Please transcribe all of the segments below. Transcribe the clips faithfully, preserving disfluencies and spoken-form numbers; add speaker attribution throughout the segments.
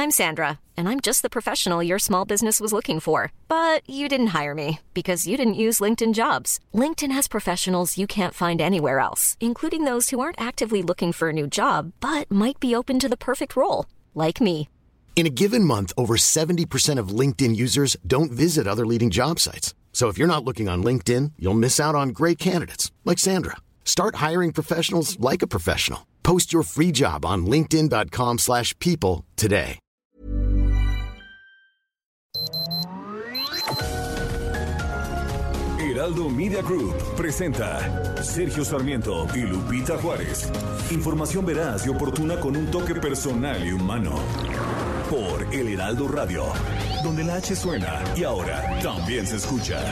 Speaker 1: I'm Sandra, and I'm just the professional your small business was looking for. But you didn't hire me because you didn't use LinkedIn Jobs. LinkedIn has professionals you can't find anywhere else, including those who aren't actively looking for a new job, but might be open to the perfect role, like me.
Speaker 2: In a given month, over seventy percent of LinkedIn users don't visit other leading job sites. So if you're not looking on LinkedIn, you'll miss out on great candidates like Sandra. Start hiring professionals like a professional. Post your free job on linkedin dot com slash people today.
Speaker 3: Heraldo Media Group presenta Sergio Sarmiento y Lupita Juárez. Información veraz y oportuna con un toque personal y humano. Por El Heraldo Radio, donde la H suena y ahora también se escucha.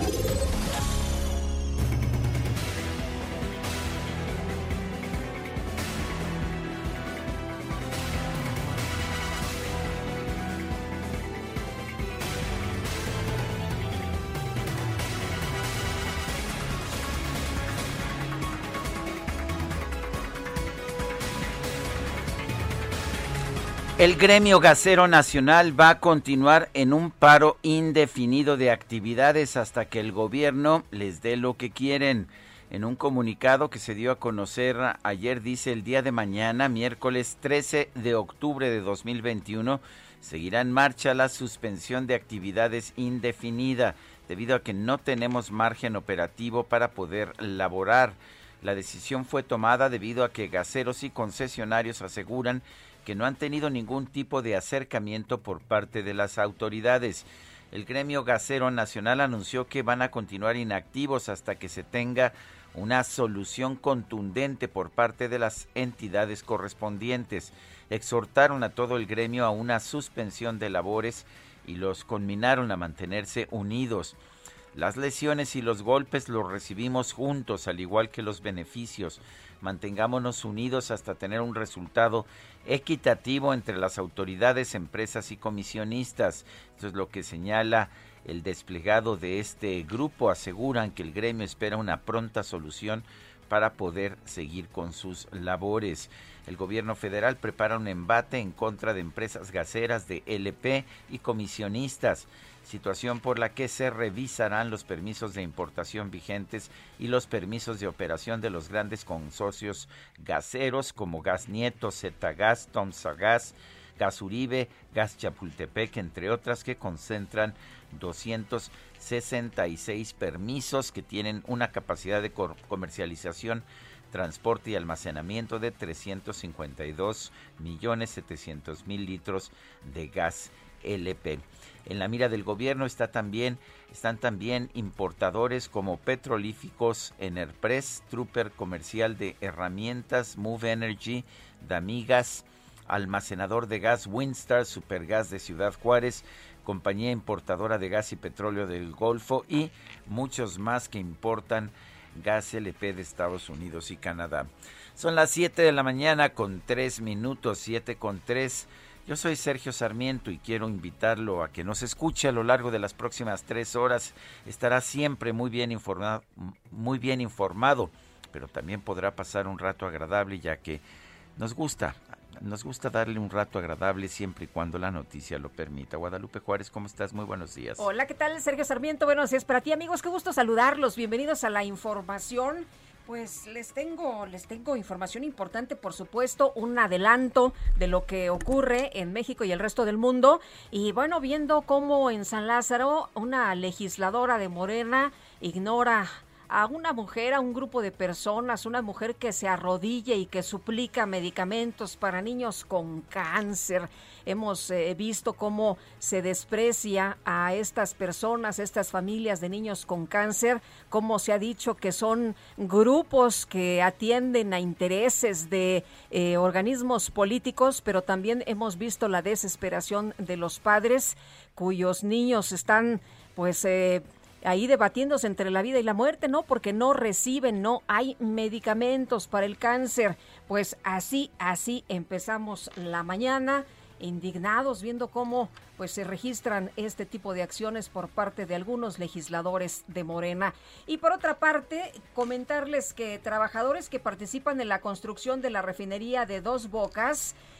Speaker 4: El Gremio Gasero Nacional va a continuar en un paro indefinido de actividades hasta que el gobierno les dé lo que quieren. En un comunicado que se dio a conocer ayer, dice: el día de mañana, miércoles trece de octubre de dos mil veintiuno, seguirá en marcha la suspensión de actividades indefinida, debido a que no tenemos margen operativo para poder laborar. La decisión fue tomada debido a que gaseros y concesionarios aseguran que no han tenido ningún tipo de acercamiento por parte de las autoridades. El Gremio Gasero Nacional anunció que van a continuar inactivos hasta que se tenga una solución contundente por parte de las entidades correspondientes. Exhortaron a todo el gremio a una suspensión de labores y los conminaron a mantenerse unidos. Las lesiones y los golpes los recibimos juntos, al igual que los beneficios. Mantengámonos unidos hasta tener un resultado equitativo entre las autoridades, empresas y comisionistas. Esto es lo que señala el desplegado de este grupo. Aseguran que el gremio espera una pronta solución para poder seguir con sus labores. El gobierno federal prepara un embate en contra de empresas gaseras, de L P y comisionistas, situación por la que se revisarán los permisos de importación vigentes y los permisos de operación de los grandes consorcios gaseros como Gas Nieto, Zetagas, Tomsa Gas, Gas Uribe, Gas Chapultepec, entre otras, que concentran doscientos sesenta y seis permisos que tienen una capacidad de comercialización, transporte y almacenamiento de trescientos cincuenta y dos millones setecientos mil litros de gas L P. En la mira del gobierno está también, están también importadores como Petrolíficos, Enerpress, Trooper Comercial de Herramientas, Move Energy, Damigas, almacenador de gas Winstar, Supergas de Ciudad Juárez, compañía importadora de gas y petróleo del Golfo y muchos más que importan gas L P de Estados Unidos y Canadá. Son las siete de la mañana con tres minutos, siete con tres. Yo soy Sergio Sarmiento y quiero invitarlo a que nos escuche a lo largo de las próximas tres horas. Estará siempre muy bien informado, muy bien informado, pero también podrá pasar un rato agradable, ya que nos gusta, nos gusta darle un rato agradable siempre y cuando la noticia lo permita. Guadalupe Juárez, ¿cómo estás? Muy buenos días.
Speaker 5: Hola, ¿qué tal? Sergio Sarmiento, buenos días para ti, amigos. Qué gusto saludarlos. Bienvenidos a la información. Pues les tengo, les tengo información importante, por supuesto, un adelanto de lo que ocurre en México y el resto del mundo. Y bueno, viendo cómo en San Lázaro una legisladora de Morena ignora a una mujer, a un grupo de personas, una mujer que se arrodilla y que suplica medicamentos para niños con cáncer. Hemos eh, visto cómo se desprecia a estas personas, estas familias de niños con cáncer, cómo se ha dicho que son grupos que atienden a intereses de eh, organismos políticos, pero también hemos visto la desesperación de los padres cuyos niños están pues eh, ahí debatiéndose entre la vida y la muerte, ¿no? Porque no reciben, no hay medicamentos para el cáncer. Pues así, así empezamos la mañana, indignados viendo cómo pues se registran este tipo de acciones por parte de algunos legisladores de Morena. Y por otra parte, comentarles que trabajadores que participan en la construcción de la refinería de Dos Bocas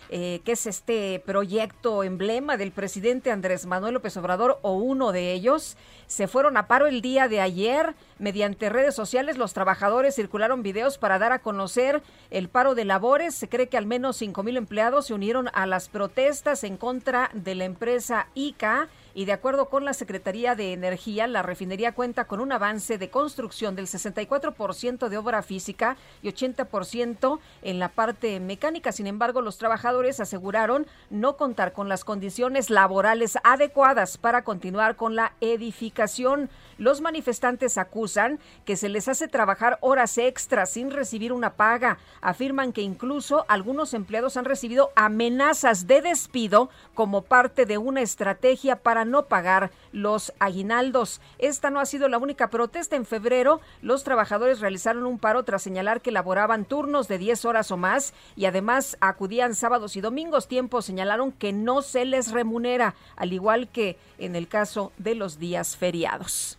Speaker 5: eh, que es este proyecto emblema del presidente Andrés Manuel López Obrador, o uno de ellos, se fueron a paro el día de ayer. Mediante redes sociales, los trabajadores circularon videos para dar a conocer el paro de labores. Se cree que al menos cinco mil empleados se unieron a las protestas en contra de la empresa I C A. Y de acuerdo con la Secretaría de Energía, la refinería cuenta con un avance de construcción del sesenta y cuatro por ciento de obra física y ochenta por ciento en la parte mecánica. Sin embargo, los trabajadores aseguraron no contar con las condiciones laborales adecuadas para continuar con la edificación. Los manifestantes acusan que se les hace trabajar horas extras sin recibir una paga. Afirman que incluso algunos empleados han recibido amenazas de despido como parte de una estrategia para no pagar los aguinaldos. Esta no ha sido la única protesta. En febrero, los trabajadores realizaron un paro tras señalar que laboraban turnos de diez horas o más y además acudían sábados y domingos, tiempo señalaron que no se les remunera, al igual que en el caso de los días feriados.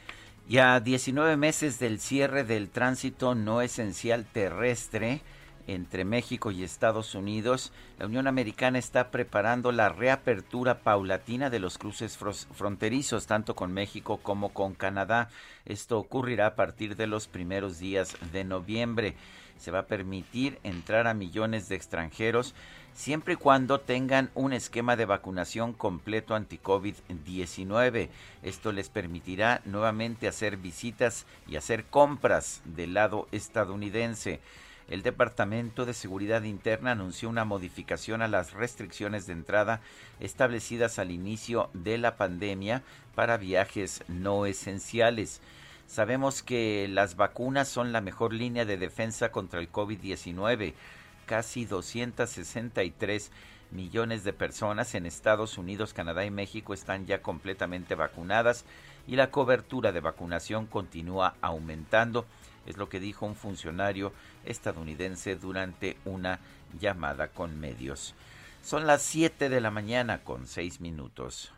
Speaker 4: Y a diecinueve meses del cierre del tránsito no esencial terrestre entre México y Estados Unidos, la Unión Americana está preparando la reapertura paulatina de los cruces fronterizos, tanto con México como con Canadá. Esto ocurrirá a partir de los primeros días de noviembre. Se va a permitir entrar a millones de extranjeros siempre y cuando tengan un esquema de vacunación completo anti-COVID diecinueve. Esto les permitirá nuevamente hacer visitas y hacer compras del lado estadounidense. El Departamento de Seguridad Interna anunció una modificación a las restricciones de entrada establecidas al inicio de la pandemia para viajes no esenciales. Sabemos que las vacunas son la mejor línea de defensa contra el COVID diecinueve. Casi doscientos sesenta y tres millones de personas en Estados Unidos, Canadá y México están ya completamente vacunadas y la cobertura de vacunación continúa aumentando. Es lo que dijo un funcionario estadounidense durante una llamada con medios. Son las siete de la mañana con seis minutos.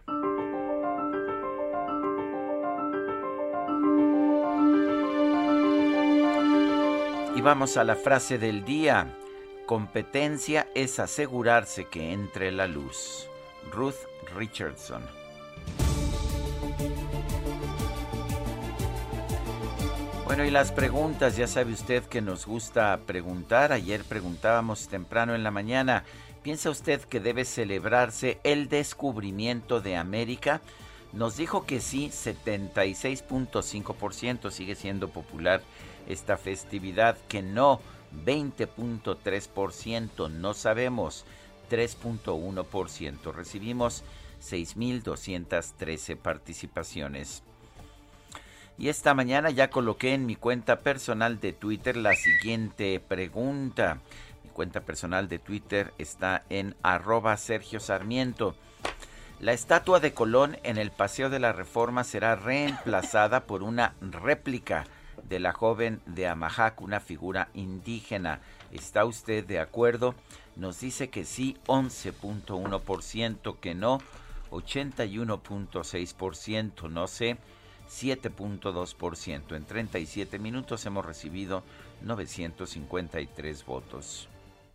Speaker 4: Y vamos a la frase del día. Competencia es asegurarse que entre la luz. Ruth Richardson. Bueno, y las preguntas, ya sabe usted que nos gusta preguntar. Ayer preguntábamos temprano en la mañana, ¿piensa usted que debe celebrarse el descubrimiento de América? Nos dijo que sí, setenta y seis punto cinco por ciento, sigue siendo popular esta festividad. Que no, veinte punto tres por ciento, no sabemos, tres punto uno por ciento. Recibimos seis mil doscientas trece participaciones. Y esta mañana ya coloqué en mi cuenta personal de Twitter la siguiente pregunta. Mi cuenta personal de Twitter está en arroba Sergio Sarmiento. La estatua de Colón en el Paseo de la Reforma será reemplazada por una réplica de la joven de Amajac, una figura indígena. ¿Está usted de acuerdo? Nos dice que sí, once punto uno por ciento, que no, ochenta y uno punto seis por ciento, no sé, siete punto dos por ciento. En treinta y siete minutos hemos recibido novecientos cincuenta y tres votos.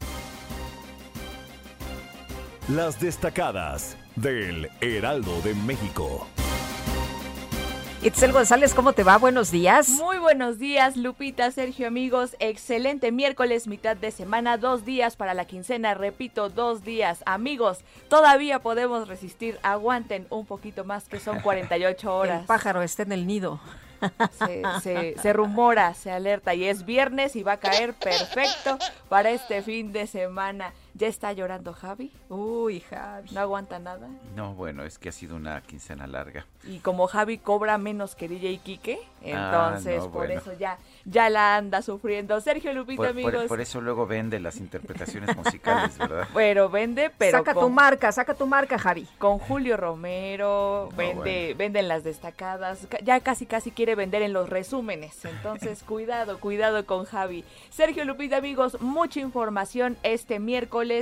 Speaker 3: Las destacadas del Heraldo de México.
Speaker 5: Itzel González, ¿cómo te va? Buenos días.
Speaker 6: Muy buenos días, Lupita, Sergio, amigos. Excelente miércoles, mitad de semana, dos días para la quincena. Repito, dos días. Amigos, todavía podemos resistir. Aguanten un poquito más, que son cuarenta y ocho horas.
Speaker 5: El pájaro está en el nido.
Speaker 6: Se, se, se rumora, se alerta y es viernes y va a caer perfecto para este fin de semana. ¿Ya está llorando Javi?
Speaker 5: Uy, Javi.
Speaker 6: ¿No aguanta nada?
Speaker 4: No, bueno, es que ha sido una quincena larga.
Speaker 6: Y como Javi cobra menos que D J Quique, entonces
Speaker 4: ah, no,
Speaker 6: por
Speaker 4: bueno.
Speaker 6: eso ya, ya la anda sufriendo. Sergio, Lupita,
Speaker 4: por,
Speaker 6: amigos.
Speaker 4: Por, por eso luego vende las interpretaciones musicales, ¿verdad?
Speaker 6: Pero vende, pero
Speaker 5: Saca
Speaker 6: con,
Speaker 5: tu marca, saca tu marca, Javi.
Speaker 6: Con Julio Romero,
Speaker 4: No,
Speaker 6: vende,
Speaker 4: bueno.
Speaker 6: vende en las destacadas, ya casi casi quiere vender en los resúmenes. Entonces, cuidado, cuidado con Javi. Sergio, Lupita, amigos, mucha información este miércoles.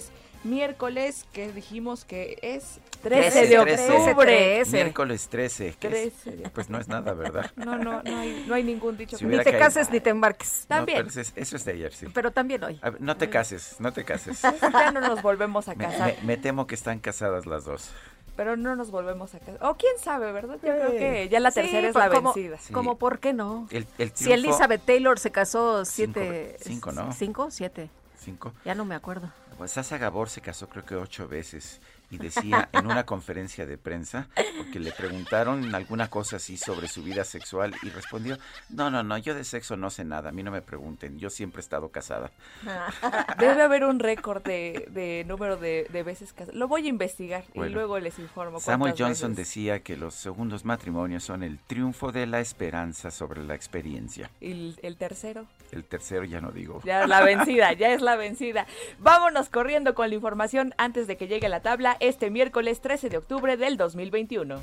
Speaker 6: miércoles, que dijimos que es trece de octubre.
Speaker 4: trece. Miércoles trece.
Speaker 6: trece.
Speaker 4: Es, pues no es nada, ¿verdad?
Speaker 6: No, no, no hay, no hay ningún dicho.
Speaker 5: Si ni te caído. cases ni te embarques.
Speaker 6: También.
Speaker 4: No, pero eso, es, eso es de ayer, sí.
Speaker 5: Pero también hoy.
Speaker 4: A ver, no te cases, no te cases.
Speaker 6: Ya no nos volvemos a casar.
Speaker 4: Me, me, me temo que están casadas las dos.
Speaker 6: Pero no nos volvemos a casar. O quién sabe, ¿verdad? Yo creo que ya la tercera sí, es la
Speaker 5: como,
Speaker 6: vencida.
Speaker 5: Sí. Como, ¿por qué no?
Speaker 4: El, el
Speaker 5: triunfo, si Elizabeth Taylor se casó siete...
Speaker 4: Cinco, cinco ¿no?
Speaker 5: ¿Cinco? ¿Siete?
Speaker 4: Cinco.
Speaker 5: Ya no me acuerdo.
Speaker 4: Pues Sasa Gabor se casó creo que ocho veces y decía en una conferencia de prensa, porque le preguntaron alguna cosa así sobre su vida sexual y respondió, no, no, no, yo de sexo no sé nada, a mí no me pregunten, yo siempre he estado casada.
Speaker 6: Debe haber un récord de, de número de, de veces casadas. Lo voy a investigar bueno, y luego les informo.
Speaker 4: Samuel Johnson
Speaker 6: veces.
Speaker 4: decía que los segundos matrimonios son el triunfo de la esperanza sobre la experiencia.
Speaker 6: ¿Y el, el tercero?
Speaker 4: El tercero ya no digo.
Speaker 6: Ya es la vencida, ya es la vencida. Vámonos corriendo con la información antes de que llegue la tabla este miércoles trece de octubre del dos mil veintiuno.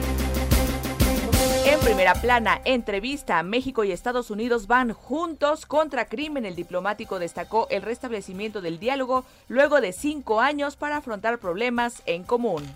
Speaker 6: En primera plana, entrevista, México y Estados Unidos van juntos contra crimen. El diplomático destacó el restablecimiento del diálogo luego de cinco años para afrontar problemas en común.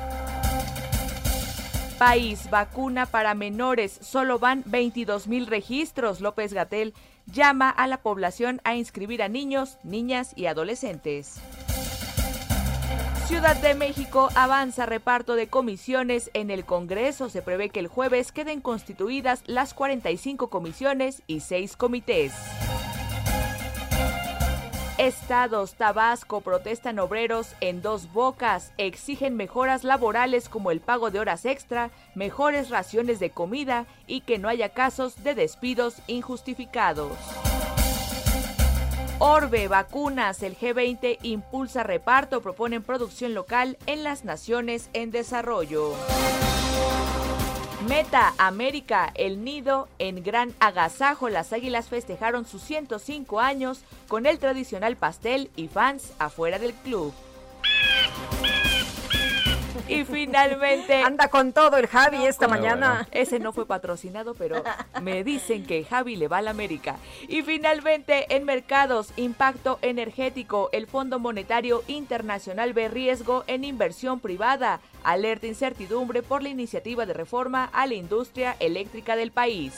Speaker 6: País, vacuna para menores, solo van veintidós mil registros. López-Gatell llama a la población a inscribir a niños, niñas y adolescentes. Ciudad de México avanza reparto de comisiones en el Congreso. Se prevé que el jueves queden constituidas las cuarenta y cinco comisiones y seis comités. Estados, Tabasco, protestan obreros en Dos Bocas. Exigen mejoras laborales como el pago de horas extra, mejores raciones de comida y que no haya casos de despidos injustificados. Orbe, vacunas, el G veinte impulsa reparto, proponen producción local en las naciones en desarrollo. Meta, América, el nido en gran agasajo. Las Águilas festejaron sus ciento cinco años con el tradicional pastel y fans afuera del club. Y finalmente...
Speaker 5: Anda con todo el Javi no, esta mañana.
Speaker 6: Bueno. Ese no fue patrocinado, pero me dicen que Javi le va a la América. Y finalmente, en mercados, impacto energético. El Fondo Monetario Internacional ve riesgo en inversión privada. Alerta incertidumbre por la iniciativa de reforma a la industria eléctrica del país.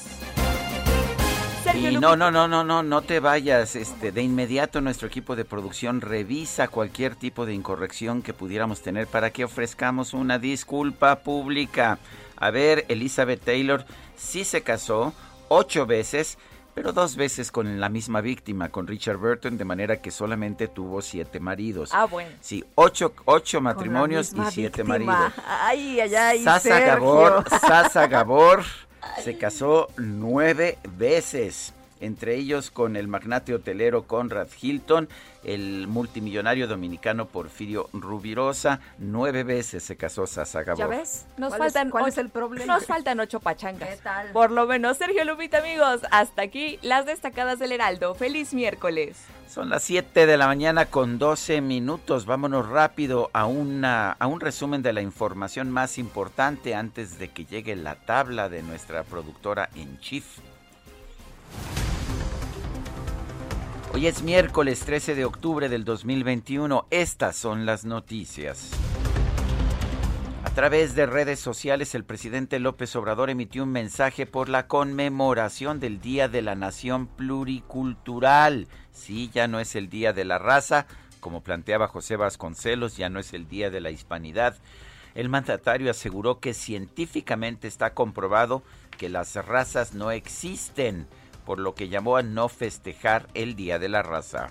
Speaker 4: Y no, no, no, no, no, no te vayas. Este, de inmediato nuestro equipo de producción revisa cualquier tipo de incorrección que pudiéramos tener para que ofrezcamos una disculpa pública. A ver, Elizabeth Taylor sí se casó ocho veces, pero dos veces con la misma víctima, con Richard Burton, de manera que solamente tuvo siete maridos.
Speaker 6: Ah, bueno.
Speaker 4: Sí, ocho, ocho matrimonios y siete
Speaker 5: víctima.
Speaker 4: maridos.
Speaker 5: Ay, ay, ay,
Speaker 4: Sasa
Speaker 5: Sergio.
Speaker 4: Gabor, Sasa Gabor se casó nueve veces, entre ellos con el magnate hotelero Conrad Hilton, el multimillonario dominicano Porfirio Rubirosa. Nueve veces se casó Sasa Gabor.
Speaker 5: ¿Ya ves?
Speaker 6: Nos
Speaker 5: ¿Cuál,
Speaker 6: faltan
Speaker 5: es, ¿cuál
Speaker 6: ocho,
Speaker 5: es el problema?
Speaker 6: Nos faltan ocho pachangas.
Speaker 5: ¿Qué tal?
Speaker 6: Por lo menos. Sergio, Lupita, amigos, hasta aquí las destacadas del Heraldo. ¡Feliz miércoles!
Speaker 4: Son las siete de la mañana con doce minutos. Vámonos rápido a, una, a un resumen de la información más importante antes de que llegue la tabla de nuestra productora en chief. Hoy es miércoles trece de octubre del dos mil veintiuno. Estas son las noticias. A través de redes sociales, el presidente López Obrador emitió un mensaje por la conmemoración del Día de la Nación Pluricultural. Sí, ya no es el Día de la Raza, como planteaba José Vasconcelos, ya no es el Día de la Hispanidad. El mandatario aseguró que científicamente está comprobado que las razas no existen, por lo que llamó a no festejar el Día de la Raza.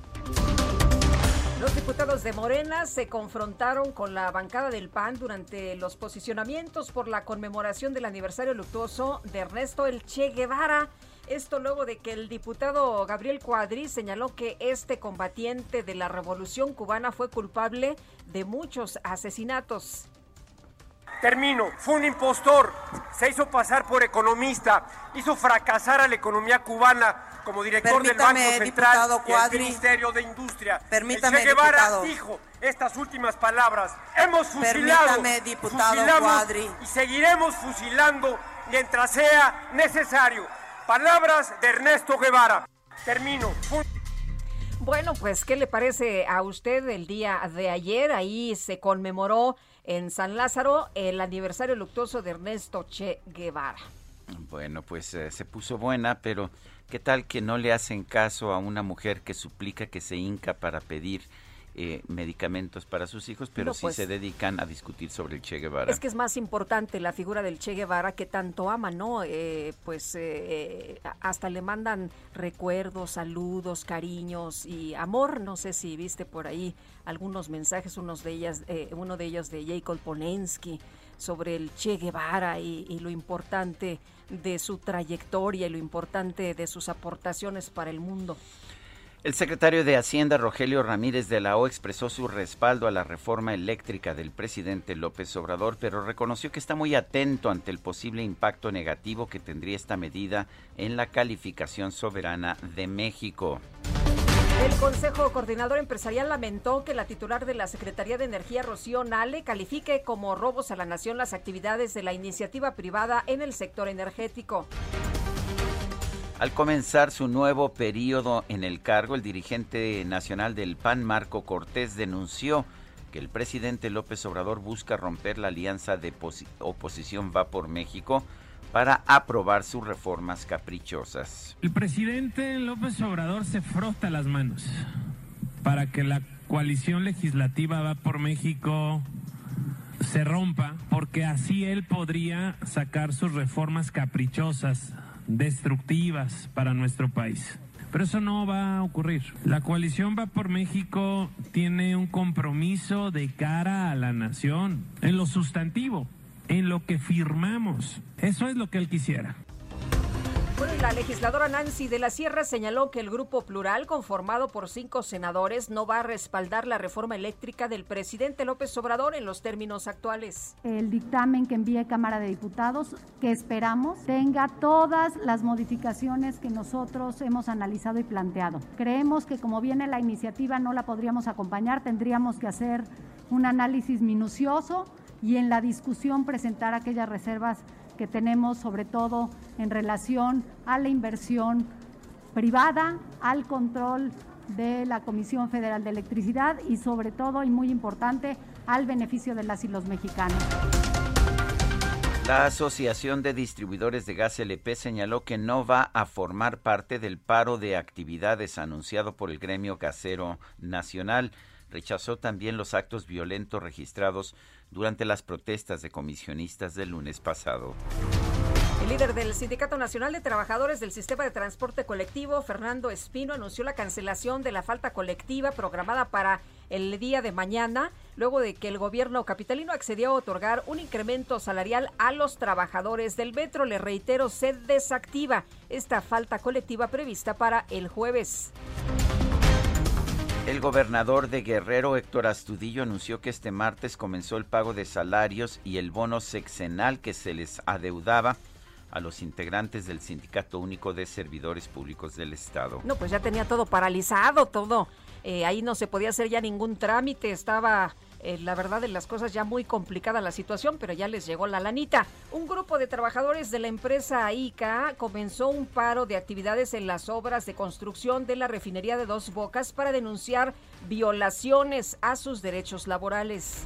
Speaker 5: Los diputados de Morena se confrontaron con la bancada del P A N durante los posicionamientos por la conmemoración del aniversario luctuoso de Ernesto El Che Guevara. Esto luego de que el diputado Gabriel Cuadri señaló que este combatiente de la Revolución Cubana fue culpable de muchos asesinatos.
Speaker 7: Termino. Fue un impostor. Se hizo pasar por economista. Hizo fracasar a la economía cubana como director
Speaker 8: Permítame,
Speaker 7: del Banco Central y
Speaker 8: Cuadri.
Speaker 7: el Ministerio de Industria.
Speaker 8: Permítame,
Speaker 7: El Che Guevara
Speaker 8: diputado.
Speaker 7: dijo estas últimas palabras. Hemos fusilado,
Speaker 8: Permítame, diputado
Speaker 7: fusilamos
Speaker 8: Cuadri.
Speaker 7: y seguiremos fusilando mientras sea necesario. Palabras de Ernesto Guevara. Termino. Fue
Speaker 5: Bueno, pues, ¿qué le parece a usted el día de ayer? Ahí se conmemoró en San Lázaro el aniversario luctuoso de Ernesto Che Guevara.
Speaker 4: Bueno, pues eh, se puso buena, pero ¿qué tal que no le hacen caso a una mujer que suplica, que se hinca para pedir eh, medicamentos para sus hijos, pero no, sí pues, se dedican a discutir sobre el Che Guevara?
Speaker 5: Es que es más importante la figura del Che Guevara, que tanto ama, ¿no? Eh, pues eh, hasta le mandan recuerdos, saludos, cariños y amor. No sé si viste por ahí algunos mensajes, unos de ellas, eh, uno de ellos de Jacob Polensky, sobre el Che Guevara y, y lo importante de su trayectoria y lo importante de sus aportaciones para el mundo.
Speaker 4: El secretario de Hacienda, Rogelio Ramírez de la O, expresó su respaldo a la reforma eléctrica del presidente López Obrador, pero reconoció que está muy atento ante el posible impacto negativo que tendría esta medida en la calificación soberana de México.
Speaker 5: El Consejo Coordinador Empresarial lamentó que la titular de la Secretaría de Energía, Rocío Nale, califique como robos a la nación las actividades de la iniciativa privada en el sector energético.
Speaker 4: Al comenzar su nuevo periodo en el cargo, el dirigente nacional del P A N, Marco Cortés, denunció que el presidente López Obrador busca romper la alianza de oposición Va por México para aprobar sus reformas caprichosas.
Speaker 8: El presidente López Obrador se frota las manos para que la coalición legislativa Va por México se rompa, porque así él podría sacar sus reformas caprichosas, destructivas para nuestro país. Pero eso no va a ocurrir. La coalición Va por México tiene un compromiso de cara a la nación, en lo sustantivo, en lo que firmamos. Eso es lo que él quisiera.
Speaker 5: Bueno, y la legisladora Nancy de la Sierra señaló que el Grupo Plural, conformado por cinco senadores, no va a respaldar la reforma eléctrica del presidente López Obrador en los términos actuales.
Speaker 9: El dictamen que envíe Cámara de Diputados, que esperamos tenga todas las modificaciones que nosotros hemos analizado y planteado. Creemos que como viene la iniciativa no la podríamos acompañar, tendríamos que hacer un análisis minucioso y en la discusión presentar aquellas reservas que tenemos, sobre todo en relación a la inversión privada, al control de la Comisión Federal de Electricidad y sobre todo, y muy importante, al beneficio de las y los mexicanos.
Speaker 4: La Asociación de Distribuidores de Gas L P señaló que no va a formar parte del paro de actividades anunciado por el Gremio Gasero Nacional. Rechazó también los actos violentos registrados durante las protestas de comisionistas del lunes pasado.
Speaker 5: El líder del Sindicato Nacional de Trabajadores del Sistema de Transporte Colectivo, Fernando Espino, anunció la cancelación de la falta colectiva programada para el día de mañana, luego de que el gobierno capitalino accedió a otorgar un incremento salarial a los trabajadores del metro. Le reitero, se desactiva esta falta colectiva prevista para el jueves.
Speaker 4: El gobernador de Guerrero, Héctor Astudillo, anunció que este martes comenzó el pago de salarios y el bono sexenal que se les adeudaba a los integrantes del Sindicato Único de Servidores Públicos del Estado.
Speaker 5: No, pues ya tenía todo paralizado, todo. Eh, ahí no se podía hacer ya ningún trámite, estaba... Eh, la verdad de las cosas ya muy complicada la situación, pero ya les llegó la lanita. Un grupo de trabajadores de la empresa I C A comenzó un paro de actividades en las obras de construcción de la refinería de Dos Bocas para denunciar violaciones a sus derechos laborales.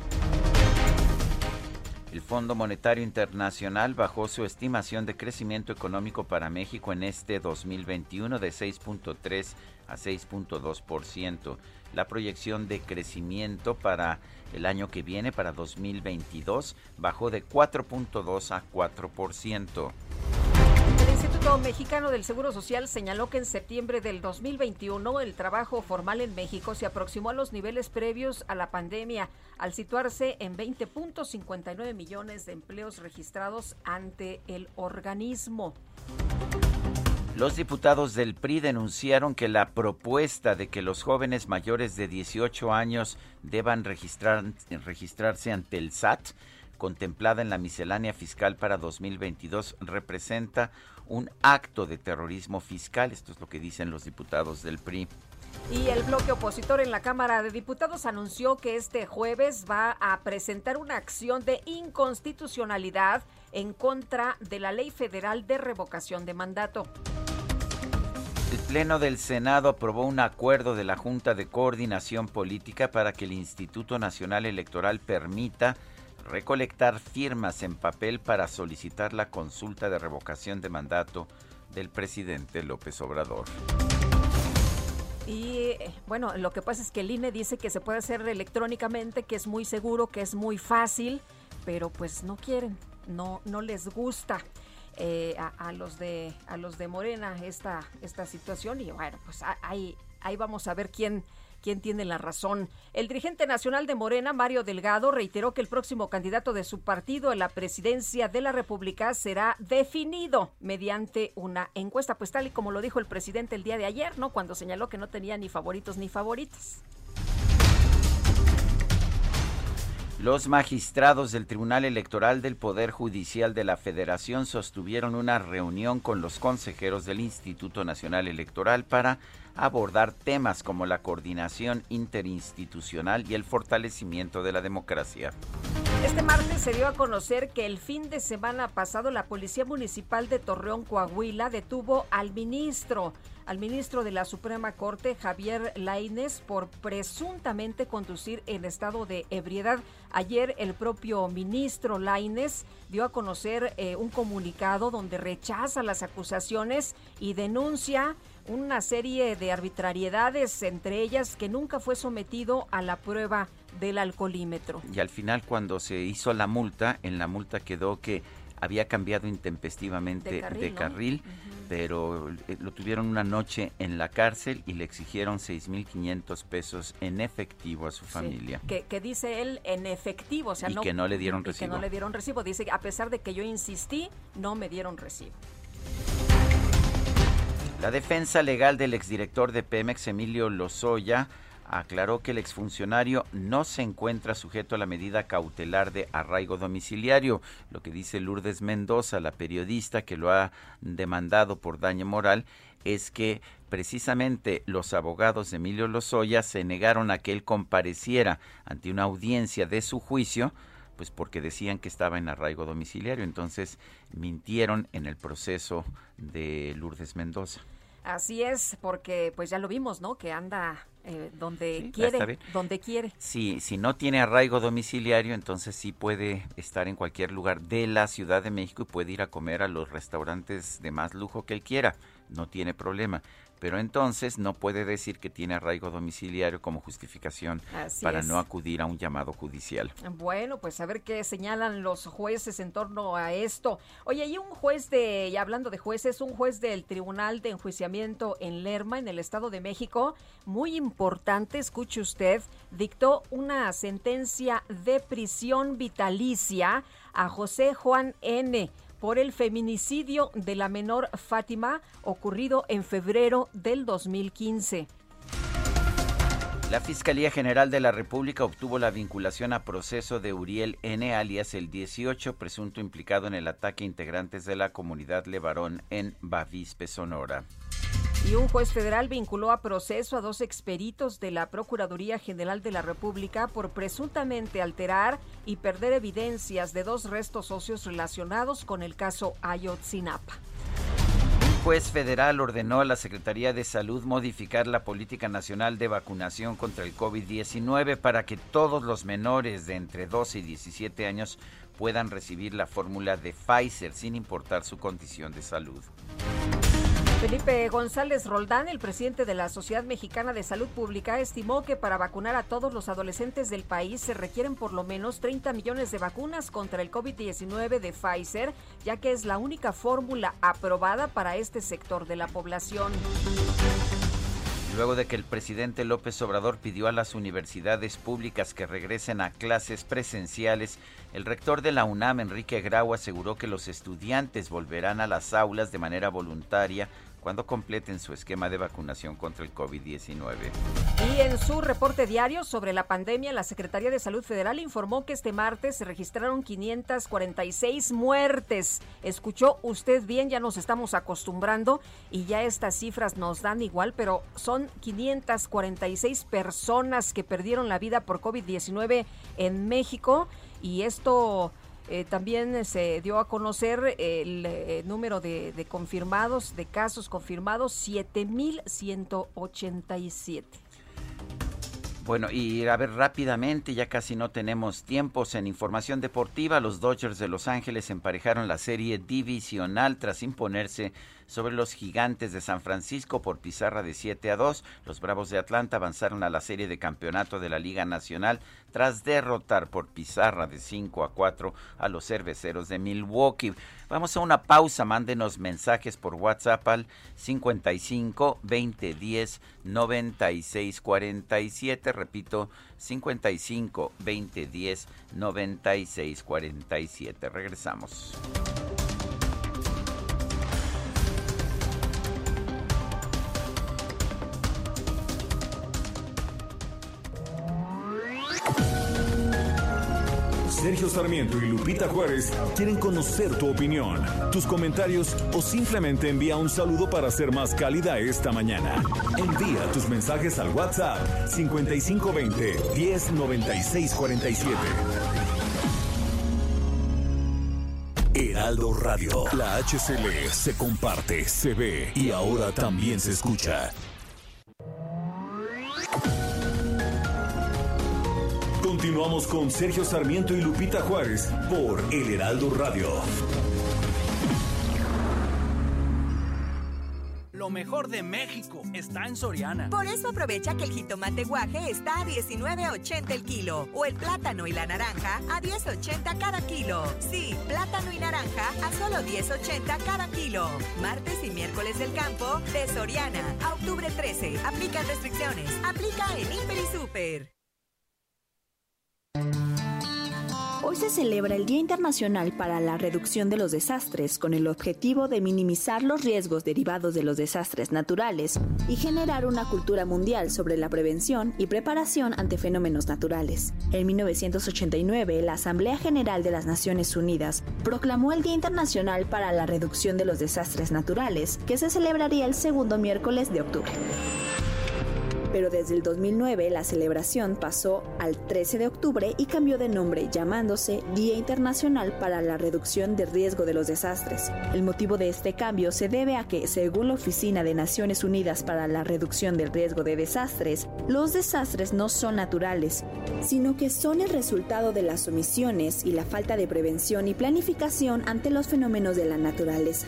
Speaker 4: El Fondo Monetario Internacional bajó su estimación de crecimiento económico para México en este dos mil veintiuno de seis punto tres a seis punto dos por ciento. La proyección de crecimiento para el año que viene, para dos mil veintidós, bajó de cuatro punto dos a cuatro por ciento.
Speaker 5: El Instituto Mexicano del Seguro Social señaló que en septiembre del dos mil veintiuno el trabajo formal en México se aproximó a los niveles previos a la pandemia, al situarse en veinte punto cincuenta y nueve millones de empleos registrados ante el organismo.
Speaker 4: Los diputados del P R I denunciaron que la propuesta de que los jóvenes mayores de dieciocho años deban registrar, registrarse ante el S A T, contemplada en la miscelánea fiscal para dos mil veintidós, representa un acto de terrorismo fiscal. Esto es lo que dicen los diputados del P R I.
Speaker 5: Y el bloque opositor en la Cámara de Diputados anunció que este jueves va a presentar una acción de inconstitucionalidad en contra de la Ley Federal de Revocación de Mandato.
Speaker 4: El Pleno del Senado aprobó un acuerdo de la Junta de Coordinación Política para que el Instituto Nacional Electoral permita recolectar firmas en papel para solicitar la consulta de revocación de mandato del presidente López Obrador.
Speaker 5: Y bueno, lo que pasa es que el I N E dice que se puede hacer electrónicamente, que es muy seguro, que es muy fácil, pero pues no quieren, no, no les gusta. Eh, a, a los de a los de Morena esta esta situación y bueno, pues ahí ahí vamos a ver quién quién tiene la razón. El dirigente nacional de Morena, Mario Delgado, reiteró que el próximo candidato de su partido a la presidencia de la República será definido mediante una encuesta, pues tal y como lo dijo el presidente el día de ayer, ¿no? Cuando señaló que no tenía ni favoritos ni favoritas.
Speaker 4: Los magistrados del Tribunal Electoral del Poder Judicial de la Federación sostuvieron una reunión con los consejeros del Instituto Nacional Electoral para abordar temas como la coordinación interinstitucional y el fortalecimiento de la democracia.
Speaker 5: Este martes se dio a conocer que el fin de semana pasado la Policía Municipal de Torreón, Coahuila, detuvo al ministro, al ministro de la Suprema Corte, Javier Lainez, por presuntamente conducir en estado de ebriedad. Ayer el propio ministro Lainez dio a conocer eh, un comunicado donde rechaza las acusaciones y denuncia una serie de arbitrariedades, entre ellas que nunca fue sometido a la prueba del alcoholímetro.
Speaker 4: Y al final, cuando se hizo la multa, en la multa quedó que había cambiado intempestivamente de carril, de carril ¿no? uh-huh. pero lo tuvieron una noche en la cárcel y le exigieron seis mil quinientos pesos en efectivo a su sí, familia.
Speaker 5: Que, que dice él en efectivo, o sea,
Speaker 4: y
Speaker 5: no,
Speaker 4: que no le dieron recibo.
Speaker 5: que no le dieron recibo. Dice, a pesar de que yo insistí, no me dieron recibo.
Speaker 4: La defensa legal del exdirector de Pemex, Emilio Lozoya, aclaró que el exfuncionario no se encuentra sujeto a la medida cautelar de arraigo domiciliario. Lo que dice Lourdes Mendoza, la periodista que lo ha demandado por daño moral, es que precisamente los abogados de Emilio Lozoya se negaron a que él compareciera ante una audiencia de su juicio, pues porque decían que estaba en arraigo domiciliario. Entonces mintieron en el proceso de Lourdes Mendoza.
Speaker 5: Así es, porque pues ya lo vimos, ¿no? Que anda eh, donde sí, quiere, donde quiere.
Speaker 4: Sí, si no tiene arraigo domiciliario, entonces sí puede estar en cualquier lugar de la Ciudad de México y puede ir a comer a los restaurantes de más lujo que él quiera, no tiene problema. Pero entonces no puede decir que tiene arraigo domiciliario como justificación Así para es. no acudir a un llamado judicial.
Speaker 5: Bueno, pues a ver qué señalan los jueces en torno a esto. Oye, hay un juez de, y hablando de jueces, un juez del Tribunal de Enjuiciamiento en Lerma, en el Estado de México, muy importante, escuche usted, dictó una sentencia de prisión vitalicia a José Juan N., por el feminicidio de la menor Fátima ocurrido en febrero del dos mil quince.
Speaker 4: La Fiscalía General de la República obtuvo la vinculación a proceso de Uriel N., alias el dieciocho, presunto implicado en el ataque a integrantes de la comunidad Levarón en Bavispe, Sonora.
Speaker 5: Y un juez federal vinculó a proceso a dos experitos de la Procuraduría General de la República por presuntamente alterar y perder evidencias de dos restos óseos relacionados con el caso Ayotzinapa.
Speaker 4: Un juez federal ordenó a la Secretaría de Salud modificar la política nacional de vacunación contra el COVID diecinueve para que todos los menores de entre doce y diecisiete años puedan recibir la fórmula de Pfizer sin importar su condición de salud.
Speaker 5: Felipe González Roldán, el presidente de la Sociedad Mexicana de Salud Pública, estimó que para vacunar a todos los adolescentes del país se requieren por lo menos treinta millones de vacunas contra el COVID diecinueve de Pfizer, ya que es la única fórmula aprobada para este sector de la población.
Speaker 4: Luego de que el presidente López Obrador pidió a las universidades públicas que regresen a clases presenciales, el rector de la UNAM, Enrique Grau, aseguró que los estudiantes volverán a las aulas de manera voluntaria cuando completen su esquema de vacunación contra el COVID diecinueve.
Speaker 5: Y en su reporte diario sobre la pandemia, la Secretaría de Salud Federal informó que este martes se registraron quinientas cuarenta y seis muertes. Escuchó usted bien, ya nos estamos acostumbrando y ya estas cifras nos dan igual, pero son quinientas cuarenta y seis personas que perdieron la vida por COVID diecinueve en México y esto... Eh, también se dio a conocer el eh, número de, de confirmados, de casos confirmados, siete mil ciento ochenta y siete.
Speaker 4: Bueno, y a ver rápidamente, ya casi no tenemos tiempos. En información deportiva, los Dodgers de Los Ángeles emparejaron la serie divisional tras imponerse sobre los Gigantes de San Francisco por pizarra de siete a dos. Los Bravos de Atlanta avanzaron a la serie de campeonato de la Liga Nacional tras derrotar por pizarra de cinco a cuatro a los Cerveceros de Milwaukee. Vamos a una pausa, mándenos mensajes por WhatsApp al cincuenta y cinco, veinte, diez, noventa y seis, cuarenta y siete, repito, cincuenta y cinco, veinte, diez, noventa y seis, cuarenta y siete. Regresamos.
Speaker 3: Sergio Sarmiento y Lupita Juárez quieren conocer tu opinión, tus comentarios o simplemente envía un saludo para ser más cálida esta mañana. Envía tus mensajes al WhatsApp cincuenta y cinco veinte, diez, noventa y seis, cuarenta y siete. Heraldo Radio, la H C L se comparte, se ve y ahora también se escucha. Continuamos con Sergio Sarmiento y Lupita Juárez por El Heraldo Radio.
Speaker 10: Lo mejor de México está en Soriana.
Speaker 11: Por eso aprovecha que el jitomate guaje está a diecinueve ochenta el kilo o el plátano y la naranja a diez ochenta cada kilo. Sí, plátano y naranja a solo diez ochenta cada kilo. Martes y miércoles del campo de Soriana. A octubre trece. Aplican restricciones. Aplica en Hiper y Super.
Speaker 12: Hoy se celebra el Día Internacional para la Reducción de los Desastres con el objetivo de minimizar los riesgos derivados de los desastres naturales y generar una cultura mundial sobre la prevención y preparación ante fenómenos naturales. En mil novecientos ochenta y nueve, la Asamblea General de las Naciones Unidas proclamó el Día Internacional para la Reducción de los Desastres Naturales, que se celebraría el segundo miércoles de octubre. Pero desde el dos mil nueve la celebración pasó al trece de octubre y cambió de nombre, llamándose Día Internacional para la Reducción del Riesgo de los Desastres. El motivo de este cambio se debe a que, según la Oficina de Naciones Unidas para la Reducción del Riesgo de Desastres, los desastres no son naturales, sino que son el resultado de las omisiones y la falta de prevención y planificación ante los fenómenos de la naturaleza.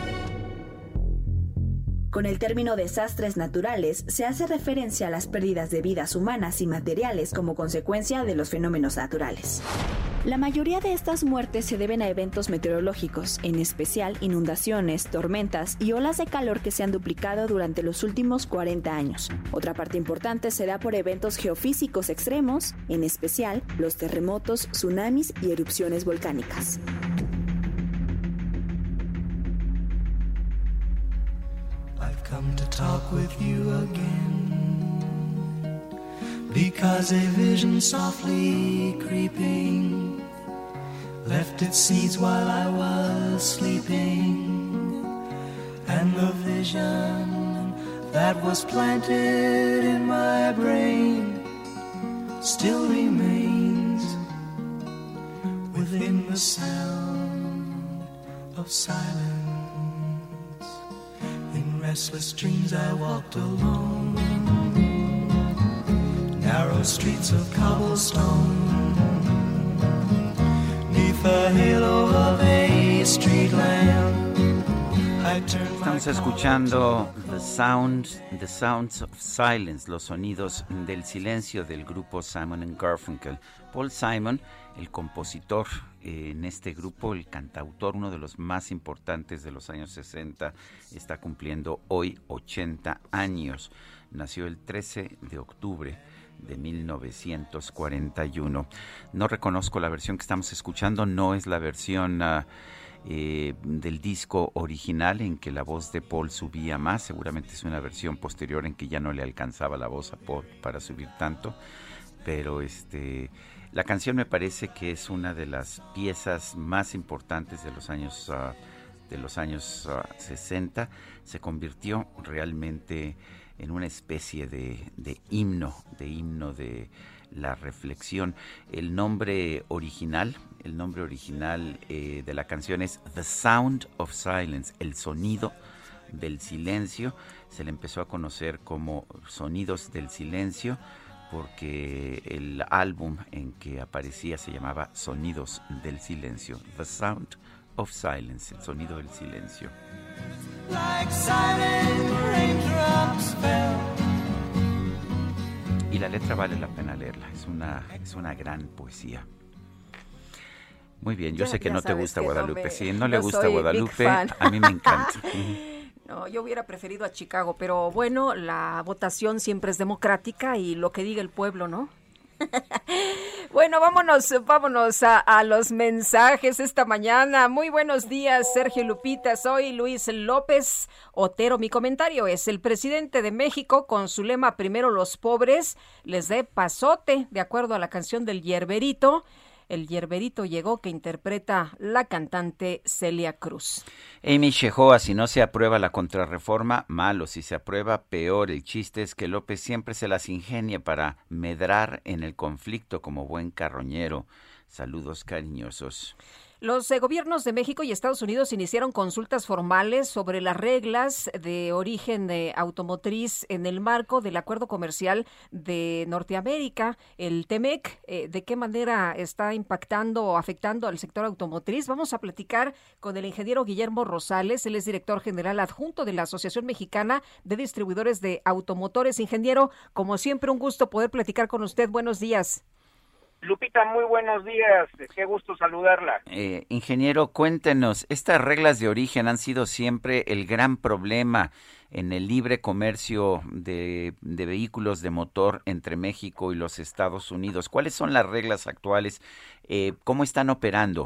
Speaker 12: Con el término desastres naturales se hace referencia a las pérdidas de vidas humanas y materiales como consecuencia de los fenómenos naturales. La mayoría de estas muertes se deben a eventos meteorológicos, en especial inundaciones, tormentas y olas de calor que se han duplicado durante los últimos cuarenta años. Otra parte importante se da por eventos geofísicos extremos, en especial los terremotos, tsunamis y erupciones volcánicas.
Speaker 13: I've come to talk with you again, because a vision softly creeping left its seeds while I was sleeping, and the vision that was planted in my brain still remains within the sound of silence. Restless dreams I walked alone, narrow streets of cobblestone, neath the halo of a street lamp. I turned my
Speaker 4: Estamos escuchando The Sounds, The Sounds of Silence, los sonidos del silencio del grupo Simon and Garfunkel. Paul Simon, el compositor eh, en este grupo, el cantautor, uno de los más importantes de los años sesenta, está cumpliendo hoy ochenta años. Nació el trece de octubre de mil novecientos cuarenta y uno. No reconozco la versión que estamos escuchando, no es la versión uh, eh, del disco original en que la voz de Paul subía más. Seguramente es una versión posterior en que ya no le alcanzaba la voz a Paul para subir tanto, pero este... la canción me parece que es una de las piezas más importantes de los años uh, de los años uh, sesenta. Se convirtió realmente en una especie de, de himno, de himno de la reflexión. El nombre original el nombre original eh, de la canción es The Sound of Silence, el sonido del silencio. Se le empezó a conocer como Sonidos del Silencio porque el álbum en que aparecía se llamaba Sonidos del Silencio, The Sound of Silence, el sonido del silencio.
Speaker 13: Like silent raindrops fell.
Speaker 4: Y la letra vale la pena leerla, es una, es una gran poesía. Muy bien, yo
Speaker 5: Ya-
Speaker 4: sé que
Speaker 5: ya
Speaker 4: no te
Speaker 5: sabes
Speaker 4: gusta
Speaker 5: que no
Speaker 4: Guadalupe,
Speaker 5: me-
Speaker 4: si no le
Speaker 5: no
Speaker 4: gusta
Speaker 5: soy big
Speaker 4: Guadalupe,
Speaker 5: fan.
Speaker 4: a mí me encanta.
Speaker 5: No, yo hubiera preferido a Chicago, pero bueno, la votación siempre es democrática y lo que diga el pueblo, ¿no? Bueno, vámonos, vámonos a, a los mensajes esta mañana. Muy buenos días, Sergio Lupita. Soy Luis López Otero. Mi comentario es: el presidente de México, con su lema "primero los pobres", les dé pasote, de acuerdo a la canción del Yerberito. El Yerberito llegó, que interpreta la cantante Celia Cruz.
Speaker 4: Amy Shehoa, si no se aprueba la contrarreforma, malo. Si se aprueba, peor. El chiste es que López siempre se las ingenia para medrar en el conflicto como buen carroñero. Saludos cariñosos.
Speaker 5: Los eh, gobiernos de México y Estados Unidos iniciaron consultas formales sobre las reglas de origen de automotriz en el marco del Acuerdo Comercial de Norteamérica, el TEMEC. Eh, ¿De qué manera está impactando o afectando al sector automotriz? Vamos a platicar con el ingeniero Guillermo Rosales. Él es director general adjunto de la Asociación Mexicana de Distribuidores de Automotores. Ingeniero, como siempre, un gusto poder platicar con usted. Buenos días.
Speaker 14: Lupita, muy buenos días, qué gusto saludarla.
Speaker 4: Eh, ingeniero, cuéntenos, estas reglas de origen han sido siempre el gran problema en el libre comercio de, de vehículos de motor entre México y los Estados Unidos. ¿Cuáles son las reglas actuales? Eh, ¿Cómo están operando?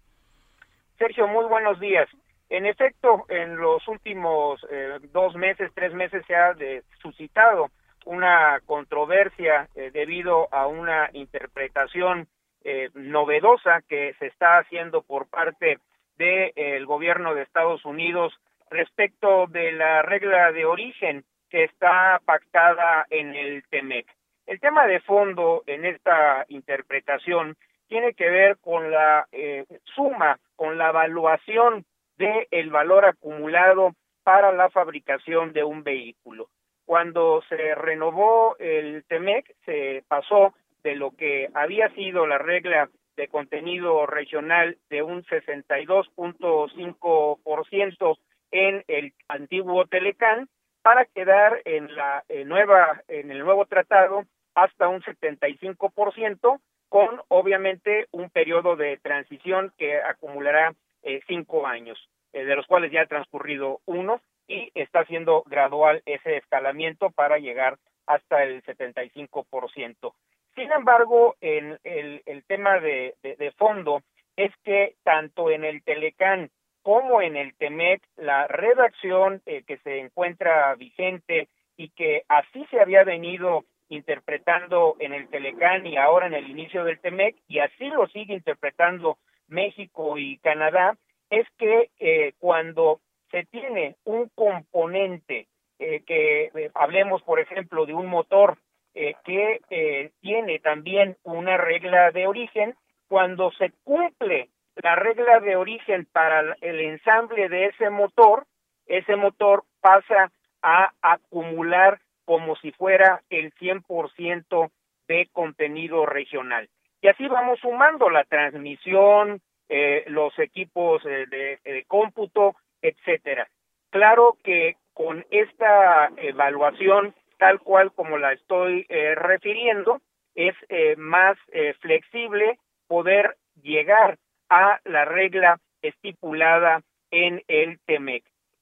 Speaker 14: Sergio, muy buenos días. En efecto, en los últimos eh, dos meses, tres meses se ha de, suscitado una controversia eh, debido a una interpretación eh, novedosa que se está haciendo por parte del de, gobierno de Estados Unidos respecto de la regla de origen que está pactada en el TEMEC. El tema de fondo en esta interpretación tiene que ver con la eh, suma, con la evaluación del valor acumulado para la fabricación de un vehículo. Cuando se renovó el TEMEC, se pasó de lo que había sido la regla de contenido regional de un sesenta y dos punto cinco por ciento en el antiguo Telecán para quedar en la eh, nueva en el nuevo tratado hasta un setenta y cinco por ciento, con obviamente un periodo de transición que acumulará eh, cinco años, eh, de los cuales ya ha transcurrido uno, y está siendo gradual ese escalamiento para llegar hasta el setenta y cinco por ciento. Sin embargo, en el, el tema de, de, de fondo es que tanto en el Telecán como en el TEMEC, la redacción eh, que se encuentra vigente y que así se había venido interpretando en el Telecán y ahora en el inicio del TEMEC, y así lo sigue interpretando México y Canadá, es que eh, cuando se tiene un componente eh, que eh, hablemos, por ejemplo, de un motor eh, que eh, tiene también una regla de origen, cuando se cumple la regla de origen para el ensamble de ese motor, ese motor pasa a acumular como si fuera el cien por ciento de contenido regional. Y así vamos sumando la transmisión, eh, los equipos eh, de, de cómputo, etcétera. Claro que con esta evaluación, tal cual como la estoy eh, refiriendo, es eh, más eh, flexible poder llegar a la regla estipulada en el TEMEC.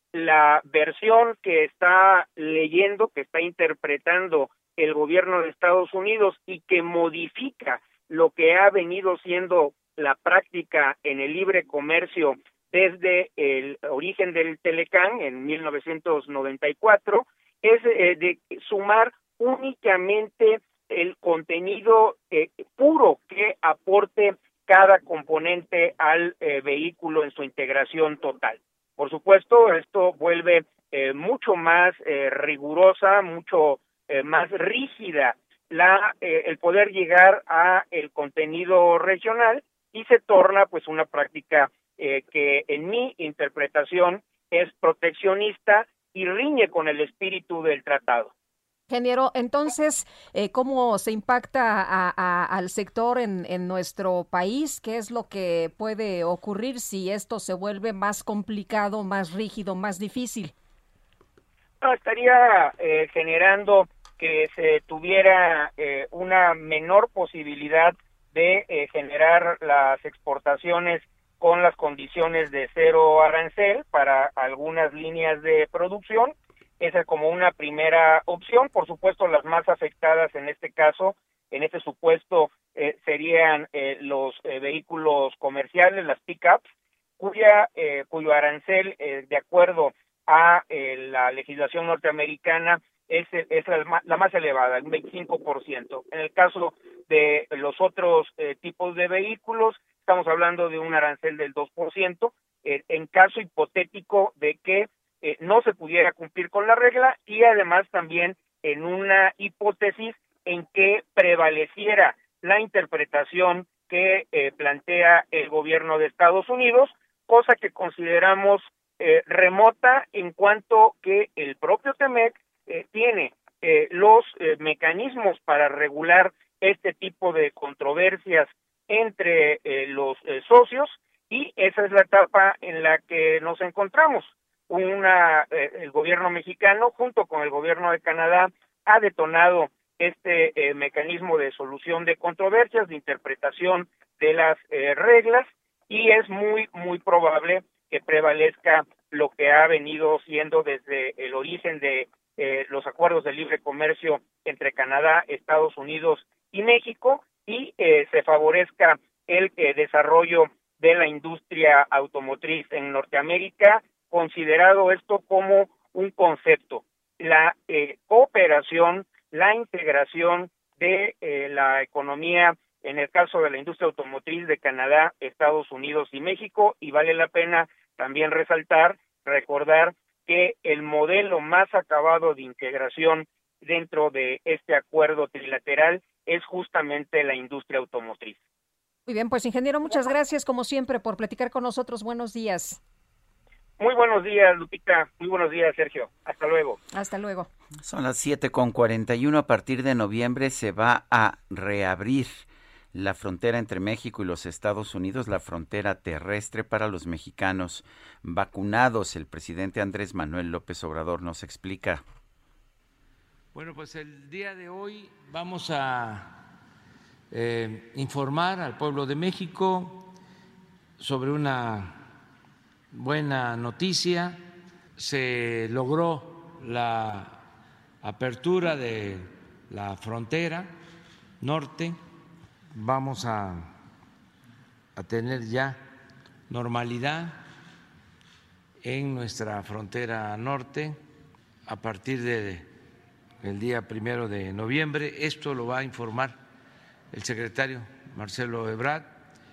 Speaker 14: La versión que está leyendo, que está interpretando el gobierno de Estados Unidos y que modifica lo que ha venido siendo la práctica en el libre comercio desde el origen del Telecán en mil novecientos noventa y cuatro, es eh, de sumar únicamente el contenido eh, puro que aporte cada componente al eh, vehículo en su integración total. Por supuesto, esto vuelve eh, mucho más eh, rigurosa, mucho eh, más rígida la eh, el poder llegar a el contenido regional, y se torna pues una práctica eh, que en mi interpretación es proteccionista y riñe con el espíritu del tratado.
Speaker 5: Ingeniero, entonces, eh, ¿cómo se impacta a, a, al sector en, en nuestro país? ¿Qué es lo que puede ocurrir si esto se vuelve más complicado, más rígido, más difícil?
Speaker 14: No, estaría eh, generando que se tuviera eh, una menor posibilidad de eh, generar las exportaciones con las condiciones de cero arancel para algunas líneas de producción. Esa es como una primera opción. Por supuesto, las más afectadas en este caso, en este supuesto, eh, serían eh, los eh, vehículos comerciales, las pick-ups, cuya, eh, cuyo arancel, eh, de acuerdo a eh, la legislación norteamericana, es, es la, la más elevada, el veinticinco por ciento. En el caso de los otros eh, tipos de vehículos, estamos hablando de un arancel del dos por ciento, eh, en caso hipotético de que Eh, no se pudiera cumplir con la regla, y además también en una hipótesis en que prevaleciera la interpretación que eh, plantea el gobierno de Estados Unidos, cosa que consideramos eh, remota en cuanto que el propio TEMEC eh, tiene eh, los eh, mecanismos para regular este tipo de controversias entre eh, los eh, socios, y esa es la etapa en la que nos encontramos. Una, eh, el gobierno mexicano junto con el gobierno de Canadá ha detonado este eh, mecanismo de solución de controversias, de interpretación de las eh, reglas, y es muy, muy probable que prevalezca lo que ha venido siendo desde el origen de eh, los acuerdos de libre comercio entre Canadá, Estados Unidos y México, y eh, se favorezca el eh, desarrollo de la industria automotriz en Norteamérica, considerado esto como un concepto. La eh, cooperación, la integración de eh, la economía, en el caso de la industria automotriz de Canadá, Estados Unidos y México, y vale la pena también resaltar, recordar que el modelo más acabado de integración dentro de este acuerdo trilateral es justamente la industria automotriz.
Speaker 5: Muy bien, pues ingeniero, muchas gracias como siempre por platicar con nosotros. Buenos días.
Speaker 14: Muy buenos días, Lupita. Muy buenos días, Sergio. Hasta luego.
Speaker 5: Hasta luego.
Speaker 4: Son las siete con cuarenta y uno. A partir de noviembre se va a reabrir la frontera entre México y los Estados Unidos, la frontera terrestre para los mexicanos vacunados. El presidente Andrés Manuel López Obrador nos explica.
Speaker 15: Bueno, pues el día de hoy vamos a eh, informar al pueblo de México sobre una buena noticia. Se logró la apertura de la frontera norte. Vamos a, a tener ya normalidad en nuestra frontera norte a partir de el día primero de noviembre. Esto lo va a informar el secretario Marcelo Ebrard.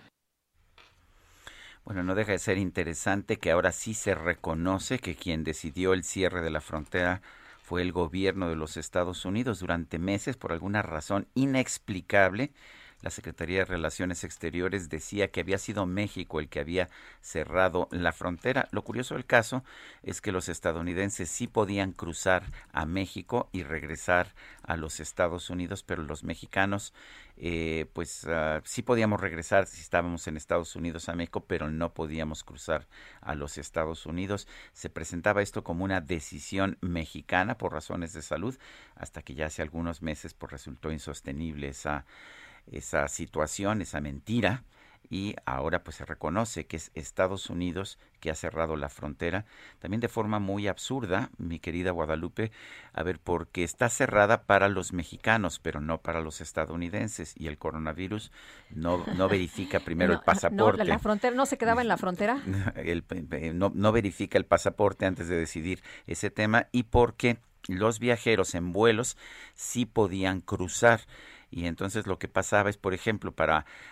Speaker 4: Bueno, no deja de ser interesante que ahora sí se reconoce que quien decidió el cierre de la frontera fue el gobierno de los Estados Unidos. Durante meses, por alguna razón inexplicable, la Secretaría de Relaciones Exteriores decía que había sido México el que había cerrado la frontera. Lo curioso del caso es que los estadounidenses sí podían cruzar a México y regresar a los Estados Unidos, pero los mexicanos eh, pues uh, sí podíamos regresar si estábamos en Estados Unidos a México, pero no podíamos cruzar a los Estados Unidos. Se presentaba esto como una decisión mexicana por razones de salud, hasta que ya hace algunos meses pues resultó insostenible esa esa situación, esa mentira, y ahora pues se reconoce que es Estados Unidos que ha cerrado la frontera, también de forma muy absurda, mi querida Guadalupe, a ver, porque está cerrada para los mexicanos, pero no para los estadounidenses, y el coronavirus no, no verifica primero no, el pasaporte.
Speaker 5: No, la, la frontera no se quedaba en la frontera.
Speaker 4: El, no, no verifica el pasaporte antes de decidir ese tema, y porque los viajeros en vuelos sí podían cruzar. Y entonces lo que pasaba es, por ejemplo, para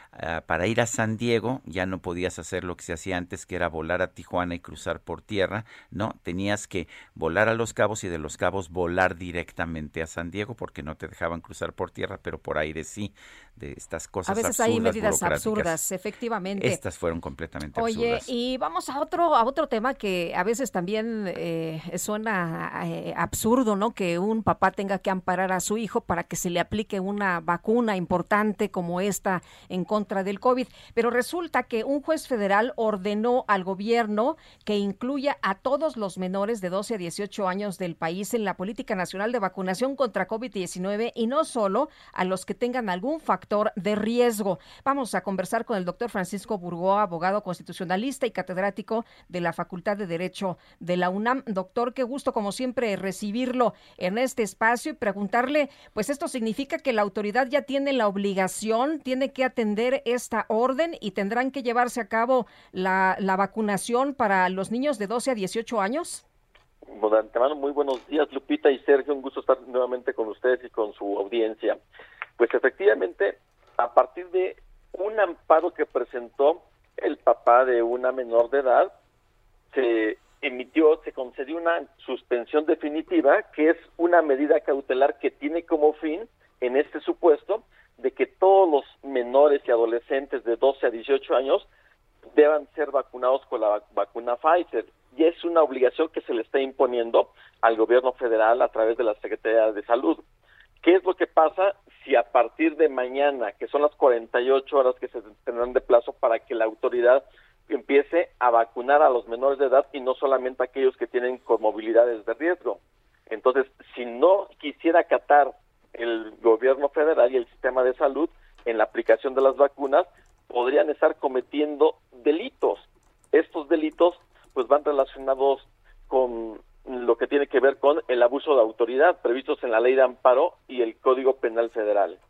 Speaker 4: uh, para ir a San Diego ya no podías hacer lo que se hacía antes, que era volar a Tijuana y cruzar por tierra, no, tenías que volar a Los Cabos y de Los Cabos volar directamente a San Diego porque no te dejaban cruzar por tierra, pero por aire sí, de estas cosas absurdas. A veces
Speaker 5: absurdas, hay medidas absurdas, efectivamente.
Speaker 4: Estas fueron completamente
Speaker 5: Oye,
Speaker 4: absurdas.
Speaker 5: y vamos a otro a otro tema que a veces también eh, suena eh, absurdo, ¿no? Que un papá tenga que amparar a su hijo para que se le aplique una vacuna importante como esta en contra del COVID. Pero resulta que un juez federal ordenó al gobierno que incluya a todos los menores de doce a dieciocho años del país en la política nacional de vacunación contra COVID diecinueve y no solo a los que tengan algún factor de riesgo. Vamos a conversar con el doctor Francisco Burgoa, abogado constitucionalista y catedrático de la Facultad de Derecho de la UNAM. Doctor, qué gusto como siempre recibirlo en este espacio y preguntarle, pues esto significa que la autoridad ya tiene la obligación, tiene que atender esta orden y tendrán que llevarse a cabo la, la vacunación para los niños de doce a dieciocho años.
Speaker 16: Bueno, de antemano, muy buenos días, Lupita y Sergio, un gusto estar nuevamente con ustedes y con su audiencia. Pues efectivamente, a partir de un amparo que presentó el papá de una menor de edad, se emitió, se concedió una suspensión definitiva, que es una medida cautelar que tiene como fin, en este supuesto, de que todos los menores y adolescentes de doce a dieciocho años deban ser vacunados con la vacuna Pfizer. Y es una obligación que se le está imponiendo al gobierno federal a través de la Secretaría de Salud. ¿Qué es lo que pasa si a partir de mañana, que son las cuarenta y ocho horas que se tendrán de plazo para que la autoridad empiece a vacunar a los menores de edad y no solamente a aquellos que tienen comorbilidades de riesgo? Entonces, si no quisiera acatar el gobierno federal y el sistema de salud en la aplicación de las vacunas, podrían estar cometiendo delitos. Estos delitos pues van relacionados con lo que tiene que ver con el abuso de autoridad previstos en la Ley de Amparo y el Código Penal Federal.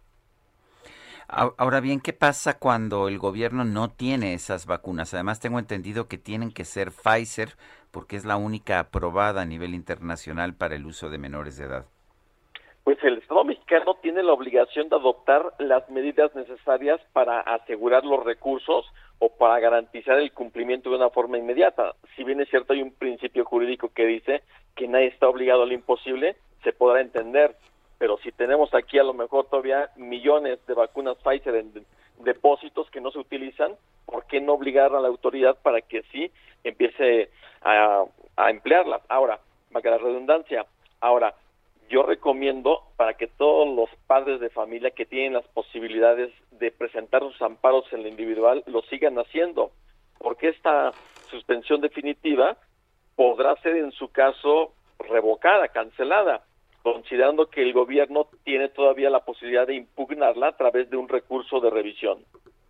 Speaker 4: Ahora bien, ¿qué pasa cuando el gobierno no tiene esas vacunas? Además, tengo entendido que tienen que ser Pfizer porque es la única aprobada a nivel internacional para el uso de menores de edad.
Speaker 16: Pues el Estado mexicano tiene la obligación de adoptar las medidas necesarias para asegurar los recursos o para garantizar el cumplimiento de una forma inmediata. Si bien es cierto, hay un principio jurídico que dice que nadie está obligado a lo imposible, se podrá entender, pero si tenemos aquí a lo mejor todavía millones de vacunas Pfizer en depósitos que no se utilizan, ¿por qué no obligar a la autoridad para que sí empiece a, a emplearlas? Ahora, valga la redundancia, ahora, yo recomiendo para que todos los padres de familia que tienen las posibilidades de presentar sus amparos en lo individual lo sigan haciendo, porque esta suspensión definitiva podrá ser en su caso revocada, cancelada, considerando que el gobierno tiene todavía la posibilidad de impugnarla a través de un recurso de revisión.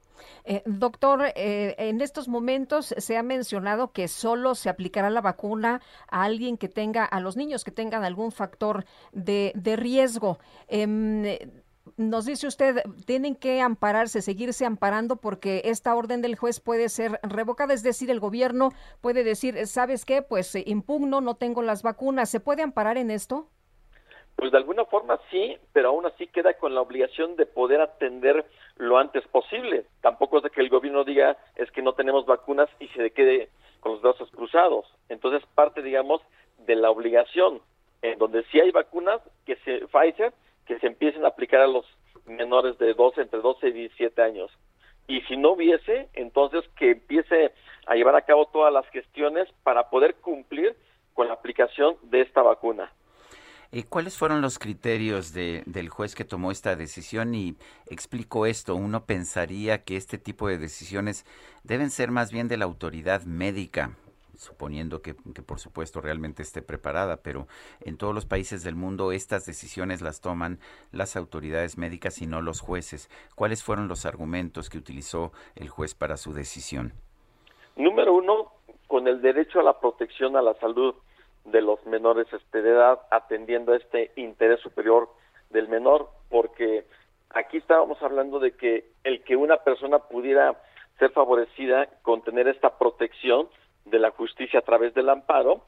Speaker 5: Eh, doctor, eh, en estos momentos se ha mencionado que solo se aplicará la vacuna a alguien que tenga, a los niños que tengan algún factor de, de riesgo. Eh, nos dice usted, tienen que ampararse, seguirse amparando porque esta orden del juez puede ser revocada, es decir, el gobierno puede decir, ¿sabes qué? Pues eh, impugno, no tengo las vacunas. ¿Se puede amparar en esto?
Speaker 16: Pues de alguna forma sí, pero aún así queda con la obligación de poder atender lo antes posible. Tampoco es de que el gobierno diga es que no tenemos vacunas y se quede con los brazos cruzados. Entonces parte, digamos, de la obligación, en donde sí hay vacunas, que se Pfizer, que se empiecen a aplicar a los menores de doce, entre doce y diecisiete años. Y si no hubiese, entonces que empiece a llevar a cabo todas las gestiones para poder cumplir con la aplicación de esta vacuna.
Speaker 4: Eh, ¿Cuáles fueron los criterios de, del juez que tomó esta decisión? Y explico esto, uno pensaría que este tipo de decisiones deben ser más bien de la autoridad médica, suponiendo que, que por supuesto realmente esté preparada, pero en todos los países del mundo estas decisiones las toman las autoridades médicas y no los jueces. ¿Cuáles fueron los argumentos que utilizó el juez para su decisión?
Speaker 16: Número uno, con el derecho a la protección a la salud de los menores este, de edad, atendiendo a este interés superior del menor, porque aquí estábamos hablando de que el que una persona pudiera ser favorecida con tener esta protección de la justicia a través del amparo,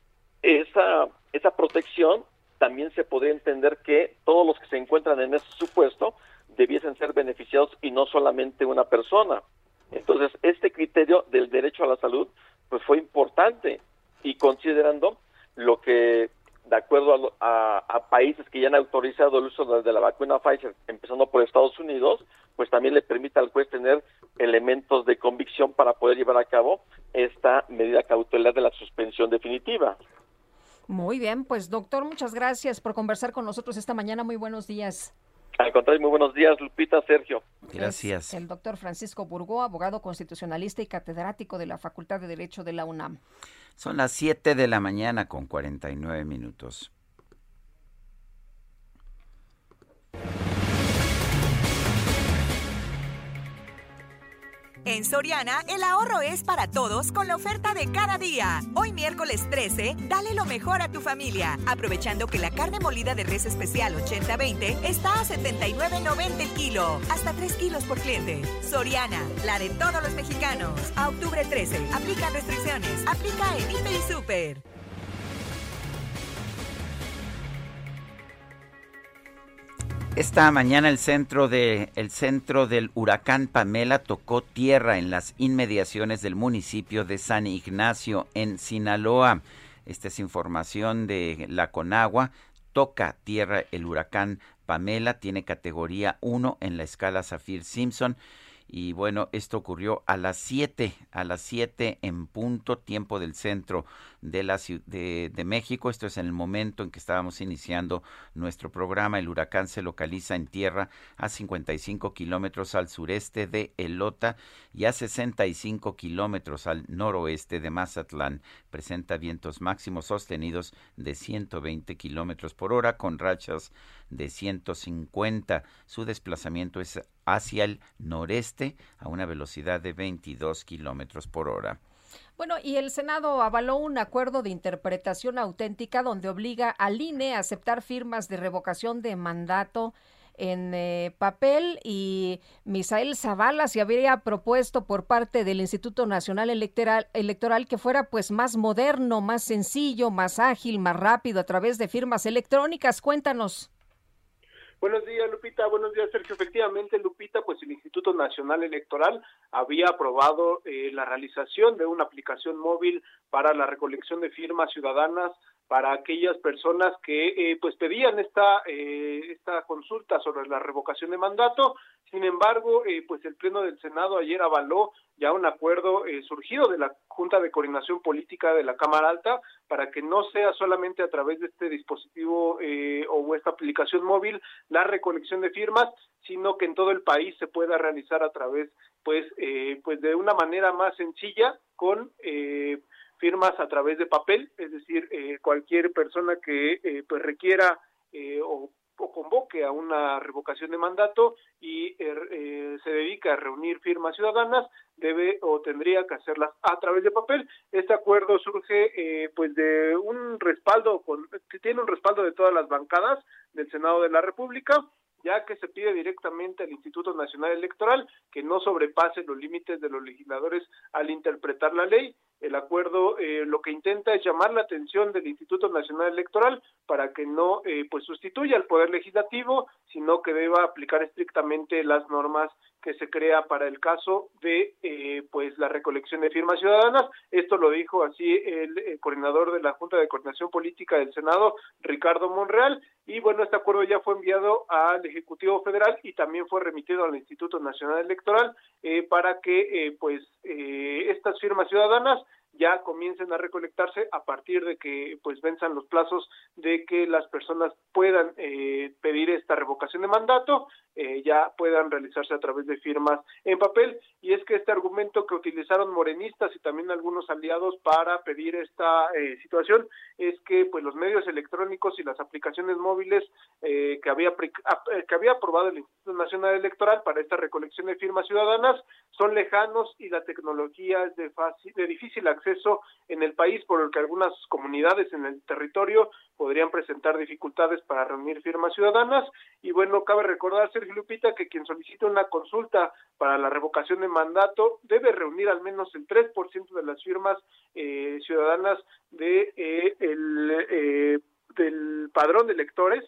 Speaker 16: esa, esa protección también se podría entender que todos los que se encuentran en ese supuesto debiesen ser beneficiados y no solamente una persona. Entonces, este criterio del derecho a la salud pues fue importante, y considerando lo que, de acuerdo a, a, a países que ya han autorizado el uso de, de la vacuna Pfizer, empezando por Estados Unidos, pues también le permite al juez tener elementos de convicción para poder llevar a cabo esta medida cautelar de la suspensión definitiva.
Speaker 5: Muy bien, pues doctor, muchas gracias por conversar con nosotros esta mañana. Muy buenos días.
Speaker 16: Al contrario, muy buenos días, Lupita, Sergio.
Speaker 4: Gracias.
Speaker 5: Es el doctor Francisco Burgó, abogado constitucionalista y catedrático de la Facultad de Derecho de la UNAM.
Speaker 4: Son las siete de la mañana con cuarenta y nueve minutos.
Speaker 11: En Soriana, el ahorro es para todos con la oferta de cada día. Hoy miércoles trece, dale lo mejor a tu familia, aprovechando que la carne molida de res especial ochenta veinte está a setenta y nueve noventa el kilo, hasta tres kilos por cliente. Soriana, la de todos los mexicanos. A octubre trece, aplica restricciones, aplica en Hiper y Super.
Speaker 4: Esta mañana el centro de el centro del huracán Pamela tocó tierra en las inmediaciones del municipio de San Ignacio en Sinaloa. Esta es información de la Conagua. Toca tierra el huracán Pamela, tiene categoría uno en la escala Saffir-Simpson. Y bueno, esto ocurrió a las siete, a las siete en punto, tiempo del centro de la ciudad de, de México. Esto es en el momento en que estábamos iniciando nuestro programa. El huracán se localiza en tierra a cincuenta y cinco kilómetros al sureste de Elota y a sesenta y cinco kilómetros al noroeste de Mazatlán. Presenta vientos máximos sostenidos de ciento veinte kilómetros por hora con rachas de ciento cincuenta. Su desplazamiento es hacia el noreste a una velocidad de veintidós kilómetros por hora.
Speaker 5: Bueno, y el Senado avaló un acuerdo de interpretación auténtica donde obliga al I N E a aceptar firmas de revocación de mandato en eh, papel, y Misael Zavala se habría propuesto por parte del Instituto Nacional Electoral, Electoral que fuera pues más moderno, más sencillo, más ágil, más rápido a través de firmas electrónicas. Cuéntanos.
Speaker 17: Buenos días, Lupita. Buenos días, Sergio. Efectivamente, Lupita, pues el Instituto Nacional Electoral había aprobado eh, la realización de una aplicación móvil para la recolección de firmas ciudadanas para aquellas personas que eh, pues pedían esta eh, esta consulta sobre la revocación de mandato. Sin embargo, eh, pues el Pleno del Senado ayer avaló ya un acuerdo eh, surgido de la Junta de Coordinación Política de la Cámara Alta para que no sea solamente a través de este dispositivo eh, o esta aplicación móvil la recolección de firmas, sino que en todo el país se pueda realizar a través pues eh, pues de una manera más sencilla con eh, firmas a través de papel, es decir, eh, cualquier persona que eh, pues requiera eh, o, o convoque a una revocación de mandato y eh, eh, se dedica a reunir firmas ciudadanas, debe o tendría que hacerlas a través de papel. Este acuerdo surge eh, pues de un respaldo, con, que tiene un respaldo de todas las bancadas del Senado de la República, ya que se pide directamente al Instituto Nacional Electoral que no sobrepase los límites de los legisladores al interpretar la ley. El acuerdo eh, lo que intenta es llamar la atención del Instituto Nacional Electoral para que no eh, pues sustituya al Poder Legislativo, sino que deba aplicar estrictamente las normas que se crea para el caso de eh, pues la recolección de firmas ciudadanas. Esto lo dijo así el, el coordinador de la Junta de Coordinación Política del Senado, Ricardo Monreal, y bueno, este acuerdo ya fue enviado al Ejecutivo Federal y también fue remitido al Instituto Nacional Electoral eh, para que eh, pues eh, estas firmas ciudadanas ya comiencen a recolectarse a partir de que pues venzan los plazos de que las personas puedan eh, pedir esta revocación de mandato, eh, ya puedan realizarse a través de firmas en papel. Y es que este argumento que utilizaron morenistas y también algunos aliados para pedir esta eh, situación es que pues los medios electrónicos y las aplicaciones móviles eh, que había que había aprobado el Instituto Nacional Electoral para esta recolección de firmas ciudadanas son lejanos y la tecnología es de fácil, de difícil acceso en el país, por lo que algunas comunidades en el territorio podrían presentar dificultades para reunir firmas ciudadanas. Y bueno, cabe recordar, Sergio, Lupita, que quien solicite una consulta para la revocación de mandato debe reunir al menos el tres por ciento de las firmas eh, ciudadanas de eh, el eh, del padrón de electores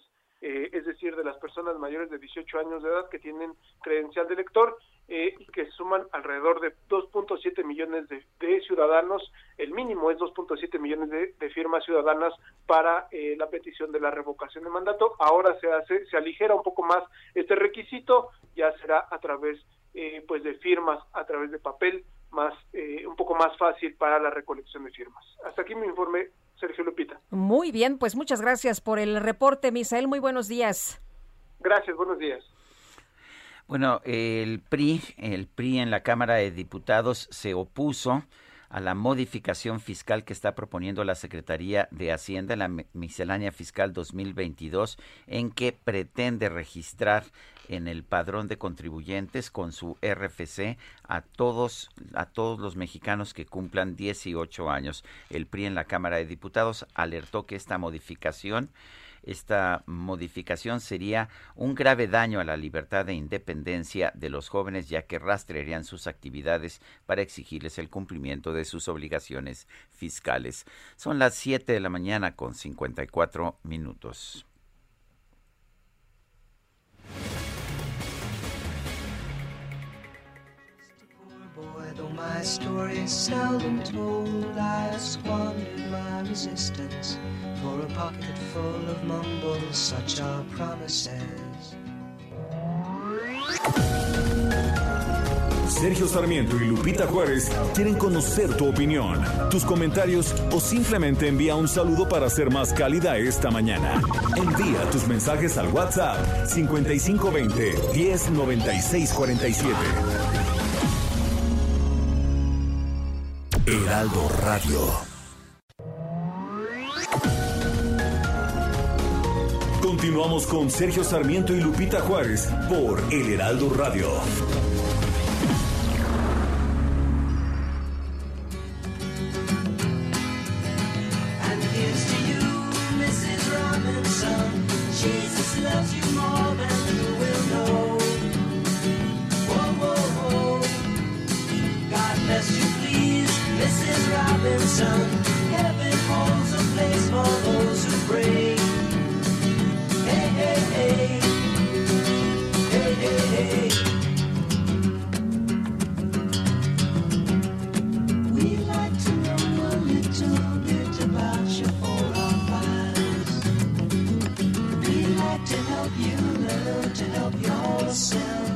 Speaker 17: eh, es decir, de las personas mayores de dieciocho años de edad que tienen credencial de elector, eh, y que suman alrededor de dos punto siete millones de, de ciudadanos. El mínimo es dos punto siete millones de, de firmas ciudadanas para eh, la petición de la revocación de mandato. Ahora se hace, se aligera un poco más este requisito, ya será a través eh, pues de firmas, a través de papel, más eh, un poco más fácil para la recolección de firmas. Hasta aquí mi informe, Sergio, Lupita.
Speaker 5: Muy bien, pues muchas gracias por el reporte, Misael. Muy buenos días.
Speaker 17: Gracias, buenos días.
Speaker 4: Bueno, el P R I, el P R I en la Cámara de Diputados se opuso a la modificación fiscal que está proponiendo la Secretaría de Hacienda, la miscelánea fiscal dos mil veintidós, en que pretende registrar en el padrón de contribuyentes con su R F C a todos a todos los mexicanos que cumplan dieciocho años. El P R I en la Cámara de Diputados alertó que esta modificación Esta modificación sería un grave daño a la libertad e independencia de los jóvenes, ya que rastrearían sus actividades para exigirles el cumplimiento de sus obligaciones fiscales. Son las siete de la mañana con cincuenta y cuatro minutos.
Speaker 13: Though my story is seldom told, I have squandered my resistance for a pocket full of mumbles, such are promises.
Speaker 3: Sergio Sarmiento y Lupita Juárez quieren conocer tu opinión, tus comentarios o simplemente envía un saludo para ser más cálida esta mañana. Envía tus mensajes al WhatsApp cincuenta y cinco veinte, diez noventa y seis cuarenta y siete. Heraldo Radio. Continuamos con Sergio Sarmiento y Lupita Juárez por El Heraldo Radio.
Speaker 13: And here's to you, missus Robinson. Jesus loves you more than you will know. Whoa, whoa, whoa. God bless you, please, missus Robinson. Heaven holds a place for those who pray. Hey, hey, hey. Hey, hey, hey. We'd like to know a little bit about you for our files. We'd like to help you learn to help yourself.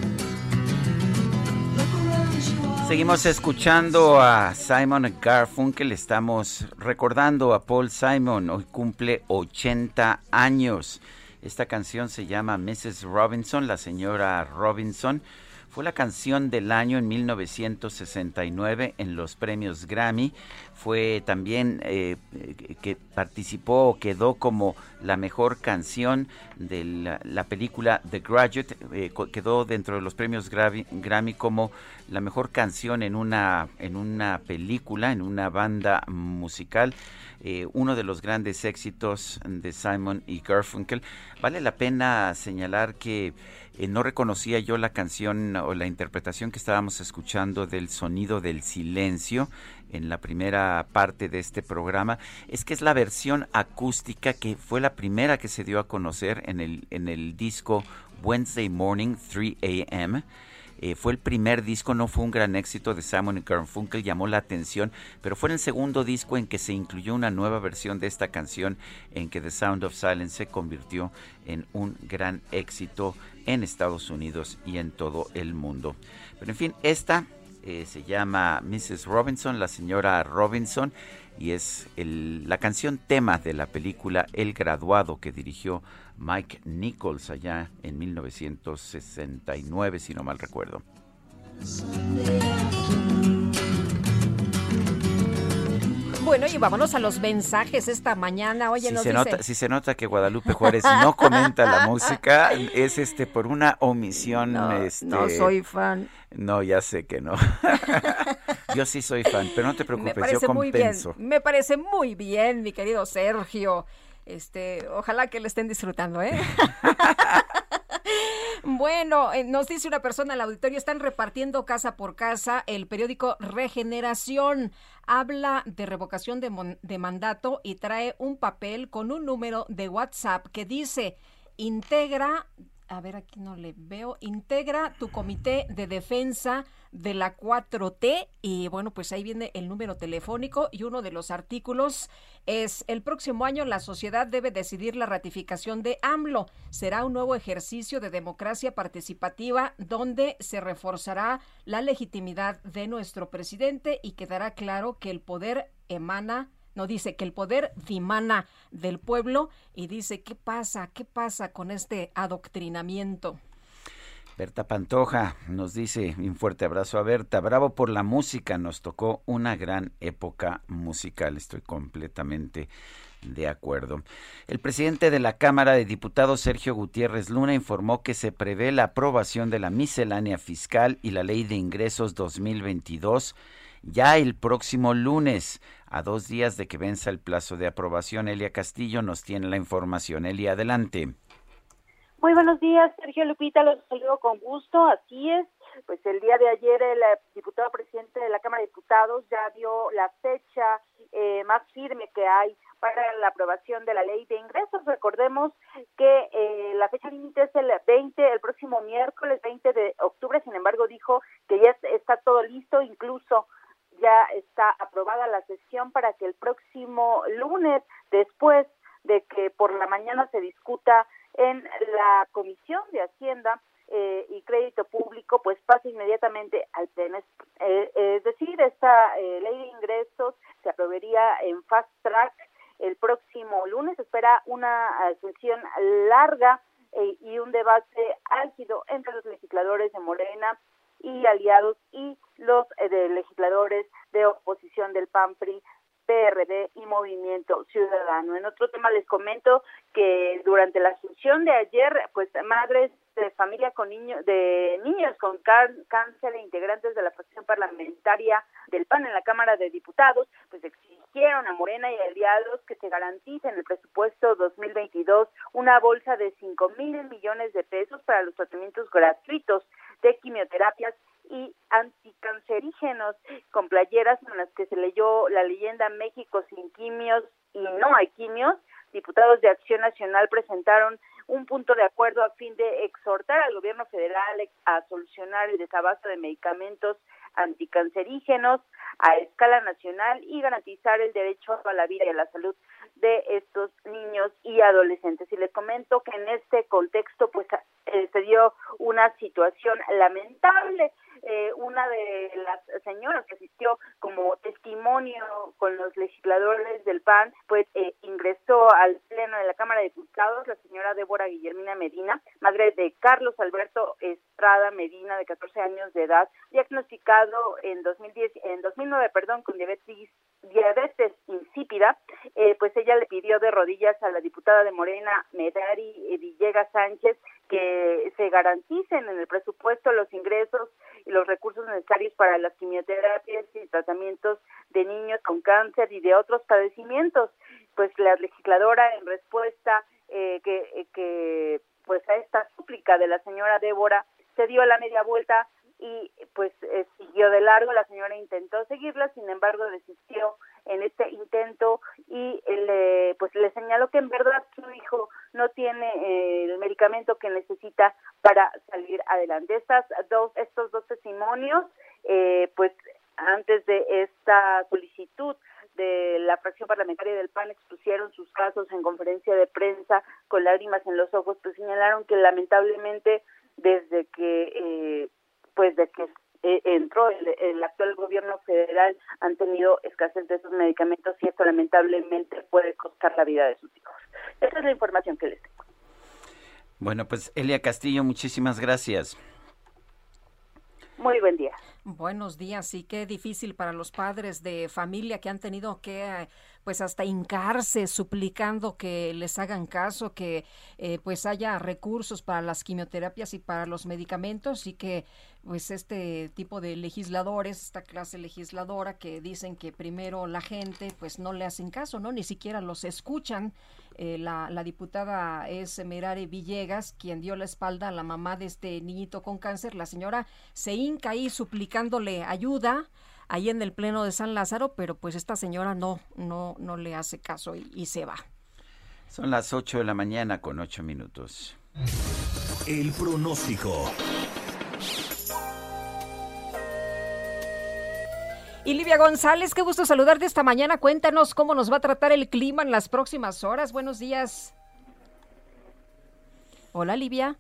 Speaker 4: Seguimos escuchando a Simon and Garfunkel, estamos recordando a Paul Simon, hoy cumple ochenta años. Esta canción se llama missus Robinson, la señora Robinson. Fue la canción del año en mil novecientos sesenta y nueve en los premios Grammy. Fue también eh, que participó o quedó como la mejor canción de la, la película The Graduate. Eh, quedó dentro de los premios Grammy, Grammy como la mejor canción en una, en una película, en una banda musical. Eh, uno de los grandes éxitos de Simon y Garfunkel. Vale la pena señalar que eh, no reconocía yo la canción o la interpretación que estábamos escuchando del Sonido del Silencio en la primera parte de este programa. Es que es la versión acústica que fue la primera que se dio a conocer en el, en el disco Wednesday Morning, three a m Eh, fue el primer disco, no fue un gran éxito de Simon y Garfunkel, llamó la atención, pero fue en el segundo disco en que se incluyó una nueva versión de esta canción, en que The Sound of Silence se convirtió en un gran éxito en Estados Unidos y en todo el mundo. Pero en fin, esta eh, se llama missus Robinson, la señora Robinson, y es el, la canción tema de la película El Graduado, que dirigió Mike Nichols allá en mil novecientos sesenta y nueve, si no mal recuerdo.
Speaker 5: Bueno, y vámonos a los mensajes esta mañana. Oye,
Speaker 4: si
Speaker 5: nos
Speaker 4: se
Speaker 5: dice...
Speaker 4: nota, si se nota que Guadalupe Juárez no comenta la música, es este por una omisión.
Speaker 5: No,
Speaker 4: este...
Speaker 5: no soy fan.
Speaker 4: No, ya sé que no. Yo sí soy fan, pero no te preocupes,
Speaker 5: Me parece
Speaker 4: yo
Speaker 5: muy
Speaker 4: compenso.
Speaker 5: bien, me parece muy bien, mi querido Sergio. Este, ojalá que le estén disfrutando, ¿eh? Bueno, eh, nos dice una persona al auditorio, están repartiendo casa por casa el periódico Regeneración. Habla de revocación de, mon- de mandato y trae un papel con un número de WhatsApp que dice: integra, a ver, aquí no le veo, integra tu comité de defensa de la cuatro T, y bueno, pues ahí viene el número telefónico, y uno de los artículos es: el próximo año la sociedad debe decidir la ratificación de AMLO. Será un nuevo ejercicio de democracia participativa donde se reforzará la legitimidad de nuestro presidente y quedará claro que el poder emana No, dice que el poder dimana del pueblo, y dice, ¿qué pasa? ¿Qué pasa con este adoctrinamiento?
Speaker 4: Berta Pantoja nos dice, un fuerte abrazo a Berta, bravo por la música, nos tocó una gran época musical, estoy completamente de acuerdo. El presidente de la Cámara de Diputados, Sergio Gutiérrez Luna, informó que se prevé la aprobación de la miscelánea fiscal y la Ley de Ingresos dos mil veintidós ya el próximo lunes, a dos días de que venza el plazo de aprobación. Elia Castillo nos tiene la información. Elia, adelante.
Speaker 18: Muy buenos días, Sergio, Lupita, los saludo con gusto. Así es, pues el día de ayer el diputado presidente de la Cámara de Diputados ya dio la fecha eh, más firme que hay para la aprobación de la Ley de Ingresos. Recordemos que eh, la fecha límite es el veinte, el próximo miércoles veinte de octubre. Sin embargo, dijo que ya está todo listo, incluso ya está aprobada la sesión para que el próximo lunes, después de que por la mañana se discuta en la Comisión de Hacienda eh, y Crédito Público, pues pase inmediatamente al Pleno. Eh, es decir, esta eh, Ley de Ingresos se aprobaría en fast track el próximo lunes. Se espera una uh, sesión larga eh, y un debate álgido entre los legisladores de Morena y aliados y los eh, de legisladores de oposición del P A N, P R I, P R D y Movimiento Ciudadano. En otro tema les comento que durante la sesión de ayer, pues madres de familia con niños, de niños con cáncer e integrantes de la fracción parlamentaria del P A N en la Cámara de Diputados, pues exigieron a Morena y aliados que se garantice en el presupuesto dos mil veintidós una bolsa de cinco mil millones de pesos para los tratamientos gratuitos de quimioterapias y anticancerígenos, con playeras en las que se leyó la leyenda México sin quimios y no hay quimios. Diputados de Acción Nacional presentaron un punto de acuerdo a fin de exhortar al gobierno federal a solucionar el desabasto de medicamentos anticancerígenos a escala nacional y garantizar el derecho a la vida y a la salud de estos niños y adolescentes. Y les comento que en este contexto pues eh, se dio una situación lamentable. Eh, una de las señoras que asistió como testimonio con los legisladores del P A N, pues eh, ingresó al Pleno de la Cámara de Diputados, la señora Débora Guillermina Medina, madre de Carlos Alberto Estrada Medina, de catorce años de edad, diagnosticado en dos mil diez, en dos mil nueve, perdón, con diabetes, diabetes insípida. Eh, pues ella le pidió de rodillas a la diputada de Morena, Medari Villegas Sánchez, que se garanticen en el presupuesto los ingresos y los recursos necesarios para las quimioterapias y tratamientos de niños con cáncer y de otros padecimientos. Pues la legisladora, en respuesta eh, que, que pues a esta súplica de la señora Débora, se dio la media vuelta y pues eh, siguió de largo. La señora intentó seguirla, sin embargo desistió en este intento y le, pues le señaló que en verdad su hijo no tiene eh, el medicamento que necesita para salir adelante. Estas dos, estos dos testimonios, eh, pues antes de esta solicitud de la fracción parlamentaria del P A N, expusieron sus casos en conferencia de prensa con lágrimas en los ojos, pues señalaron que lamentablemente desde que eh, pues de que eh, entró el, el actual gobierno federal han tenido escasez de esos medicamentos y esto lamentablemente puede costar la vida de sus hijos. Esa es la información que les tengo.
Speaker 4: Bueno, pues Elia Castillo, muchísimas gracias.
Speaker 18: Muy buen día.
Speaker 5: Buenos días, y qué difícil para los padres de familia que han tenido que pues hasta hincarse suplicando que les hagan caso, que eh, pues haya recursos para las quimioterapias y para los medicamentos, y que pues este tipo de legisladores, esta clase legisladora que dicen que primero la gente pues no le hacen caso, ¿no? Ni siquiera los escuchan. Eh, la, la diputada es Merari Villegas, quien dio la espalda a la mamá de este niñito con cáncer. La señora se hinca ahí suplicándole ayuda ahí en el Pleno de San Lázaro, pero pues esta señora no, no, no le hace caso y, y se va.
Speaker 4: Son las ocho de la mañana con ocho minutos.
Speaker 3: El pronóstico.
Speaker 5: Y Livia González, qué gusto saludarte esta mañana. Cuéntanos cómo nos va a tratar el clima en las próximas horas. Buenos días. Hola, Livia.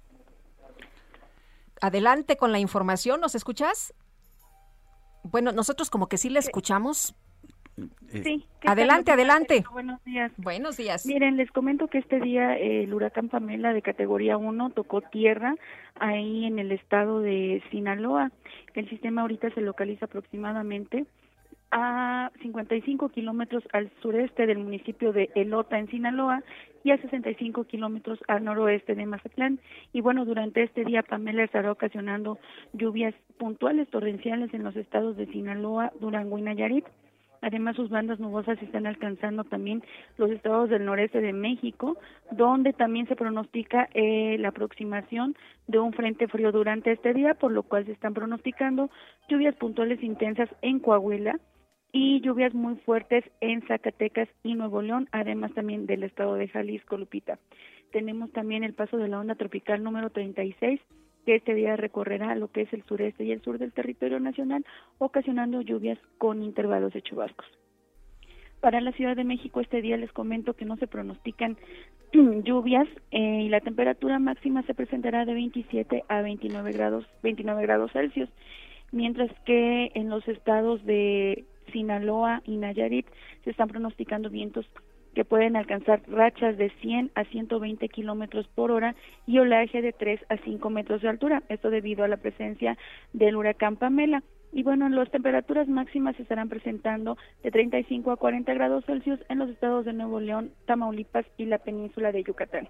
Speaker 5: Adelante con la información, ¿nos escuchas? Bueno, nosotros como que sí la escuchamos.
Speaker 19: Sí.
Speaker 5: Adelante, adelante.
Speaker 19: Buenos días.
Speaker 5: Buenos días.
Speaker 19: Miren, les comento que este día eh, el huracán Pamela de categoría uno tocó tierra ahí en el estado de Sinaloa. El sistema ahorita se localiza aproximadamente a cincuenta y cinco kilómetros al sureste del municipio de Elota en Sinaloa y a sesenta y cinco kilómetros al noroeste de Mazatlán. Y bueno, durante este día Pamela estará ocasionando lluvias puntuales torrenciales en los estados de Sinaloa, Durango y Nayarit. Además, sus bandas nubosas están alcanzando también los estados del noreste de México, donde también se pronostica eh, la aproximación de un frente frío durante este día, por lo cual se están pronosticando lluvias puntuales intensas en Coahuila y lluvias muy fuertes en Zacatecas y Nuevo León, además también del estado de Jalisco, Lupita. Tenemos también el paso de la onda tropical número treinta y seis, que este día recorrerá lo que es el sureste y el sur del territorio nacional, ocasionando lluvias con intervalos de chubascos. Para la Ciudad de México este día les comento que no se pronostican lluvias eh, y la temperatura máxima se presentará de veintisiete a veintinueve grados, veintinueve grados Celsius, mientras que en los estados de Sinaloa y Nayarit se están pronosticando vientos que pueden alcanzar rachas de cien a ciento veinte kilómetros por hora y oleaje de tres a cinco metros de altura, esto debido a la presencia del huracán Pamela. Y bueno, las temperaturas máximas se estarán presentando de treinta y cinco a cuarenta grados Celsius en los estados de Nuevo León, Tamaulipas y la península de Yucatán.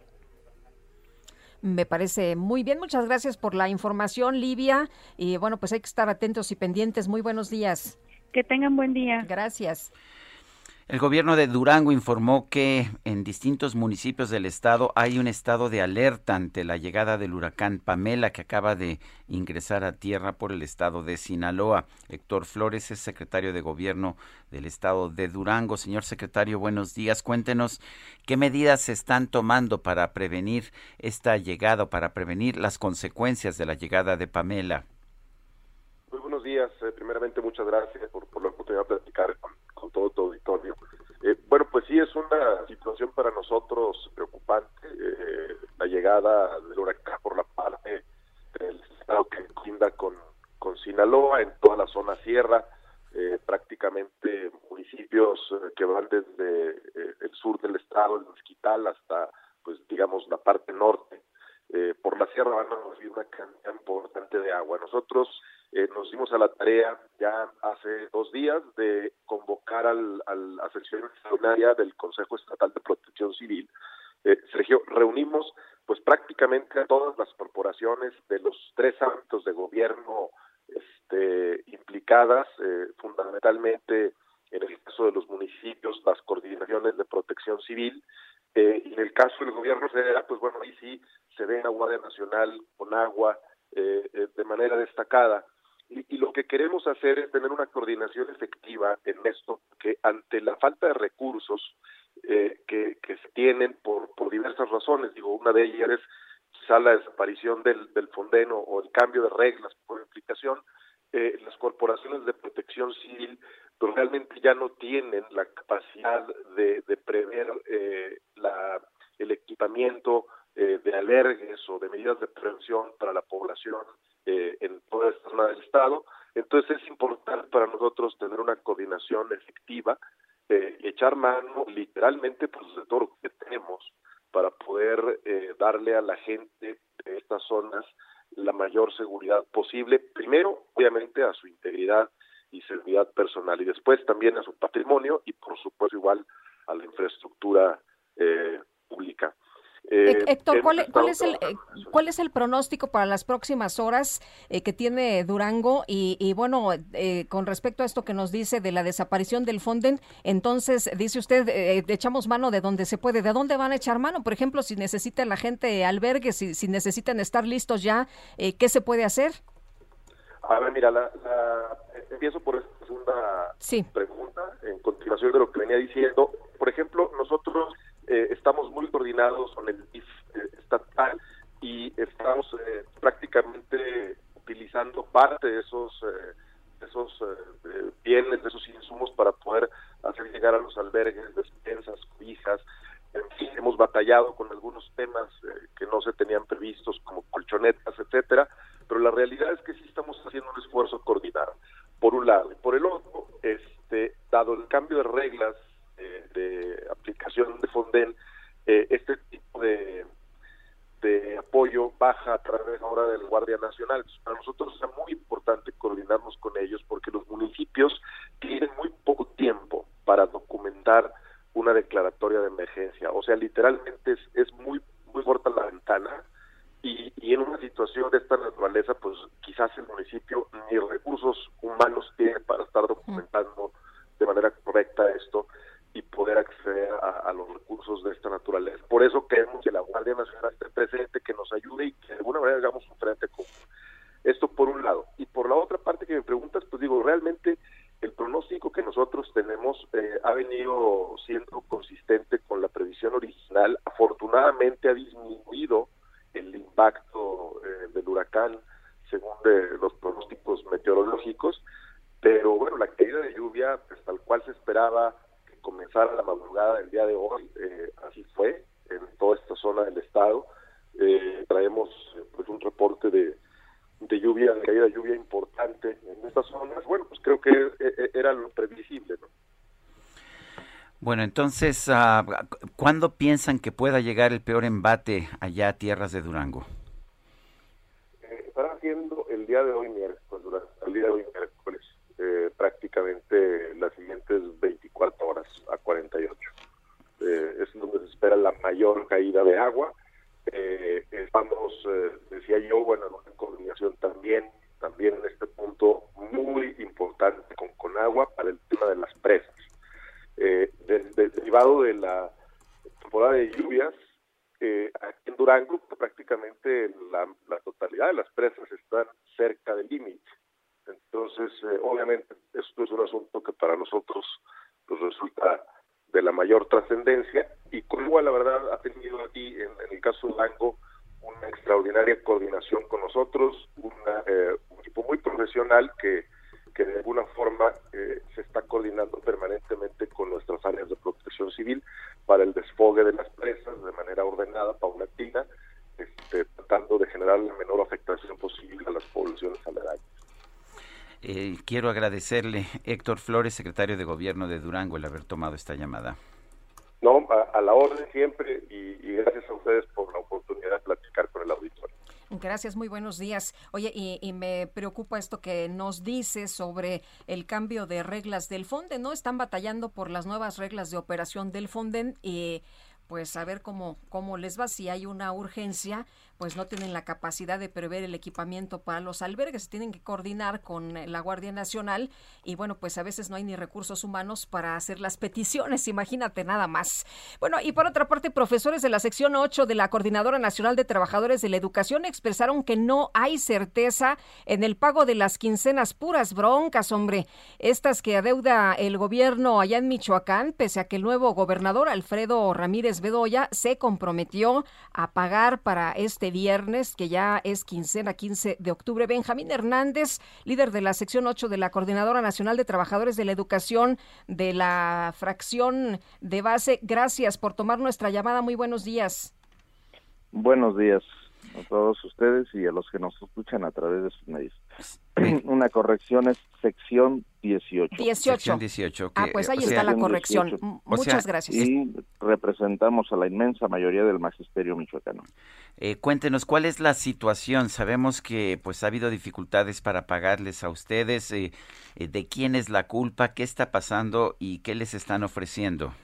Speaker 5: Me parece muy bien, muchas gracias por la información, Livia, y bueno, pues hay que estar atentos y pendientes. Muy buenos días.
Speaker 19: Que tengan buen día.
Speaker 5: Gracias.
Speaker 4: El gobierno de Durango informó que en distintos municipios del estado hay un estado de alerta ante la llegada del huracán Pamela que acaba de ingresar a tierra por el estado de Sinaloa. Héctor Flores es secretario de gobierno del estado de Durango. Señor secretario, buenos días. Cuéntenos qué medidas se están tomando para prevenir esta llegada, para prevenir las consecuencias de la llegada de Pamela.
Speaker 20: Muy buenos días. Eh, primeramente, muchas gracias por, por la oportunidad de platicar con, con todo tu auditorio. Eh, bueno, pues sí, es una situación para nosotros preocupante. Eh, la llegada del huracán por la parte del estado que colinda con, con Sinaloa, en toda la zona sierra, eh, prácticamente municipios eh, que van desde eh, el sur del estado, el Mezquital, hasta, pues digamos, la parte norte. Eh, por la sierra van a recibir una cantidad importante de agua. Nosotros eh, nos dimos a la tarea ya hace dos días de convocar al, al, a sesión extraordinaria del Consejo Estatal de Protección Civil. Eh, Sergio, reunimos pues prácticamente a todas las corporaciones de los tres ámbitos de gobierno este, implicadas, eh, fundamentalmente en el caso de los municipios, las coordinaciones de protección civil. Eh, y en el caso del gobierno federal, pues bueno, ahí sí se ve la Guardia Nacional con agua eh, eh, de manera destacada. Y, y lo que queremos hacer es tener una coordinación efectiva en esto, que ante la falta de recursos eh, que, que se tienen por, por diversas razones, digo, una de ellas es quizá la desaparición del, del fondeno o el cambio de reglas por implicación, eh, las corporaciones de protección civil pues realmente ya no tienen la capacidad de, de prever eh, la, el equipamiento eh, de albergues o de medidas de prevención para la población eh, en toda esta zona del estado. Entonces es importante para nosotros tener una coordinación efectiva eh, y echar mano literalmente pues, de todo lo que tenemos para poder eh, darle a la gente de estas zonas la mayor seguridad posible, primero obviamente a su integridad y seguridad personal, y después también a su patrimonio y por supuesto igual a la infraestructura eh, pública.
Speaker 5: Eh, Héctor, ¿cuál, ¿cuál es el eh, cuál es el pronóstico para las próximas horas eh, que tiene Durango? Y, y bueno, eh, con respecto a esto que nos dice de la desaparición del Fonden, entonces dice usted, eh, echamos mano de donde se puede. ¿De dónde van a echar mano? Por ejemplo, si necesita la gente albergues, si, si necesitan estar listos ya, eh, ¿qué se puede hacer?
Speaker 20: A ver, mira, la, la, empiezo por esta segunda
Speaker 5: sí.
Speaker 20: pregunta, en continuación de lo que venía diciendo. Por ejemplo, nosotros eh, estamos muy coordinados con el D I F eh, estatal y estamos eh, prácticamente utilizando parte de esos eh, de esos eh, bienes, de esos insumos para poder hacer llegar a los albergues despensas, cobijas. En fin, hemos batallado con algunos temas eh, que no se tenían previstos, como colchonetas, etcétera, pero la realidad es que sí estamos haciendo un esfuerzo coordinado, por un lado. Y por el otro, este, dado el cambio de reglas eh, de aplicación de Fonden, eh, este tipo de, de apoyo baja a través ahora del Guardia Nacional. Entonces, para nosotros es muy importante coordinarnos con ellos porque los municipios tienen muy poco tiempo para documentar una declaratoria de emergencia, o sea, literalmente es, es muy muy corta la ventana y, y en una situación de esta naturaleza, pues quizás el municipio ni recursos humanos tiene para estar documentando de manera correcta esto y poder acceder a, a los recursos de esta naturaleza. Por eso queremos que la Guardia Nacional esté presente, que nos ayude y que de alguna manera hagamos un frente común. Esto por un lado. Y por la otra parte que me preguntas, pues digo, realmente el pronóstico que nosotros tenemos eh, ha venido siendo consistente con la previsión original. Afortunadamente ha disminuido el impacto eh, del huracán según de los pronósticos meteorológicos, pero bueno, la caída de lluvia, pues tal cual se esperaba que comenzara la madrugada del día de hoy, eh, así fue en toda esta zona del estado. Eh, traemos pues un reporte de de lluvia, de caída de lluvia importante en estas zonas. Bueno, pues creo que era lo previsible, ¿no?
Speaker 4: Bueno, entonces, uh, ¿cuándo piensan que pueda llegar el peor embate allá a tierras de Durango?
Speaker 20: Eh, estará haciendo el día de hoy miércoles, durante el día de hoy miércoles, eh, prácticamente las siguientes veinticuatro horas a cuarenta y ocho. Eh, es donde se espera la mayor caída de agua. Eh, estamos, eh, decía yo, bueno, en una coordinación también, también en este punto muy importante con Conagua para el tema de las presas. Eh, de, de, derivado de la temporada de lluvias, eh, aquí en Durango prácticamente la, la totalidad de las presas están cerca del límite. Entonces, eh, obviamente, esto es un asunto que para nosotros pues, resulta de la mayor trascendencia, y Conagua la verdad ha tenido aquí en, en el caso de Durango una extraordinaria coordinación con nosotros, una, eh, un equipo muy profesional que, que de alguna forma eh, se está coordinando permanentemente con nuestras áreas de protección civil para el desfogue de las presas de manera ordenada, paulatina, este, tratando de generar la menor afectación posible a las poblaciones aledañas.
Speaker 4: Eh, quiero agradecerle, Héctor Flores, secretario de Gobierno de Durango, el haber tomado esta llamada.
Speaker 20: No, a, a la orden siempre, y, y gracias a ustedes por la oportunidad de platicar con el auditorio.
Speaker 5: Gracias, muy buenos días. Oye, y, y me preocupa esto que nos dice sobre el cambio de reglas del Fonden, ¿no? Están batallando por las nuevas reglas de operación del Fonden y pues a ver cómo, cómo les va. Si hay una urgencia, pues no tienen la capacidad de prever el equipamiento para los albergues, tienen que coordinar con la Guardia Nacional y bueno, pues a veces no hay ni recursos humanos para hacer las peticiones, imagínate nada más. Bueno, y por otra parte, profesores de la sección ocho de la Coordinadora Nacional de Trabajadores de la Educación expresaron que no hay certeza en el pago de las quincenas. Puras broncas, hombre, estas que adeuda el gobierno allá en Michoacán, pese a que el nuevo gobernador Alfredo Ramírez Bedoya se comprometió a pagar para este viernes, que ya es quincena, quince de octubre. Benjamín Hernández, líder de la sección ocho de la Coordinadora Nacional de Trabajadores de la Educación de la fracción de base, gracias por tomar nuestra llamada. Muy buenos días.
Speaker 21: Buenos días a todos ustedes y a los que nos escuchan a través de sus medios. Una corrección, es sección dieciocho.
Speaker 5: dieciocho.
Speaker 4: Sección dieciocho. Que,
Speaker 5: ah, pues ahí
Speaker 4: o
Speaker 5: está
Speaker 4: sea,
Speaker 5: la corrección.
Speaker 21: dieciocho.
Speaker 5: Muchas
Speaker 4: o sea,
Speaker 5: gracias.
Speaker 21: Y representamos a la inmensa mayoría del magisterio michoacano.
Speaker 4: Eh, cuéntenos, ¿cuál es la situación? Sabemos que pues ha habido dificultades para pagarles a ustedes. Eh, eh, ¿De quién es la culpa? ¿Qué está pasando? ¿Y qué les están ofreciendo?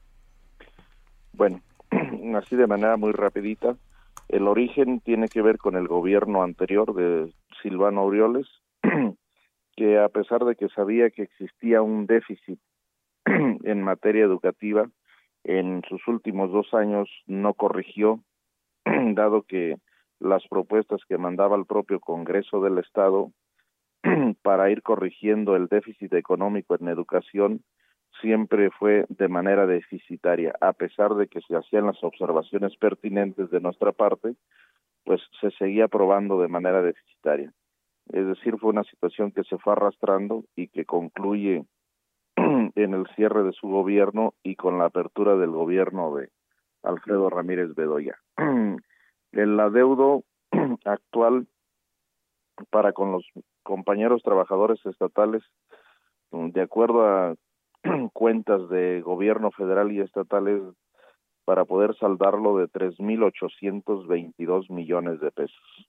Speaker 21: Bueno, así de manera muy rapidita, el origen tiene que ver con el gobierno anterior de Silvano Aureoles, que a pesar de que sabía que existía un déficit en materia educativa, en sus últimos dos años no corrigió, dado que las propuestas que mandaba el propio Congreso del Estado para ir corrigiendo el déficit económico en educación siempre fue de manera deficitaria, a pesar de que se hacían las observaciones pertinentes de nuestra parte, pues se seguía probando de manera deficitaria. Es decir, fue una situación que se fue arrastrando y que concluye en el cierre de su gobierno y con la apertura del gobierno de Alfredo Ramírez Bedoya. El adeudo actual para con los compañeros trabajadores estatales, de acuerdo a cuentas de gobierno federal y estatales, para poder saldarlo, de tres mil ochocientos veintidós millones de pesos.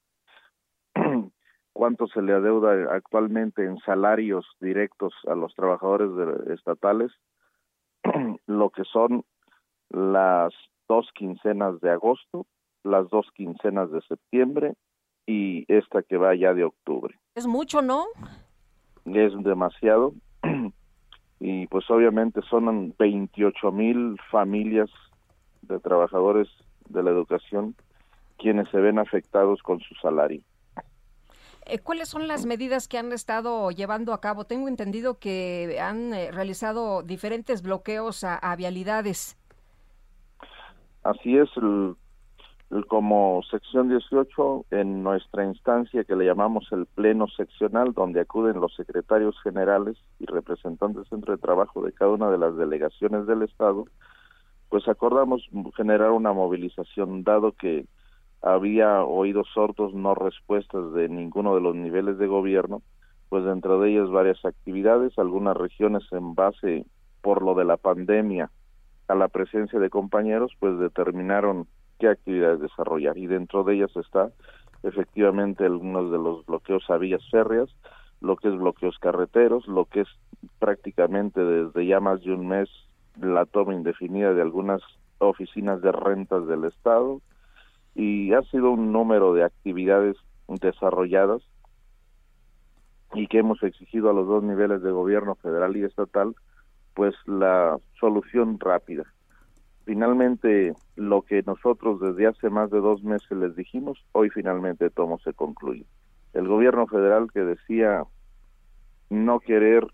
Speaker 21: ¿Cuánto se le adeuda actualmente en salarios directos a los trabajadores de, estatales? Lo que son las dos quincenas de agosto, las dos quincenas de septiembre y esta que va ya de octubre.
Speaker 5: Es mucho, ¿no?
Speaker 21: Es demasiado. Y pues obviamente son veintiocho mil familias de trabajadores de la educación quienes se ven afectados con su salario.
Speaker 5: Eh, ¿Cuáles son las medidas que han estado llevando a cabo? Tengo entendido que han eh, realizado diferentes bloqueos a, a vialidades.
Speaker 21: Así es, el, el, como sección dieciocho, en nuestra instancia que le llamamos el pleno seccional, donde acuden los secretarios generales y representantes del centro de trabajo de cada una de las delegaciones del Estado, pues acordamos generar una movilización, dado que había oídos sordos, no respuestas de ninguno de los niveles de gobierno, pues dentro de ellas varias actividades, algunas regiones en base por lo de la pandemia a la presencia de compañeros, pues determinaron qué actividades desarrollar, y dentro de ellas está efectivamente algunos de los bloqueos a vías férreas, lo que es bloqueos carreteros, lo que es prácticamente desde ya más de un mes la toma indefinida de algunas oficinas de rentas del Estado, y ha sido un número de actividades desarrolladas y que hemos exigido a los dos niveles de gobierno federal y estatal pues la solución rápida. Finalmente, lo que nosotros desde hace más de dos meses les dijimos, hoy finalmente todo se concluye. El gobierno federal, que decía no querer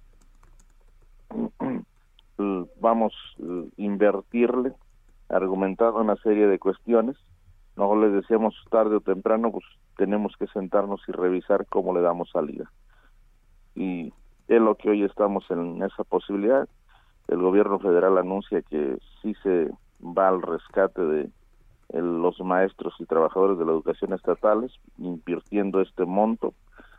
Speaker 21: vamos invertirle, argumentando una serie de cuestiones, nosotros les decíamos tarde o temprano pues tenemos que sentarnos y revisar cómo le damos salida, y es lo que hoy estamos en esa posibilidad. El gobierno federal anuncia que sí se va al rescate de el, los maestros y trabajadores de la educación estatales, invirtiendo este monto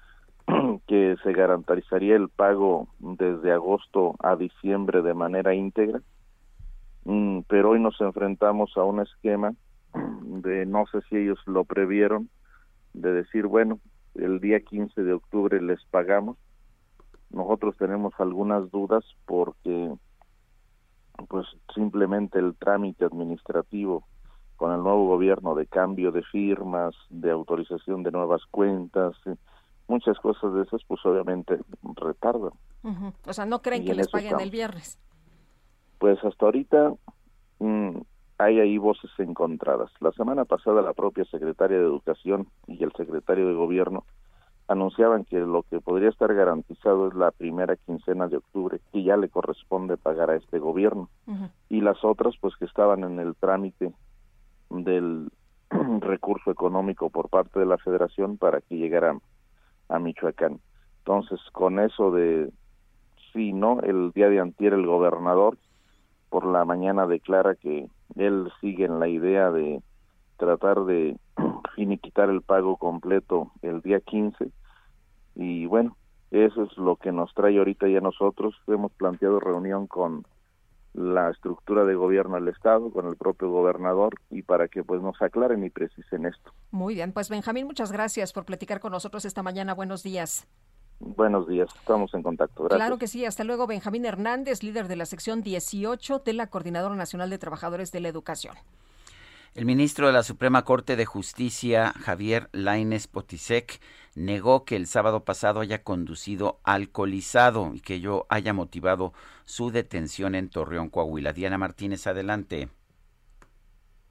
Speaker 21: que se garantizaría el pago desde agosto a diciembre de manera íntegra, mm, pero hoy nos enfrentamos a un esquema de, no sé si ellos lo previeron, de decir, bueno, el día quince de octubre les pagamos. Nosotros tenemos algunas dudas porque pues simplemente el trámite administrativo con el nuevo gobierno de cambio de firmas, de autorización de nuevas cuentas, muchas cosas de esas pues obviamente retardan.
Speaker 5: Uh-huh. O sea, ¿no creen y que les paguen estamos. el viernes?
Speaker 21: Pues hasta ahorita mmm, hay ahí voces encontradas. La semana pasada la propia secretaria de Educación y el secretario de Gobierno anunciaban que lo que podría estar garantizado es la primera quincena de octubre, que ya le corresponde pagar a este gobierno. Uh-huh. Y las otras, pues que estaban en el trámite del recurso económico por parte de la Federación para que llegaran a Michoacán. Entonces, con eso de sí, ¿no? El día de antier el gobernador por la mañana declara que él sigue en la idea de tratar de finiquitar el pago completo el día quince, y bueno, eso es lo que nos trae ahorita ya nosotros. Hemos planteado reunión con la estructura de gobierno del Estado, con el propio gobernador, y para que pues nos aclaren y precisen esto.
Speaker 5: Muy bien, pues Benjamín, muchas gracias por platicar con nosotros esta mañana. Buenos días.
Speaker 21: Buenos días, estamos en contacto. Gracias.
Speaker 5: Claro que sí, hasta luego. Benjamín Hernández, líder de la sección dieciocho de la Coordinadora Nacional de Trabajadores de la Educación.
Speaker 4: El ministro de la Suprema Corte de Justicia, Javier Lainez Potisek, negó que el sábado pasado haya conducido alcoholizado y que ello haya motivado su detención en Torreón, Coahuila. Diana Martínez, adelante.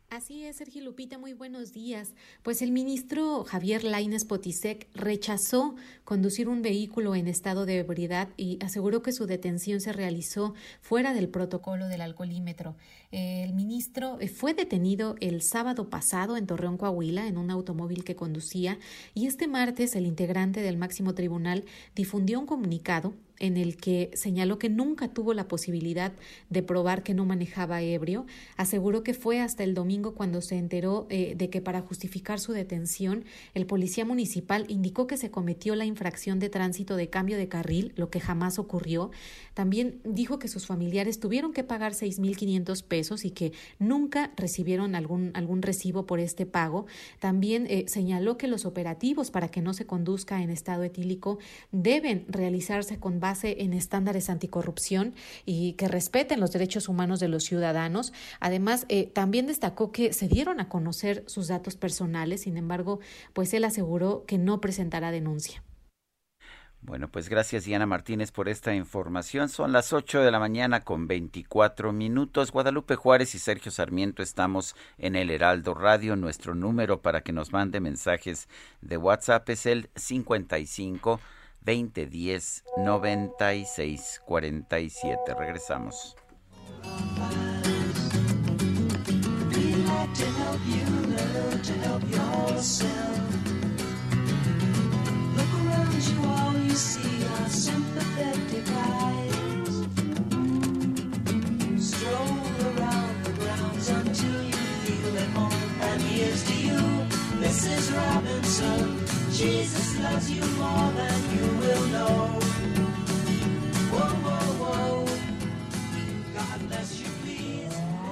Speaker 1: Así es, Sergio Lupita, muy buenos días. Pues el ministro Javier Lainez Potisek rechazó conducir un vehículo en estado de ebriedad y aseguró que su detención se realizó fuera del protocolo del alcoholímetro. El ministro fue detenido el sábado pasado en Torreón, Coahuila, en un automóvil que conducía, y este martes el integrante del máximo tribunal difundió un comunicado en el que señaló que nunca tuvo la posibilidad de probar que no manejaba ebrio. Aseguró que fue hasta el domingo cuando se enteró eh, de que para justificar su detención, el policía municipal indicó que se cometió la infracción de tránsito de cambio de carril, lo que jamás ocurrió. También dijo que sus familiares tuvieron que pagar seis mil quinientos pesos y que nunca recibieron algún, algún recibo por este pago. También eh, señaló que los operativos para que no se conduzca en estado etílico deben realizarse con base en estándares anticorrupción y que respeten los derechos humanos de los ciudadanos. Además, eh, también destacó que se dieron a conocer sus datos personales, sin embargo, pues él aseguró que no presentará denuncia.
Speaker 4: Bueno, pues gracias, Diana Martínez, por esta información. Son las ocho de la mañana con veinticuatro minutos. Guadalupe Juárez y Sergio Sarmiento estamos en el Heraldo Radio. Nuestro número para que nos mande mensajes de WhatsApp es el cincuenta y cinco veinte diez noventa y seis cuarenta y siete. Regresamos.
Speaker 13: Missus Robinson, Jesus loves you more than you will know. Whoa, whoa, whoa, God bless you, please.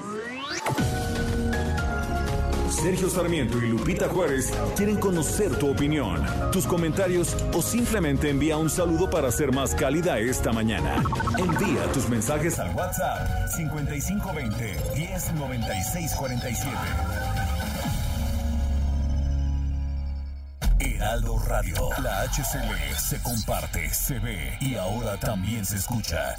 Speaker 3: Sergio Sarmiento y Lupita Juárez quieren conocer tu opinión, tus comentarios o simplemente envía un saludo para ser más cálida esta mañana. Envía tus mensajes al WhatsApp cincuenta y cinco veinte diez noventa y seis cuarenta y siete. Heraldo Radio, la H C L se comparte, se ve y ahora también se escucha.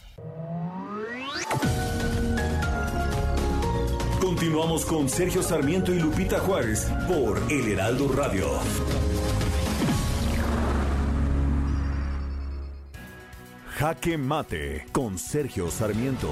Speaker 3: Continuamos con Sergio Sarmiento y Lupita Juárez por El Heraldo Radio. Jaque Mate con Sergio Sarmiento.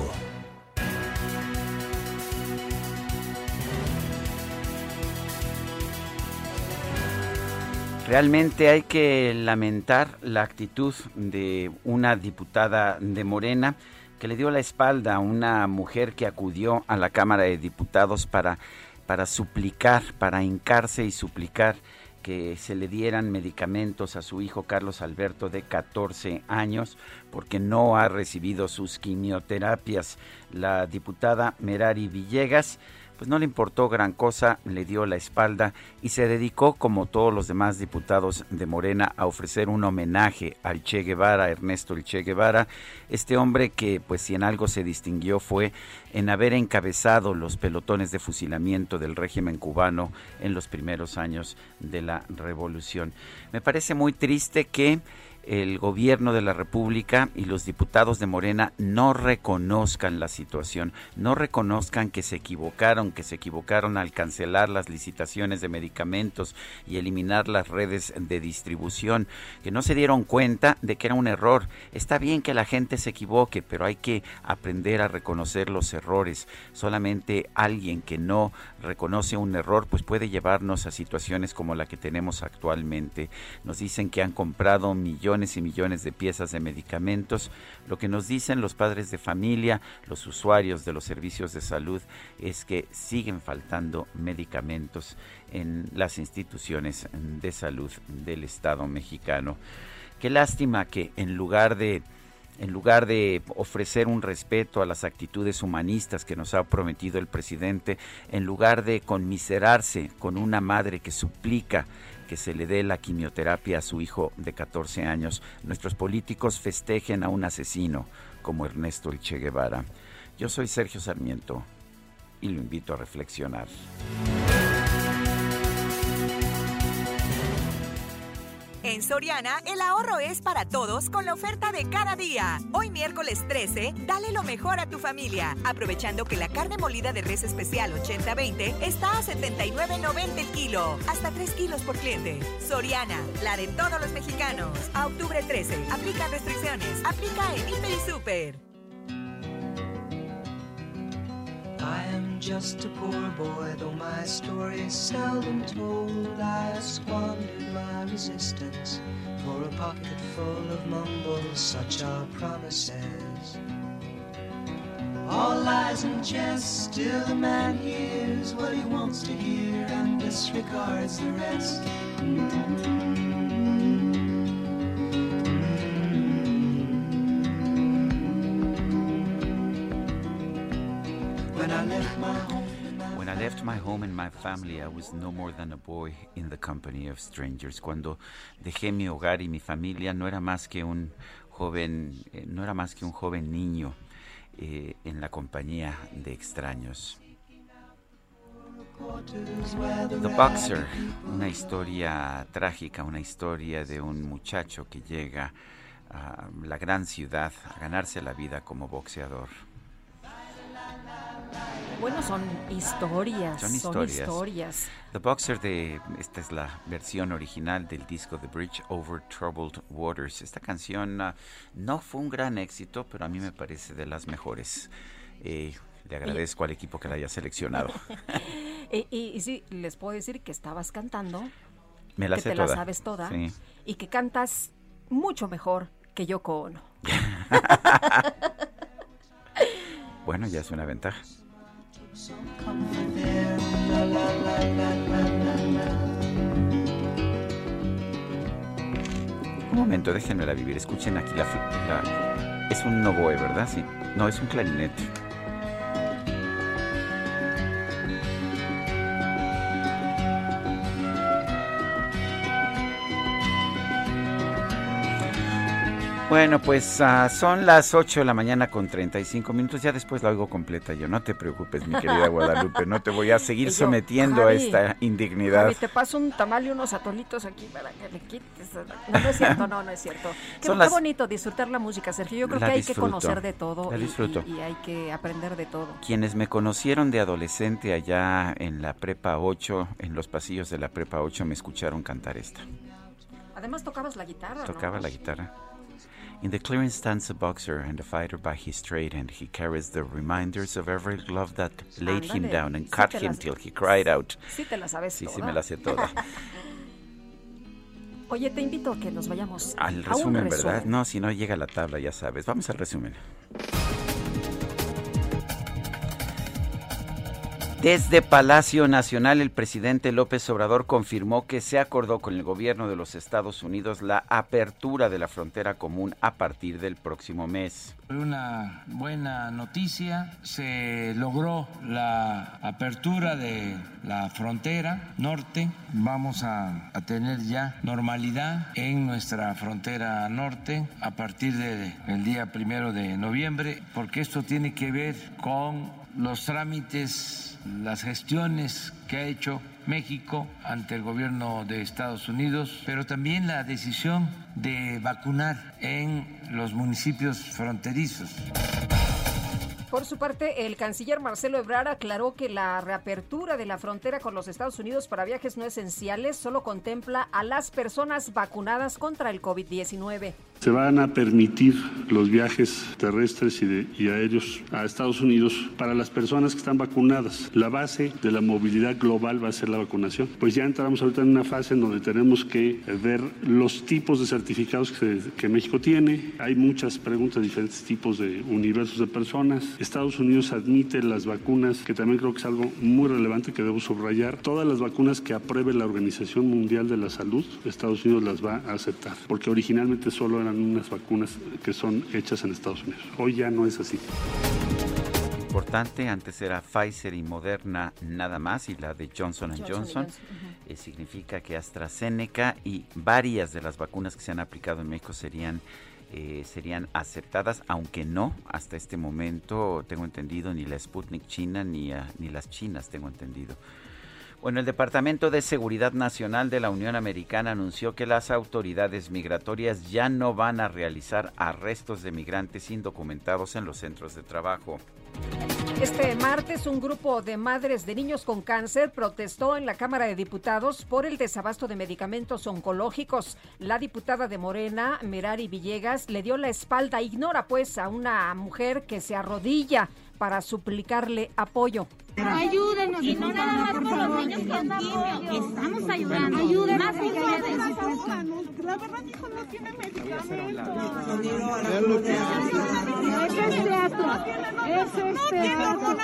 Speaker 4: Realmente hay que lamentar la actitud de una diputada de Morena que le dio la espalda a una mujer que acudió a la Cámara de Diputados para, para suplicar, para hincarse y suplicar que se le dieran medicamentos a su hijo Carlos Alberto de catorce años porque no ha recibido sus quimioterapias. La diputada Merari Villegas pues no le importó gran cosa, le dio la espalda y se dedicó, como todos los demás diputados de Morena, a ofrecer un homenaje al Che Guevara, Ernesto el Che Guevara, este hombre que pues si en algo se distinguió fue en haber encabezado los pelotones de fusilamiento del régimen cubano en los primeros años de la revolución. Me parece muy triste que el gobierno de la República y los diputados de Morena no reconozcan la situación, no reconozcan que se equivocaron, que se equivocaron al cancelar las licitaciones de medicamentos y eliminar las redes de distribución, que no se dieron cuenta de que era un error. Está bien que la gente se equivoque, pero hay que aprender a reconocer los errores. Solamente alguien que no reconoce un error, pues puede llevarnos a situaciones como la que tenemos actualmente. Nos dicen que han comprado millones y millones de piezas de medicamentos. Lo que nos dicen los padres de familia, los usuarios de los servicios de salud, es que siguen faltando medicamentos en las instituciones de salud del Estado mexicano. Qué lástima que en lugar de En lugar de ofrecer un respeto a las actitudes humanistas que nos ha prometido el presidente, en lugar de conmiserarse con una madre que suplica que se le dé la quimioterapia a su hijo de catorce años, nuestros políticos festejen a un asesino como Ernesto el Che Guevara. Yo soy Sergio Sarmiento y lo invito a reflexionar.
Speaker 11: En Soriana, el ahorro es para todos con la oferta de cada día. Hoy miércoles trece, dale lo mejor a tu familia, aprovechando que la carne molida de res especial ochenta veinte está a setenta y nueve noventa el kilo, hasta tres kilos por cliente. Soriana, la de todos los mexicanos. A octubre trece, aplica restricciones, aplica en Hiper y Super.
Speaker 13: I am just a poor boy, though my story is seldom told. I have squandered my resistance for a pocket full of mumbles, such are promises. All lies and jest, still a man hears what he wants to hear and disregards the rest.
Speaker 4: When I left my home and my family, I was no more than a boy in the company of strangers. Cuando dejé mi hogar y mi familia, no era más que un joven, eh, no era más que un joven niño eh, en la compañía de extraños. The Boxer, una historia trágica, una historia de un muchacho que llega a la gran ciudad a ganarse la vida como boxeador.
Speaker 5: Bueno, son historias,
Speaker 4: son historias.
Speaker 5: Son historias.
Speaker 4: The Boxer, de, esta es la versión original del disco The Bridge Over Troubled Waters. Esta canción uh, no fue un gran éxito, pero a mí me parece de las mejores. Eh, le agradezco y... al equipo que la haya seleccionado.
Speaker 5: y, y, y sí, les puedo decir que estabas cantando,
Speaker 4: me la
Speaker 5: que
Speaker 4: sé
Speaker 5: te
Speaker 4: toda.
Speaker 5: la sabes toda,
Speaker 4: sí.
Speaker 5: Y que cantas mucho mejor que Yoko Ono.
Speaker 4: Bueno, ya es una ventaja. Un momento, déjenmela vivir. Escuchen aquí la, la... Es un oboe, ¿verdad? Sí. No, es un clarinete. Bueno, pues uh, son las ocho de la mañana con treinta y cinco minutos. Ya después la oigo completa yo. No te preocupes, mi querida Guadalupe. No te voy a seguir yo, sometiendo Javi, a esta indignidad.
Speaker 5: Javi, te paso un tamal y unos atolitos aquí para que le quites. No, no es cierto, no, no es cierto. Qué, qué las... bonito disfrutar la música, Sergio. Yo creo la que hay disfruto, que conocer de todo
Speaker 4: la disfruto.
Speaker 5: Y, y, y hay que aprender de todo.
Speaker 4: Quienes me conocieron de adolescente allá en la Prepa ocho, en los pasillos de la Prepa ocho, me escucharon cantar esta.
Speaker 5: Además tocabas la guitarra,
Speaker 4: Tocaba
Speaker 5: ¿no?
Speaker 4: la guitarra. In the clearing stands a boxer and a fighter by his trade, and he carries the reminders of every glove that laid
Speaker 5: Ándale,
Speaker 4: him down and
Speaker 5: sí
Speaker 4: cut him
Speaker 5: las,
Speaker 4: till he cried out.
Speaker 5: Sí te la sabes
Speaker 4: Sí,
Speaker 5: toda.
Speaker 4: sí me la sé toda.
Speaker 5: Oye, te invito a que nos vayamos
Speaker 4: al
Speaker 5: a
Speaker 4: resumen,
Speaker 5: un
Speaker 4: ¿verdad?
Speaker 5: resumen.
Speaker 4: No, si no llega la tabla, ya sabes. Vamos al resumen. Desde Palacio Nacional, el presidente López Obrador confirmó que se acordó con el gobierno de los Estados Unidos la apertura de la frontera común a partir del próximo mes.
Speaker 15: Una buena noticia, se logró la apertura de la frontera norte. Vamos a, a tener ya normalidad en nuestra frontera norte a partir del día primero de noviembre, porque esto tiene que ver con los trámites, las gestiones que ha hecho México ante el gobierno de Estados Unidos, pero también la decisión de vacunar en los municipios fronterizos.
Speaker 5: Por su parte, el canciller Marcelo Ebrard aclaró que la reapertura de la frontera con los Estados Unidos para viajes no esenciales solo contempla a las personas vacunadas contra el COVID diecinueve.
Speaker 2: Se van a permitir los viajes terrestres y, de, y aéreos a Estados Unidos para las personas que están vacunadas. La base de la movilidad global va a ser la vacunación. Pues ya entramos ahorita en una fase en donde tenemos que ver los tipos de certificados que, que México tiene. Hay muchas preguntas, diferentes tipos de universos de personas. Estados Unidos admite las vacunas, que también creo que es algo muy relevante que debo subrayar. Todas las vacunas que apruebe la Organización Mundial de la Salud, Estados Unidos las va a aceptar, porque originalmente solo eran unas vacunas que son hechas en Estados Unidos. Hoy ya no es así.
Speaker 4: Importante, antes era Pfizer y Moderna nada más, y la de Johnson and Johnson, Johnson. Uh-huh. eh, significa que AstraZeneca y varias de las vacunas que se han aplicado en México serían eh, serían aceptadas, aunque no, hasta este momento, tengo entendido, ni la Sputnik China ni, uh, ni las chinas, tengo entendido. Bueno, el Departamento de Seguridad Nacional de la Unión Americana anunció que las autoridades migratorias ya no van a realizar arrestos de migrantes indocumentados en los centros de trabajo.
Speaker 5: Este martes, un grupo de madres de niños con cáncer protestó en la Cámara de Diputados por el desabasto de medicamentos oncológicos. La diputada de Morena, Merari Villegas, le dio la espalda, ignora pues a una mujer que se arrodilla para suplicarle apoyo.
Speaker 6: Ayúdenos, y no nada más por los niños con quimio, estamos ayudando. Ayúdenos, más ustedes. La verdad, mi hijo no tiene medicamentos. Eso es teatro. Eso es teatro.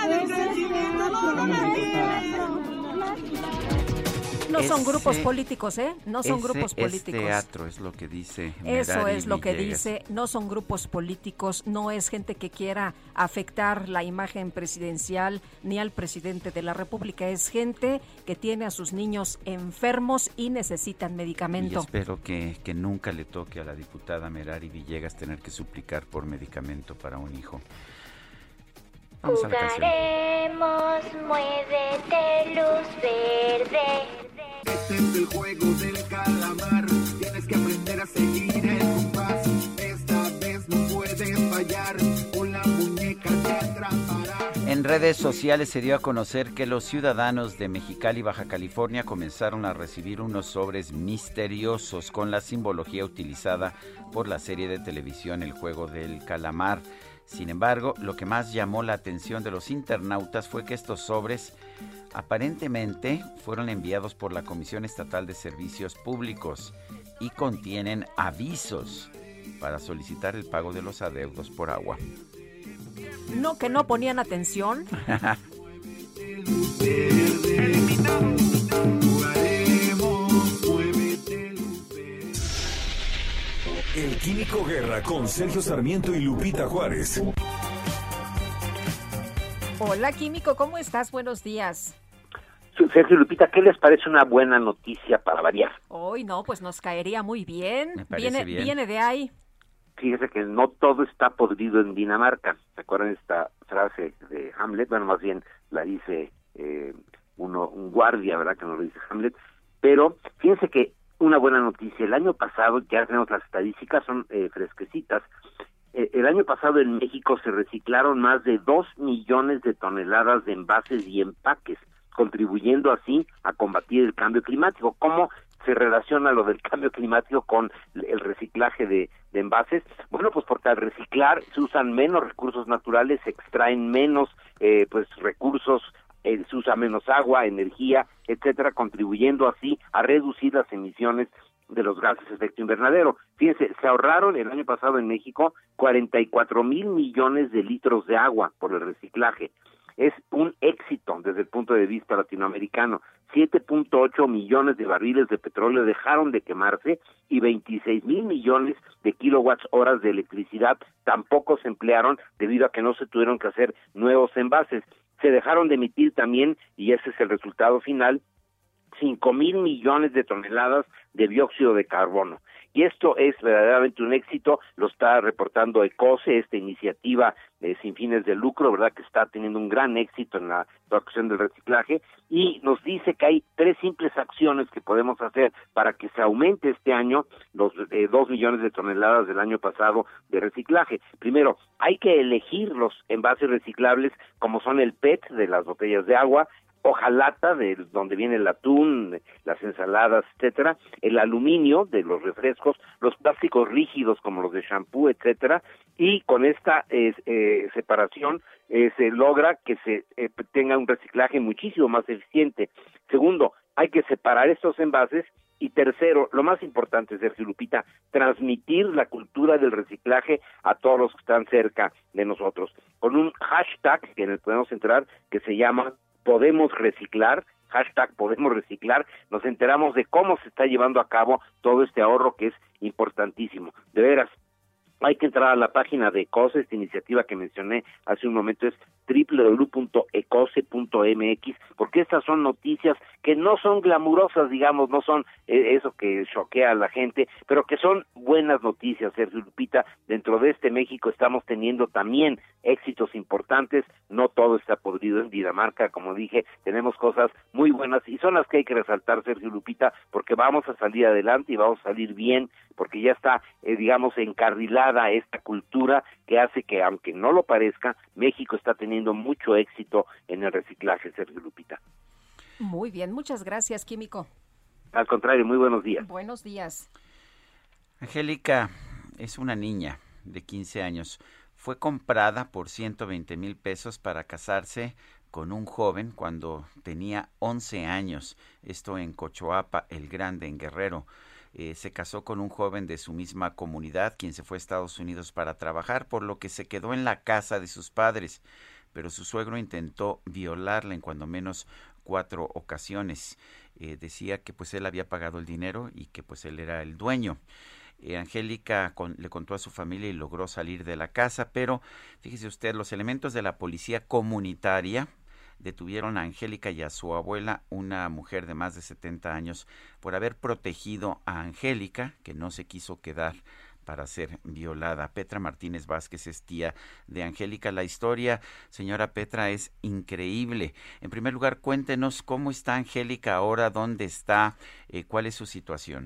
Speaker 5: No son
Speaker 4: Ese,
Speaker 5: grupos políticos, ¿eh? No son
Speaker 4: ese
Speaker 5: grupos políticos.
Speaker 4: Es teatro, es lo que dice
Speaker 5: Eso
Speaker 4: Merari
Speaker 5: es lo que
Speaker 4: Villegas.
Speaker 5: dice, no son grupos políticos, no es gente que quiera afectar la imagen presidencial ni al presidente de la República, es gente que tiene a sus niños enfermos y necesitan
Speaker 4: Y
Speaker 5: medicamento.
Speaker 4: espero que, que nunca le toque a la diputada Merari Villegas tener que suplicar por medicamento para un hijo. Vamos a la canción.
Speaker 6: Jugaremos, muévete, luz verde.
Speaker 13: Este es el juego del calamar. Tienes que aprender a seguir el compás. Esta vez no puedes fallar. O la muñeca te atrapará.
Speaker 4: En redes sociales se dio a conocer que los ciudadanos de Mexicali, Baja California, comenzaron a recibir unos sobres misteriosos con la simbología utilizada por la serie de televisión El Juego del Calamar. Sin embargo, lo que más llamó la atención de los internautas fue que estos sobres aparentemente fueron enviados por la Comisión Estatal de Servicios Públicos y contienen avisos para solicitar el pago de los adeudos por agua.
Speaker 5: No, que no ponían atención.
Speaker 3: El Químico Guerra con Sergio Sarmiento y Lupita Juárez.
Speaker 5: Hola, Químico, ¿cómo estás? Buenos días.
Speaker 22: Sergio, Lupita, ¿qué les parece una buena noticia para variar?
Speaker 5: Hoy no, pues nos caería muy bien.
Speaker 22: Me parece
Speaker 5: Viene,
Speaker 22: bien.
Speaker 5: viene de ahí.
Speaker 22: Fíjese que no todo está podrido en Dinamarca. ¿Se acuerdan esta frase de Hamlet? Bueno, más bien la dice eh, uno, un guardia, ¿verdad? Que no lo dice Hamlet. Pero fíjense que una buena noticia. El año pasado, ya tenemos las estadísticas, son eh, fresquecitas. Eh, el año pasado en México se reciclaron más de dos millones de toneladas de envases y empaques, contribuyendo así a combatir el cambio climático. ¿Cómo se relaciona lo del cambio climático con el reciclaje de, de envases? Bueno, pues porque al reciclar se usan menos recursos naturales, se extraen menos eh, pues recursos, eh, se usa menos agua, energía, etcétera, contribuyendo así a reducir las emisiones de los gases de efecto invernadero. Fíjense, se ahorraron el año pasado en México cuarenta y cuatro mil millones de litros de agua por el reciclaje. Es un éxito desde el punto de vista latinoamericano. siete punto ocho millones de barriles de petróleo dejaron de quemarse y veintiséis mil millones de kilowatts horas de electricidad tampoco se emplearon debido a que no se tuvieron que hacer nuevos envases. Se dejaron de emitir también, y ese es el resultado final, cinco mil millones de toneladas de dióxido de carbono. Y esto es verdaderamente un éxito, lo está reportando ECOSE, esta iniciativa eh, sin fines de lucro, ¿verdad?, que está teniendo un gran éxito en la cuestión del reciclaje, y nos dice que hay tres simples acciones que podemos hacer para que se aumente este año los eh, dos millones de toneladas del año pasado de reciclaje. Primero, hay que elegir los envases reciclables como son el P E T de las botellas de agua, hojalata, de donde viene el atún, las ensaladas, etcétera, el aluminio de los refrescos, los plásticos rígidos como los de shampoo, etcétera, y con esta eh, eh, separación eh, se logra que se eh, tenga un reciclaje muchísimo más eficiente. Segundo, hay que separar estos envases. Y tercero, lo más importante, Sergio, Lupita, transmitir la cultura del reciclaje a todos los que están cerca de nosotros, con un hashtag que en el podemos entrar, que se llama Podemos Reciclar, hashtag Podemos Reciclar, nos enteramos de cómo se está llevando a cabo todo este ahorro que es importantísimo. De veras, hay que entrar a la página de ECOSE, esta iniciativa que mencioné hace un momento es doble u doble u doble u punto ecose punto eme equis, porque estas son noticias que no son glamurosas, digamos, no son eh, eso que choquea a la gente, pero que son buenas noticias, Sergio, Lupita. Dentro de este México estamos teniendo también éxitos importantes, no todo está podrido en Dinamarca, como dije, tenemos cosas muy muy buenas y son las que hay que resaltar, Sergio, Lupita, porque vamos a salir adelante y vamos a salir bien, porque ya está, eh, digamos, encarrilada esta cultura que hace que, aunque no lo parezca, México está teniendo mucho éxito en el reciclaje, Sergio, Lupita.
Speaker 5: Muy bien, muchas gracias, Químico.
Speaker 22: Al contrario, muy buenos días.
Speaker 5: Buenos días.
Speaker 4: Angélica es una niña de quince años. Fue comprada por ciento veinte mil pesos para casarse con un joven cuando tenía once años. Esto en Cochoapa, el Grande, en Guerrero. Eh, se casó con un joven de su misma comunidad, quien se fue a Estados Unidos para trabajar, por lo que se quedó en la casa de sus padres. Pero su suegro intentó violarla en cuando menos cuatro ocasiones. Eh, decía que pues él había pagado el dinero y que pues él era el dueño. Eh, Angélica con, le contó a su familia y logró salir de la casa, pero fíjese usted, los elementos de la policía comunitaria detuvieron a Angélica y a su abuela, una mujer de más de setenta años, por haber protegido a Angélica, que no se quiso quedar para ser violada. Petra Martínez Vázquez es tía de Angélica. La historia, señora Petra, es increíble. En primer lugar, cuéntenos cómo está Angélica ahora, dónde está, eh, cuál es su situación.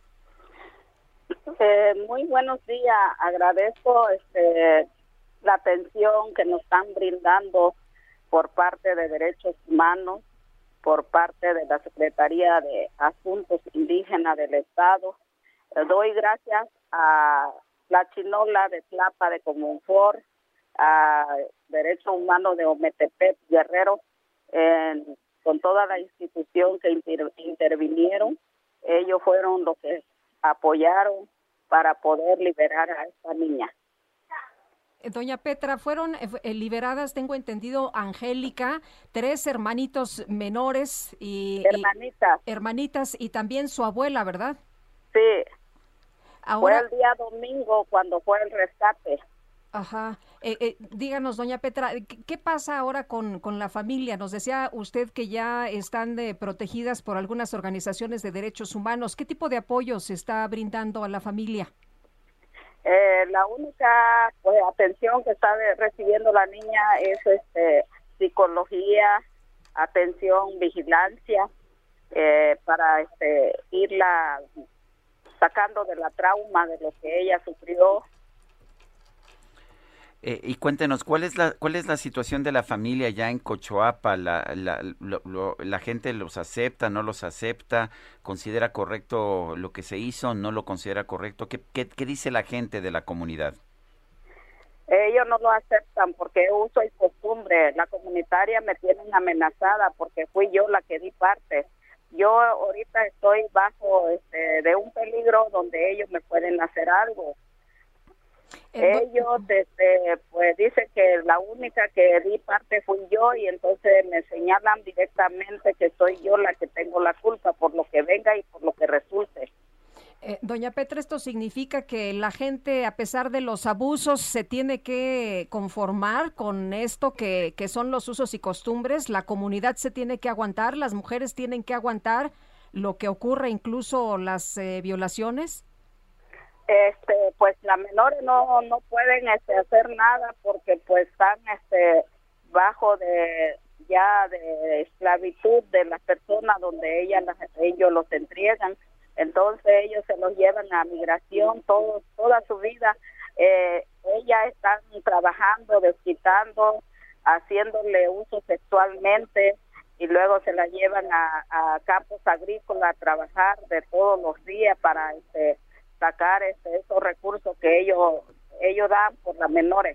Speaker 7: Eh, muy buenos días. Agradezco este, la atención que nos están brindando por parte de Derechos Humanos, por parte de la Secretaría de Asuntos Indígenas del Estado. Eh, doy gracias a la Chinola de Tlapa de Comunfor, a Derechos Humanos de Ometepec, Guerrero, eh, con toda la institución que inter- intervinieron. Ellos fueron los que apoyaron para poder liberar a esta niña.
Speaker 5: Doña Petra, fueron eh, liberadas, tengo entendido, Angélica, tres hermanitos menores y
Speaker 7: hermanitas,
Speaker 5: y, hermanitas y también su abuela, ¿verdad?
Speaker 7: Sí.
Speaker 5: Ahora,
Speaker 7: fue el día domingo cuando fue el rescate.
Speaker 5: Ajá. Eh, eh, díganos, doña Petra, ¿qué, qué pasa ahora con, con la familia? Nos decía usted que ya están de, protegidas por algunas organizaciones de derechos humanos. ¿Qué tipo de apoyo se está brindando a la familia?
Speaker 7: Eh, la única pues, atención que está de, recibiendo la niña es este, psicología, atención, vigilancia, eh, para este, irla sacando de la trauma de lo que ella sufrió.
Speaker 4: Eh, y cuéntenos, ¿cuál es la cuál es la situación de la familia ya en Cochoapa? ¿La, la, lo, lo, la gente los acepta, no los acepta? ¿Considera correcto lo que se hizo, no lo considera correcto? ¿Qué, qué, qué dice la gente de la comunidad?
Speaker 7: Ellos no lo aceptan porque es uso y costumbre. La comunitaria me tienen amenazada porque fui yo la que di parte. Yo ahorita estoy bajo este, de un peligro donde ellos me pueden hacer algo. Ellos este, pues dicen que la única que di parte fui yo y entonces me señalan directamente que soy yo la que tengo la culpa por lo que venga y por lo que resulte.
Speaker 5: Eh, doña Petra, ¿esto significa que la gente, a pesar de los abusos, se tiene que conformar con esto que, que son los usos y costumbres? ¿La comunidad se tiene que aguantar? ¿Las mujeres tienen que aguantar lo que ocurre, incluso las eh, violaciones?
Speaker 7: Este, pues las menores no no pueden este, hacer nada porque pues están este bajo de ya de esclavitud de las personas donde ellas las, ellos los entregan. Entonces ellos se los llevan a migración todo, toda su vida. Eh, ellas están trabajando, desquitando, haciéndole uso sexualmente y luego se la llevan a, a campos agrícolas a trabajar de todos los días para este sacar este, esos recursos que ellos ellos dan por las menores.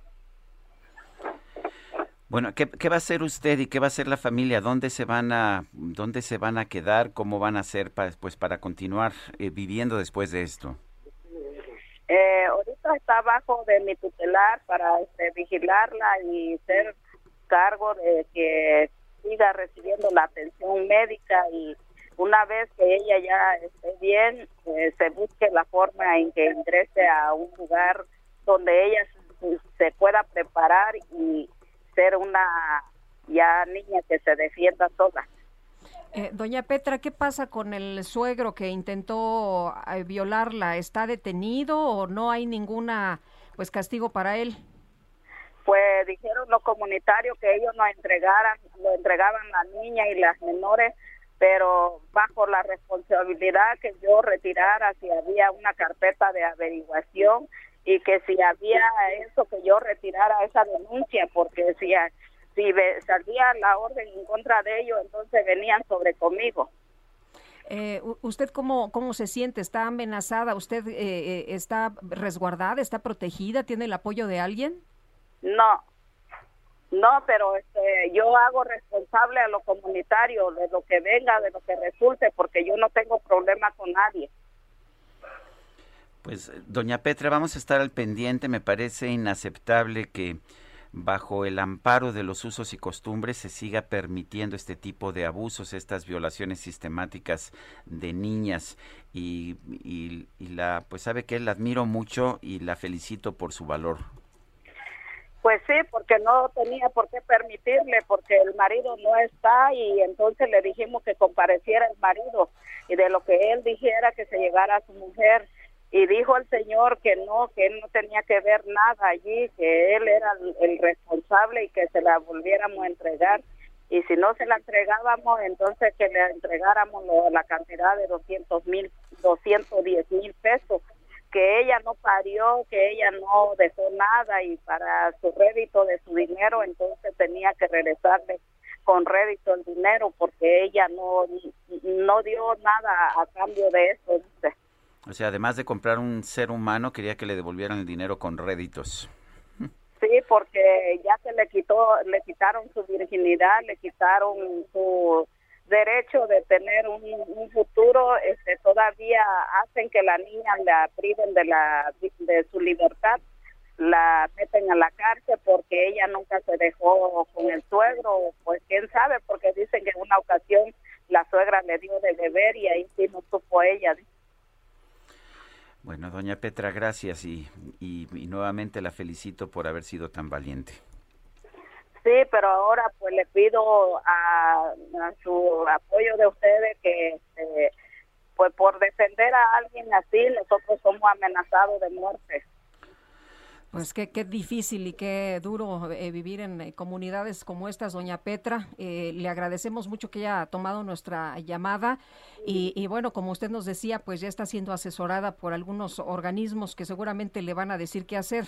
Speaker 4: Bueno, ¿qué, qué va a hacer usted y qué va a hacer la familia? ¿Dónde se van a dónde se van a quedar? ¿Cómo van a hacer para pues para continuar eh, viviendo después de esto?
Speaker 7: Eh, ahorita está abajo de mi tutelar para este, vigilarla y ser cargo de que siga recibiendo la atención médica y una vez que ella ya esté bien, eh, se busque la forma en que ingrese a un lugar donde ella se, se pueda preparar y ser una ya niña que se defienda sola.
Speaker 5: Eh, doña Petra, ¿qué pasa con el suegro que intentó eh, violarla? ¿Está detenido o no hay ninguna pues castigo para él?
Speaker 7: Pues dijeron los comunitarios que ellos nos entregaran, lo entregaban la niña y las menores, pero bajo la responsabilidad que yo retirara si había una carpeta de averiguación y que si había eso, que yo retirara esa denuncia, porque si, si salía la orden en contra de ellos, entonces venían sobre conmigo.
Speaker 5: Eh, ¿Usted cómo, cómo se siente? ¿Está amenazada? ¿Usted eh, está resguardada? ¿Está protegida? ¿Tiene el apoyo de alguien?
Speaker 7: No, no, pero este, yo hago responsable a lo comunitario, de lo que venga, de lo que resulte, porque yo no tengo problema con nadie.
Speaker 4: Pues, doña Petra, vamos a estar al pendiente. Me parece inaceptable que bajo el amparo de los usos y costumbres se siga permitiendo este tipo de abusos, estas violaciones sistemáticas de niñas, y, y, y la, pues sabe que la admiro mucho y la felicito por su valor.
Speaker 7: Pues sí, porque no tenía por qué permitirle, porque el marido no está, y entonces le dijimos que compareciera el marido, y de lo que él dijera que se llevara a su mujer. Y dijo el señor que no, que él no tenía que ver nada allí, que él era el, el responsable y que se la volviéramos a entregar. Y si no se la entregábamos, entonces que le entregáramos lo, la cantidad de doscientos mil, doscientos diez mil pesos, que ella no parió, que ella no dejó nada, y para su rédito de su dinero, entonces tenía que regresarle con rédito el dinero, porque ella no, no dio nada a cambio de eso, ¿viste?
Speaker 4: O sea, además de comprar un ser humano, quería que le devolvieran el dinero con réditos.
Speaker 7: Sí, porque ya se le quitó, le quitaron su virginidad, le quitaron su derecho de tener un, un futuro. Este, todavía hacen que la niña la priven de la de su libertad, la meten a la cárcel porque ella nunca se dejó con el suegro, pues quién sabe, porque dicen que en una ocasión la suegra le dio de beber y ahí sí no supo ella.
Speaker 4: Bueno, doña Petra, gracias y, y, y nuevamente la felicito por haber sido tan valiente.
Speaker 7: Sí, pero ahora pues le pido a, a su apoyo de ustedes que este, pues por defender a alguien así nosotros somos amenazados de muerte.
Speaker 5: Pues qué, qué difícil y qué duro eh, vivir en eh, comunidades como estas, doña Petra. Eh, le agradecemos mucho que haya tomado nuestra llamada y, y bueno, como usted nos decía, pues ya está siendo asesorada por algunos organismos que seguramente le van a decir qué hacer.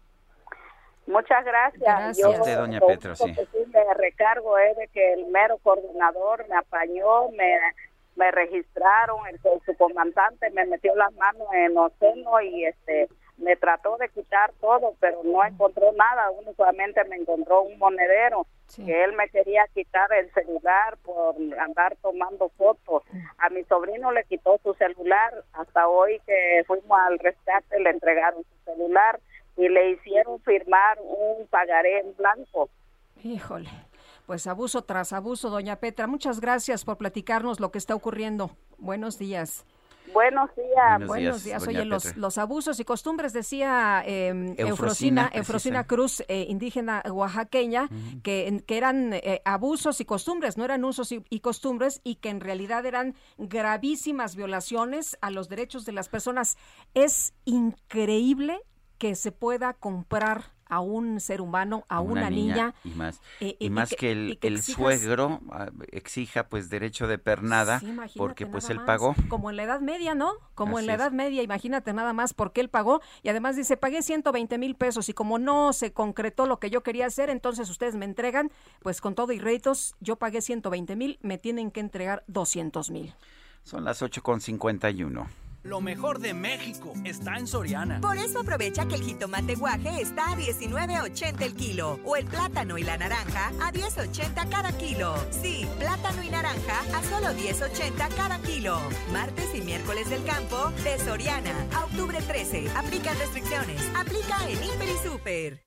Speaker 7: Muchas gracias.
Speaker 5: Gracias.
Speaker 7: Yo,
Speaker 4: usted, doña
Speaker 7: lo
Speaker 4: Petra,
Speaker 7: único
Speaker 4: sí.
Speaker 7: que sí me recargo es de que el mero coordinador me apañó, me, me registraron, el, su comandante me metió las manos en los senos y este me trató de quitar todo, pero no encontró nada, únicamente me encontró un monedero, sí. Que él me quería quitar el celular por andar tomando fotos. A mi sobrino le quitó su celular, hasta hoy que fuimos al rescate le entregaron su celular y le hicieron firmar un pagaré en blanco.
Speaker 5: Híjole, pues abuso tras abuso, doña Petra. Muchas gracias por platicarnos lo que está ocurriendo. Buenos días.
Speaker 7: Buenos días.
Speaker 5: Buenos, Buenos días. Oye, los, los abusos y costumbres, decía eh, Eufrosina, Eufrosina Cruz, eh, indígena oaxaqueña, uh-huh. que, que eran eh, abusos y costumbres, no eran usos y, y costumbres, y que en realidad eran gravísimas violaciones a los derechos de las personas. Es increíble que se pueda comprar a un ser humano, a, a una, una niña, niña.
Speaker 4: Y más,
Speaker 5: eh,
Speaker 4: y, y más que, que el, que el exijas, suegro exija pues derecho de pernada, sí, porque pues él
Speaker 5: más.
Speaker 4: pagó.
Speaker 5: Como en la Edad Media, ¿no? Como
Speaker 4: Así
Speaker 5: en la Edad
Speaker 4: es.
Speaker 5: Media, imagínate nada más porque él pagó, y además dice, pagué ciento veinte mil pesos, y como no se concretó lo que yo quería hacer, entonces ustedes me entregan, pues con todo y réditos, yo pagué ciento veinte mil, me tienen que entregar doscientos mil.
Speaker 4: Son las ocho con cincuenta y uno.
Speaker 10: Lo mejor de México está en Soriana.
Speaker 11: Por eso aprovecha que el jitomate guaje está a diecinueve ochenta el kilo o el plátano y la naranja a diez ochenta cada kilo. Sí, plátano y naranja a solo diez ochenta cada kilo. Martes y miércoles del campo de Soriana. A octubre trece. Aplican restricciones. Aplica en Hiper y Super.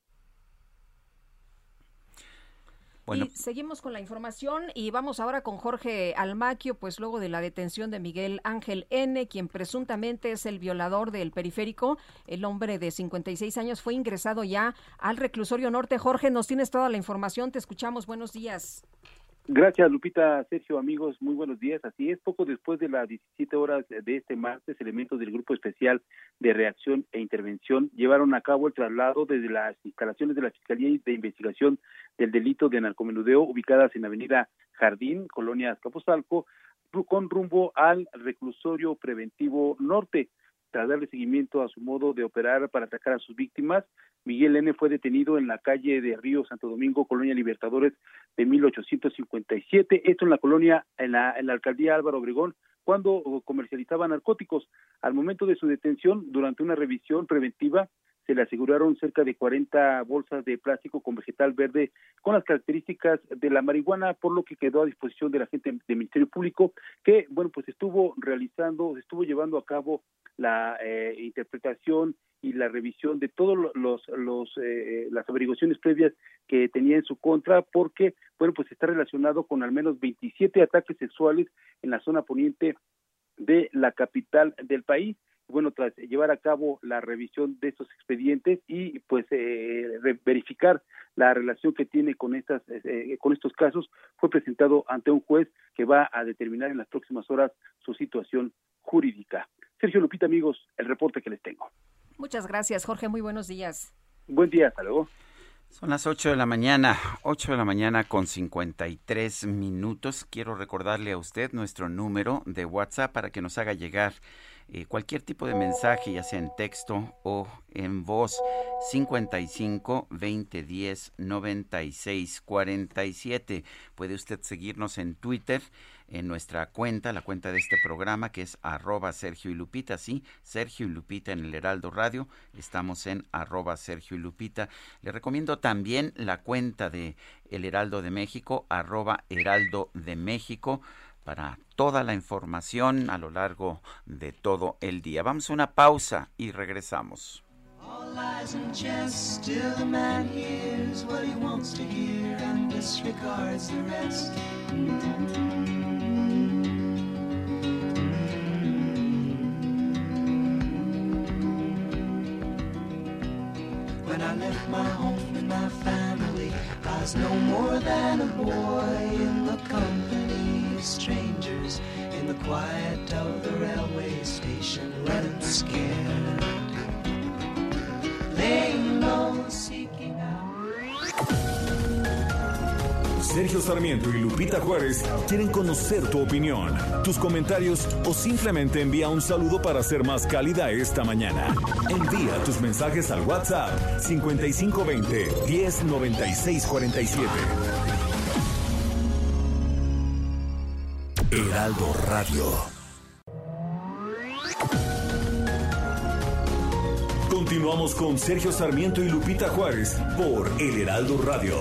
Speaker 5: Bueno. Y seguimos con la información y vamos ahora con Jorge Almaquio, pues luego de la detención de Miguel Ángel N., quien presuntamente es el violador del Periférico, el hombre de cincuenta y seis años fue ingresado ya al reclusorio norte. Jorge, nos tienes toda la información, te escuchamos, buenos días.
Speaker 8: Gracias, Lupita, Sergio, amigos, muy buenos días. Así es, poco después de las diecisiete horas de este martes, elementos del Grupo Especial de Reacción e Intervención llevaron a cabo el traslado desde las instalaciones de la Fiscalía de Investigación del Delito de Narcomenudeo, ubicadas en Avenida Jardín, Colonia Azcapotzalco, con rumbo al Reclusorio Preventivo Norte. Tras darle seguimiento a su modo de operar para atacar a sus víctimas, Miguel N. fue detenido en la calle de Río Santo Domingo, Colonia Libertadores de mil ochocientos cincuenta y siete, esto en la colonia, en la, en la alcaldía Álvaro Obregón, cuando comercializaba narcóticos. Al momento de su detención, durante una revisión preventiva, se le aseguraron cerca de cuarenta bolsas de plástico con vegetal verde con las características de la marihuana, por lo que quedó a disposición de la gente del Ministerio Público, que, bueno, pues estuvo realizando, estuvo llevando a cabo la eh, interpretación y la revisión de todos los, los eh, las averiguaciones previas que tenía en su contra, porque, bueno, pues está relacionado con al menos veintisiete ataques sexuales en la zona poniente de la capital del país. Bueno, tras llevar a cabo la revisión de estos expedientes y pues eh, verificar la relación que tiene con estas eh, con estos casos, fue presentado ante un juez que va a determinar en las próximas horas su situación jurídica. Sergio, Lupita, amigos, el reporte que les tengo.
Speaker 5: Muchas gracias, Jorge, muy buenos días.
Speaker 8: Buen día, hasta luego.
Speaker 4: Son las ocho de la mañana, ocho de la mañana con cincuenta y tres minutos. Quiero recordarle a usted nuestro número de WhatsApp para que nos haga llegar eh, cualquier tipo de mensaje, ya sea en texto o en voz. cincuenta y cinco, veinte, diez, noventa y seis, cuarenta y siete. Puede usted seguirnos en Twitter, en nuestra cuenta, la cuenta de este programa, que es arroba Sergio y Lupita, sí, Sergio y Lupita en el Heraldo Radio, estamos en arroba Sergio y Lupita. Le recomiendo también la cuenta de El Heraldo de México, arroba Heraldo de México, para toda la información a lo largo de todo el día. Vamos a una pausa y regresamos.
Speaker 13: All lies and jest, still the man hears what he wants to hear and disregards the rest. When I left my home and my family, I was no more than a boy in the company of strangers, in the quiet of the railway station, running scared, laying low, seeking out.
Speaker 3: Sergio Sarmiento y Lupita Juárez quieren conocer tu opinión, tus comentarios o simplemente envía un saludo para ser más cálida esta mañana. Envía tus mensajes al WhatsApp cincuenta y cinco veinte, diez, noventa y seis, cuarenta y siete. Heraldo Radio. Continuamos con Sergio Sarmiento y Lupita Juárez por El Heraldo Radio.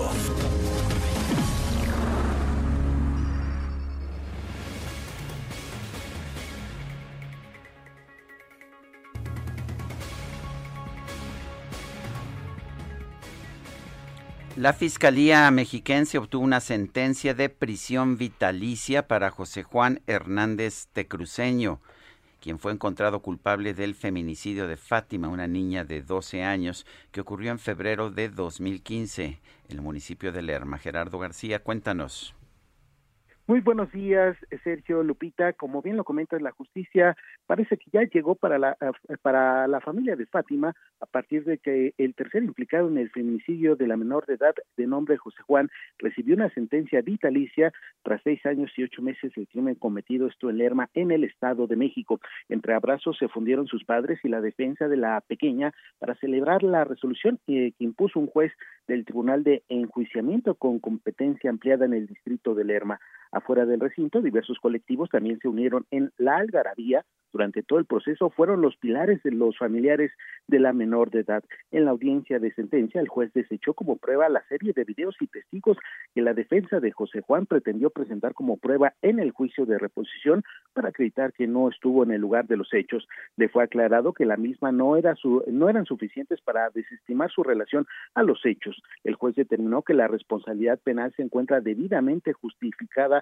Speaker 4: La Fiscalía Mexiquense obtuvo una sentencia de prisión vitalicia para José Juan Hernández Tecruceño, quien fue encontrado culpable del feminicidio de Fátima, una niña de doce años, que ocurrió en febrero de dos mil quince en el municipio de Lerma. Gerardo García, cuéntanos.
Speaker 8: Muy buenos días, Sergio, Lupita. Como bien lo comentas, la justicia parece que ya llegó para la para la familia de Fátima a partir de que el tercer implicado en el feminicidio de la menor de edad de nombre José Juan recibió una sentencia vitalicia tras seis años y ocho meses del crimen cometido, esto en Lerma, en el Estado de México. Entre abrazos se fundieron sus padres y la defensa de la pequeña para celebrar la resolución que, que impuso un juez del Tribunal de Enjuiciamiento con competencia ampliada en el distrito de Lerma. Afuera del recinto, diversos colectivos también se unieron en la algarabía. Durante todo el proceso fueron los pilares de los familiares de la menor de edad. En la audiencia de sentencia, el juez desechó como prueba la serie de videos y testigos que la defensa de José Juan pretendió presentar como prueba en el juicio de reposición para acreditar que no estuvo en el lugar de los hechos. Le fue aclarado que la misma no era su, no eran suficientes para desestimar su relación a los hechos. El juez determinó que la responsabilidad penal se encuentra debidamente justificada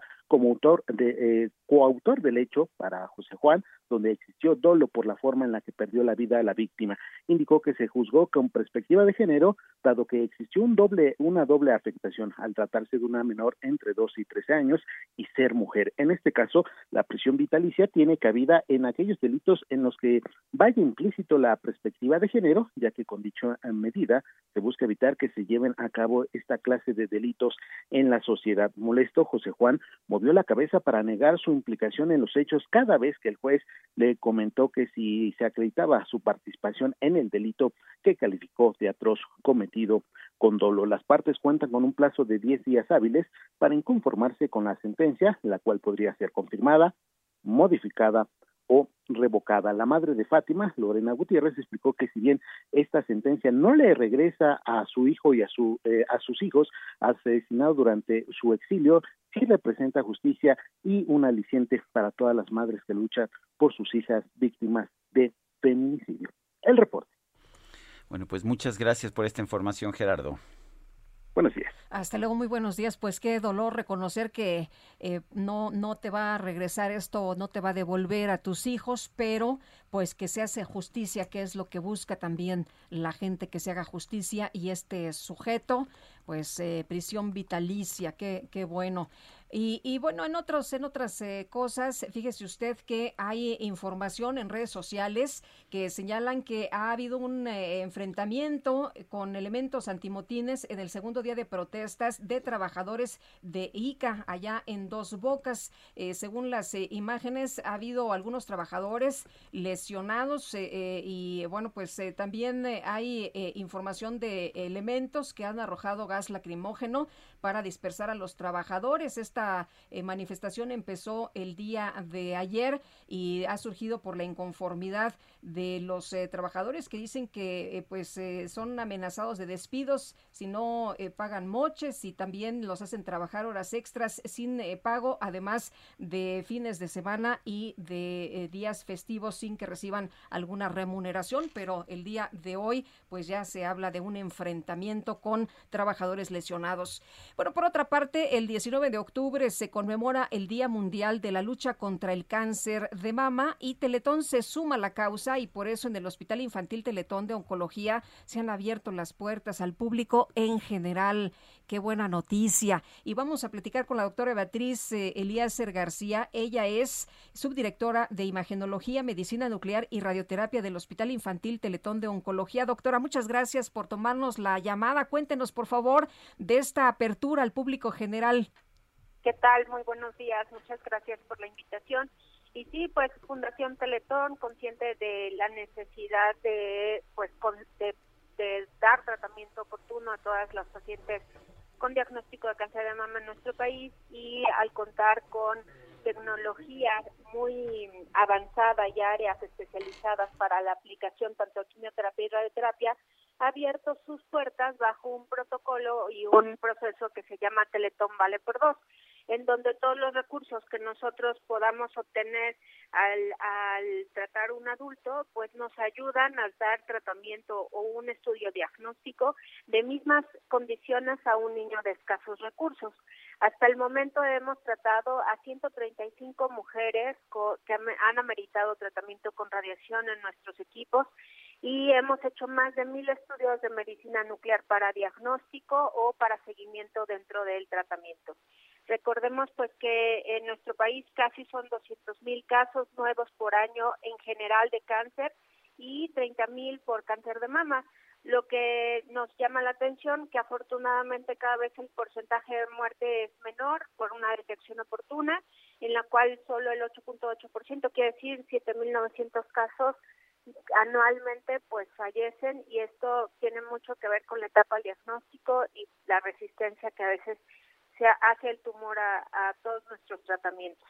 Speaker 8: como autor de eh, coautor del hecho para José Juan, donde existió dolo por la forma en la que perdió la vida a la víctima. Indicó que se juzgó con perspectiva de género, dado que existió un doble, una doble afectación al tratarse de una menor entre doce y trece años y ser mujer. En este caso, la prisión vitalicia tiene cabida en aquellos delitos en los que vaya implícito la perspectiva de género, ya que con dicha medida se busca evitar que se lleven a cabo esta clase de delitos en la sociedad. Molesto, José Juan movió la cabeza para negar su implicación en los hechos cada vez que el juez le comentó que si se acreditaba su participación en el delito que calificó de atroz cometido con dolo. Las partes cuentan con un plazo de diez días hábiles para inconformarse con la sentencia, la cual podría ser confirmada, modificada o revocada. La madre de Fátima, Lorena Gutiérrez, explicó que si bien esta sentencia no le regresa a su hijo y a su eh, a sus hijos asesinados durante su exilio, sí representa justicia y un aliciente para todas las madres que luchan por sus hijas víctimas de feminicidio. El reporte.
Speaker 4: Bueno, pues muchas gracias por esta información, Gerardo.
Speaker 8: Buenos días.
Speaker 5: Hasta luego, muy buenos días. Pues qué dolor reconocer que eh, no no te va a regresar esto, no te va a devolver a tus hijos, pero pues que se hace justicia, que es lo que busca también la gente, que se haga justicia, y este sujeto, pues eh, prisión vitalicia, qué qué bueno. Y, y bueno, en otros, en otras eh, cosas, fíjese usted que hay información en redes sociales que señalan que ha habido un eh, enfrentamiento con elementos antimotines en el segundo día de protestas de trabajadores de I C A allá en Dos Bocas. Eh, según las eh, imágenes, ha habido algunos trabajadores lesionados eh, eh, y bueno, pues eh, también eh, hay eh, información de elementos que han arrojado gas lacrimógeno para dispersar a los trabajadores. Esta eh, manifestación empezó el día de ayer y ha surgido por la inconformidad de los eh, trabajadores que dicen que eh, pues eh, son amenazados de despidos si no eh, pagan moches, y también los hacen trabajar horas extras sin eh, pago, además de fines de semana y de eh, días festivos sin que reciban alguna remuneración. Pero el día de hoy pues ya se habla de un enfrentamiento con trabajadores lesionados. Bueno, por otra parte, el diecinueve de octubre se conmemora el Día Mundial de la Lucha contra el Cáncer de Mama, y Teletón se suma a la causa, y por eso en el Hospital Infantil Teletón de Oncología se han abierto las puertas al público en general. Qué buena noticia. Y vamos a platicar con la doctora Beatriz eh, Eliezer García. Ella es subdirectora de Imagenología, Medicina Nuclear y Radioterapia del Hospital Infantil Teletón de Oncología. Doctora, muchas gracias por tomarnos la llamada. Cuéntenos, por favor, de esta apertura al público general.
Speaker 9: ¿Qué tal? Muy buenos días. Muchas gracias por la invitación. Y sí, pues Fundación Teletón, consciente de la necesidad de pues con, de, de dar tratamiento oportuno a todas las pacientes con diagnóstico de cáncer de mama en nuestro país, y al contar con tecnología muy avanzada y áreas especializadas para la aplicación tanto de quimioterapia y radioterapia, ha abierto sus puertas bajo un protocolo y un proceso que se llama Teletón Vale por Dos, en donde todos los recursos que nosotros podamos obtener al, al tratar un adulto, pues nos ayudan a dar tratamiento o un estudio diagnóstico de mismas condiciones a un niño de escasos recursos. Hasta el momento hemos tratado a ciento treinta y cinco mujeres co- que han ameritado tratamiento con radiación en nuestros equipos, y hemos hecho más de mil estudios de medicina nuclear para diagnóstico o para seguimiento dentro del tratamiento. Recordemos pues que en nuestro país casi son doscientos mil casos nuevos por año en general de cáncer y treinta mil por cáncer de mama, lo que nos llama la atención que afortunadamente cada vez el porcentaje de muerte es menor por una detección oportuna, en la cual solo el ocho punto ocho por ciento, quiere decir siete mil novecientos casos anualmente pues fallecen, y esto tiene mucho que ver con la etapa del diagnóstico y la resistencia que a veces se hace el tumor a, a todos nuestros tratamientos.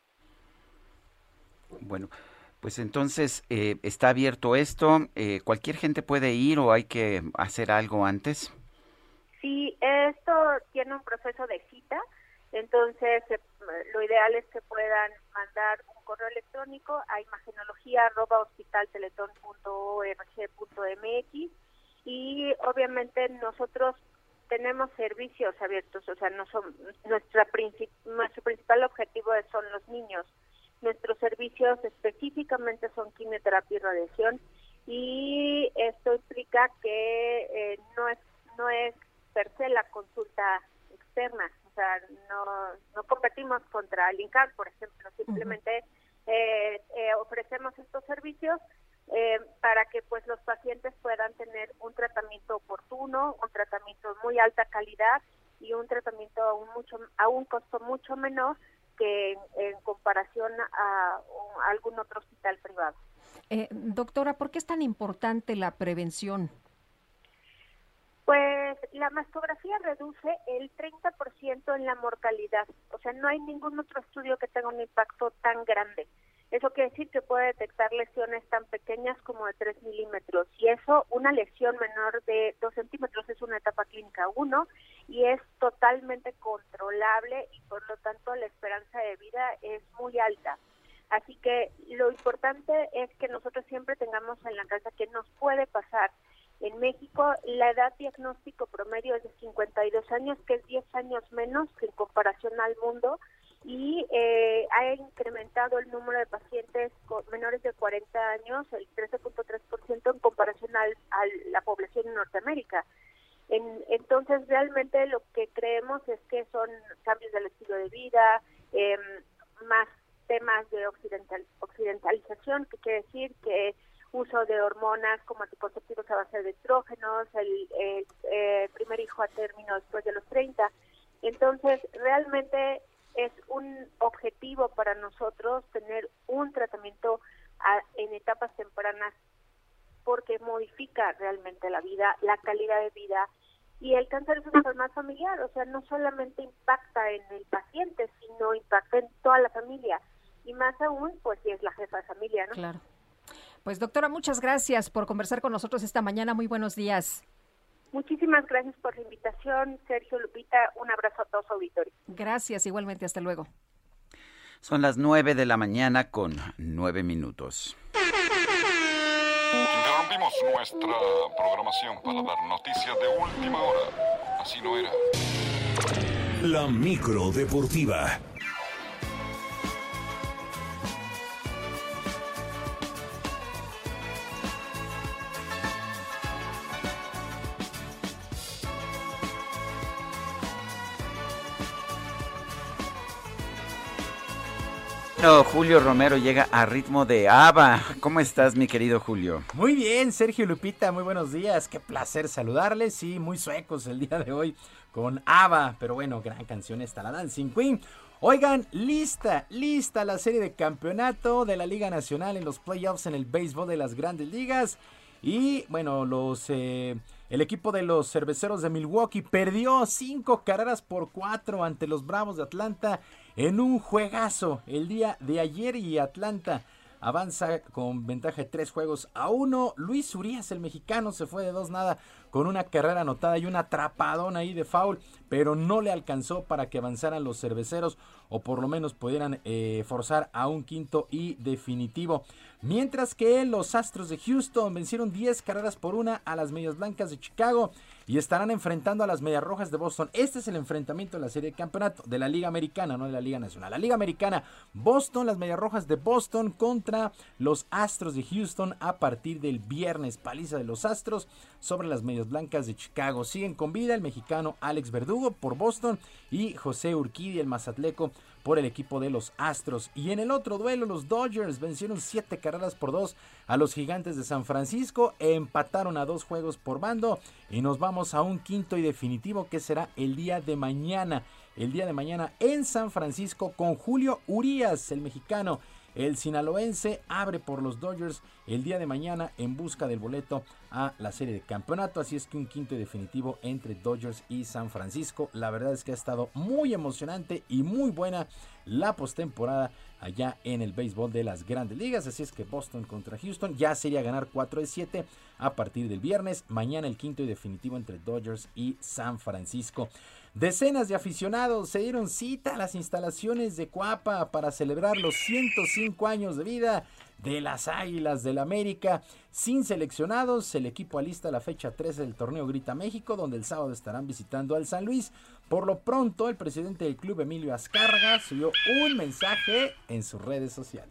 Speaker 4: Bueno, pues entonces eh, está abierto esto. Eh, ¿Cualquier gente puede ir o hay que hacer algo antes?
Speaker 9: Sí, esto tiene un proceso de cita, entonces eh, lo ideal es que puedan mandar un correo electrónico a imagenología arroba hospitalteletón punto org punto mx, y obviamente nosotros tenemos servicios abiertos, o sea, no son nuestra princip, nuestro principal objetivo son los niños. Nuestros servicios específicamente son quimioterapia y radiación, y esto implica que eh, no es no es per se la consulta externa, o sea, no no competimos contra el INCAR, por ejemplo, simplemente uh-huh. eh, eh, ofrecemos estos servicios eh, para que pues los pacientes puedan tener un tratamiento oportuno, un tratamiento de muy alta calidad y un tratamiento a un mucho a un costo mucho menor que en, en comparación a, a algún otro hospital privado.
Speaker 5: Eh, doctora, ¿por qué es tan importante la prevención?
Speaker 9: Pues la mastografía reduce el treinta por ciento en la mortalidad, o sea, no hay ningún otro estudio que tenga un impacto tan grande. Eso quiere decir que puede detectar lesiones tan pequeñas como de tres milímetros, y eso, una lesión menor de dos centímetros es una etapa clínica uno, y es totalmente controlable, y por lo tanto la esperanza de vida es muy alta. Así que lo importante es que nosotros siempre tengamos en la cabeza que nos puede pasar. En México la edad diagnóstico promedio es de cincuenta y dos años, que es diez años menos que en comparación al mundo, y eh, ha incrementado el número de pacientes con menores de cuarenta años el trece punto tres por ciento en comparación al, a la población en Norteamérica. En, entonces realmente lo que creemos es que son cambios del estilo de vida, eh, más temas de occidental, occidentalización, que quiere decir que uso de hormonas como anticonceptivos a base de estrógenos, el, el, el primer hijo a término después de los treinta. Entonces, realmente es un objetivo para nosotros tener un tratamiento a, en etapas tempranas, porque modifica realmente la vida, la calidad de vida, y el cáncer es una enfermedad familiar, o sea, no solamente impacta en el paciente, sino impacta en toda la familia, y más aún, pues, si es la jefa de familia, ¿no?
Speaker 5: Claro. Pues, doctora, muchas gracias por conversar con nosotros esta mañana. Muy buenos días.
Speaker 9: Muchísimas gracias por la invitación, Sergio, Lupita. Un abrazo a todos, auditorio.
Speaker 5: Gracias, igualmente. Hasta luego.
Speaker 4: Son las nueve de la mañana con nueve minutos.
Speaker 12: Interrumpimos nuestra programación para dar noticias de última hora. Así no era.
Speaker 3: La micro deportiva.
Speaker 4: No, Julio Romero llega a ritmo de ABBA. ¿Cómo estás, mi querido Julio?
Speaker 14: Muy bien, Sergio y Lupita, muy buenos días. Qué placer saludarles. Sí, muy suecos el día de hoy con ABBA. Pero bueno, gran canción esta, la Dancing Queen. Oigan, lista, lista la serie de campeonato de la Liga Nacional en los playoffs en el béisbol de las Grandes Ligas. Y bueno, los eh, el equipo de los Cerveceros de Milwaukee perdió cinco carreras por cuatro ante los Bravos de Atlanta en un juegazo el día de ayer, y Atlanta avanza con ventaja de tres juegos a uno. Luis Urías, el mexicano, se fue de dos nada con una carrera anotada y una atrapadona ahí de foul, pero no le alcanzó para que avanzaran los Cerveceros, o por lo menos pudieran eh, forzar a un quinto y definitivo. Mientras que los Astros de Houston vencieron diez carreras por una a las Medias Blancas de Chicago y estarán enfrentando a las Medias Rojas de Boston. Este es el enfrentamiento de la serie de campeonato de la Liga Americana, no de la Liga Nacional. La Liga Americana, Boston, las Medias Rojas de Boston contra los Astros de Houston a partir del viernes. Paliza de los Astros sobre las Medias Blancas de Chicago. Siguen con vida el mexicano Alex Verdugo por Boston y José Urquidi, el mazatleco, por el equipo de los Astros. Y en el otro duelo, los Dodgers vencieron siete carreras por dos a los Gigantes de San Francisco, empataron a dos juegos por bando, y nos vamos a un quinto y definitivo que será el día de mañana, el día de mañana en San Francisco, con Julio Urías, el mexicano. El sinaloense abre por los Dodgers el día de mañana en busca del boleto a la serie de campeonato. Así es que un quinto y definitivo entre Dodgers y San Francisco. La verdad es que ha estado muy emocionante y muy buena la postemporada allá en el béisbol de las Grandes Ligas. Así es que Boston contra Houston ya sería ganar cuatro de siete a partir del viernes. Mañana el quinto y definitivo entre Dodgers y San Francisco. Decenas de aficionados se dieron cita a las instalaciones de Coapa para celebrar los ciento cinco años de vida de las Águilas del América. Sin seleccionados, el equipo alista la fecha trece del torneo Grita México, donde el sábado estarán visitando al San Luis. Por lo pronto, el presidente del club, Emilio Azcárraga, subió un mensaje en sus redes sociales.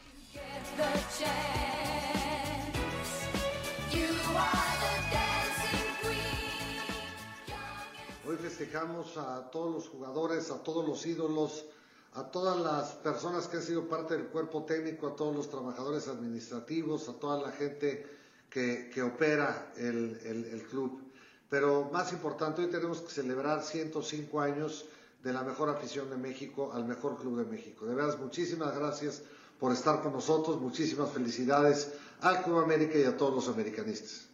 Speaker 16: Hoy festejamos a todos los jugadores, a todos los ídolos, a todas las personas que han sido parte del cuerpo técnico, a todos los trabajadores administrativos, a toda la gente que, que opera el, el, el club. Pero más importante, hoy tenemos que celebrar ciento cinco años de la mejor afición de México al mejor club de México. De veras, muchísimas gracias por estar con nosotros, muchísimas felicidades al Club América y a todos los americanistas.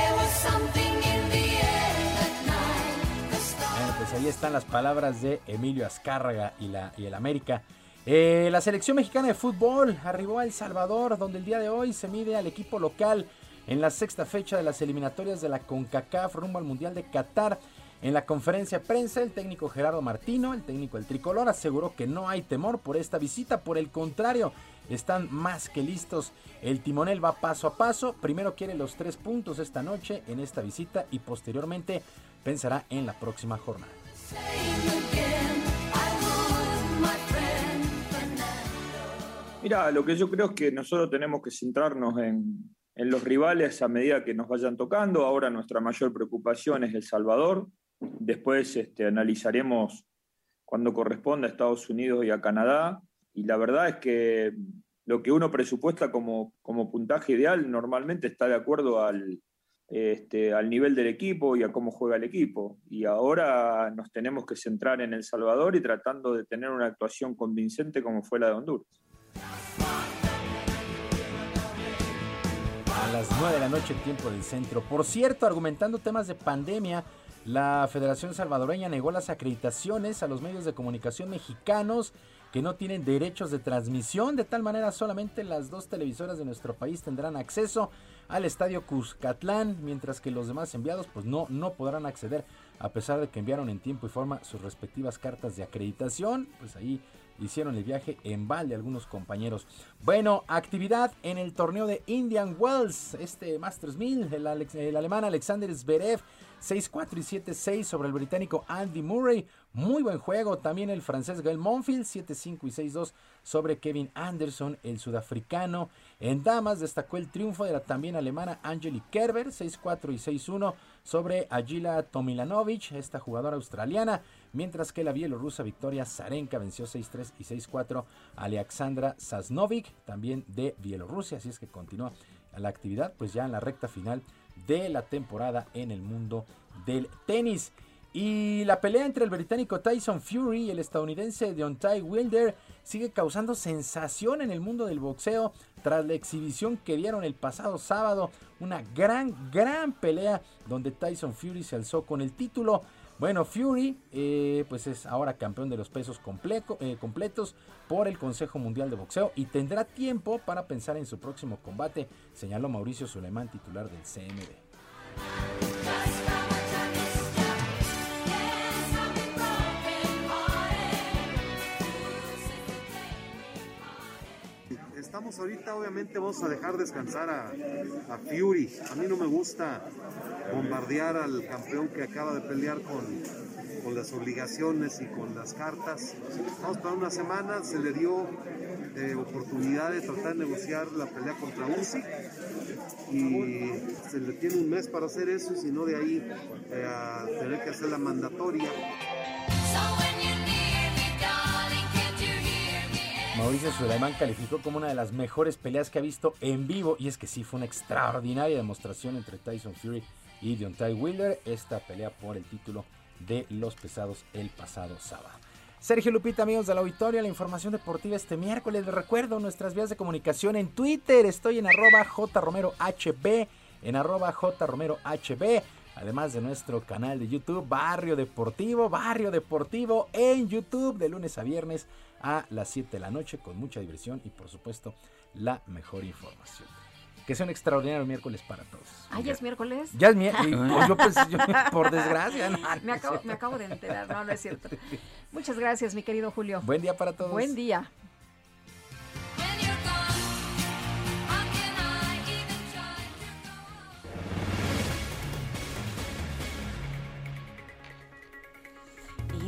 Speaker 14: Bueno, pues ahí están las palabras de Emilio Azcárraga y, la, y el América. Eh, la selección mexicana de fútbol arribó a El Salvador, donde el día de hoy se mide al equipo local en la sexta fecha de las eliminatorias de la CONCACAF rumbo al Mundial de Qatar. En la conferencia de prensa, el técnico Gerardo Martino, el técnico del tricolor, aseguró que no hay temor por esta visita, por el contrario, están más que listos. El timonel va paso a paso, primero quiere los tres puntos esta noche en esta visita y posteriormente pensará en la próxima jornada.
Speaker 17: Mira, lo que yo creo es que nosotros tenemos que centrarnos en, en los rivales a medida que nos vayan tocando. Ahora nuestra mayor preocupación es El Salvador. Después este, analizaremos cuando corresponda a Estados Unidos y a Canadá. Y la verdad es que lo que uno presupuesta como, como puntaje ideal normalmente está de acuerdo al, este, al nivel del equipo y a cómo juega el equipo. Y ahora nos tenemos que centrar en El Salvador y tratando de tener una actuación convincente como fue la de Honduras.
Speaker 14: A las nueve de la noche, tiempo del centro. Por cierto, argumentando temas de pandemia, la Federación Salvadoreña negó las acreditaciones a los medios de comunicación mexicanos que no tienen derechos de transmisión. De tal manera, solamente las dos televisoras de nuestro país tendrán acceso al estadio Cuscatlán, mientras que los demás enviados pues no, no podrán acceder, a pesar de que enviaron en tiempo y forma sus respectivas cartas de acreditación. Pues ahí hicieron el viaje en balde algunos compañeros. Bueno, actividad en el torneo de Indian Wells, este Masters mil, el, Alex, el alemán Alexander Zverev, seis cuatro y siete seis sobre el británico Andy Murray. Muy buen juego. También el francés Gael Monfils, siete cinco y seis dos sobre Kevin Anderson, el sudafricano. En damas destacó el triunfo de la también alemana Angelique Kerber, seis cuatro y seis uno sobre Agila Tomilanovic, esta jugadora australiana. Mientras que la bielorrusa Victoria Zarenka venció seis tres y seis cuatro a Alexandra Sasnovic, también de Bielorrusia. Así es que continúa la actividad pues ya en la recta final de la temporada en el mundo del tenis. Y la pelea entre el británico Tyson Fury y el estadounidense Deontay Wilder sigue causando sensación en el mundo del boxeo tras la exhibición que dieron el pasado sábado. Una gran, gran pelea donde Tyson Fury se alzó con el título. Bueno, Fury eh, pues es ahora campeón de los pesos completo, eh, completos por el Consejo Mundial de Boxeo y tendrá tiempo para pensar en su próximo combate, señaló Mauricio Suleiman, titular del C M B.
Speaker 23: Estamos ahorita, obviamente vamos a dejar descansar a, a Fury. A mí no me gusta bombardear al campeón que acaba de pelear con, con las obligaciones y con las cartas. Vamos para una semana, se le dio eh, oportunidad de tratar de negociar la pelea contra Usyk y se le tiene un mes para hacer eso, y si no de ahí eh, a tener que hacer la mandatoria.
Speaker 14: Mauricio Suleiman calificó como una de las mejores peleas que ha visto en vivo, y es que sí, fue una extraordinaria demostración entre Tyson Fury y Deontay Wilder, esta pelea por el título de los pesados el pasado sábado. Sergio, Lupita, amigos del auditorio, la información deportiva este miércoles. Les recuerdo nuestras vías de comunicación en Twitter, estoy en arroba jromerohb, en arroba jromerohb, además de nuestro canal de YouTube, Barrio Deportivo, Barrio Deportivo en YouTube, de lunes a viernes a las siete de la noche, con mucha diversión y por supuesto la mejor información. Que sea un extraordinario miércoles para todos.
Speaker 5: ¿Ah, ya es miércoles?
Speaker 14: Ya es miércoles, pues yo, pues, yo, por desgracia. No,
Speaker 5: me, acabo, me acabo de enterar, no, no es cierto. Muchas gracias, mi querido Julio.
Speaker 14: Buen día para todos.
Speaker 5: Buen día.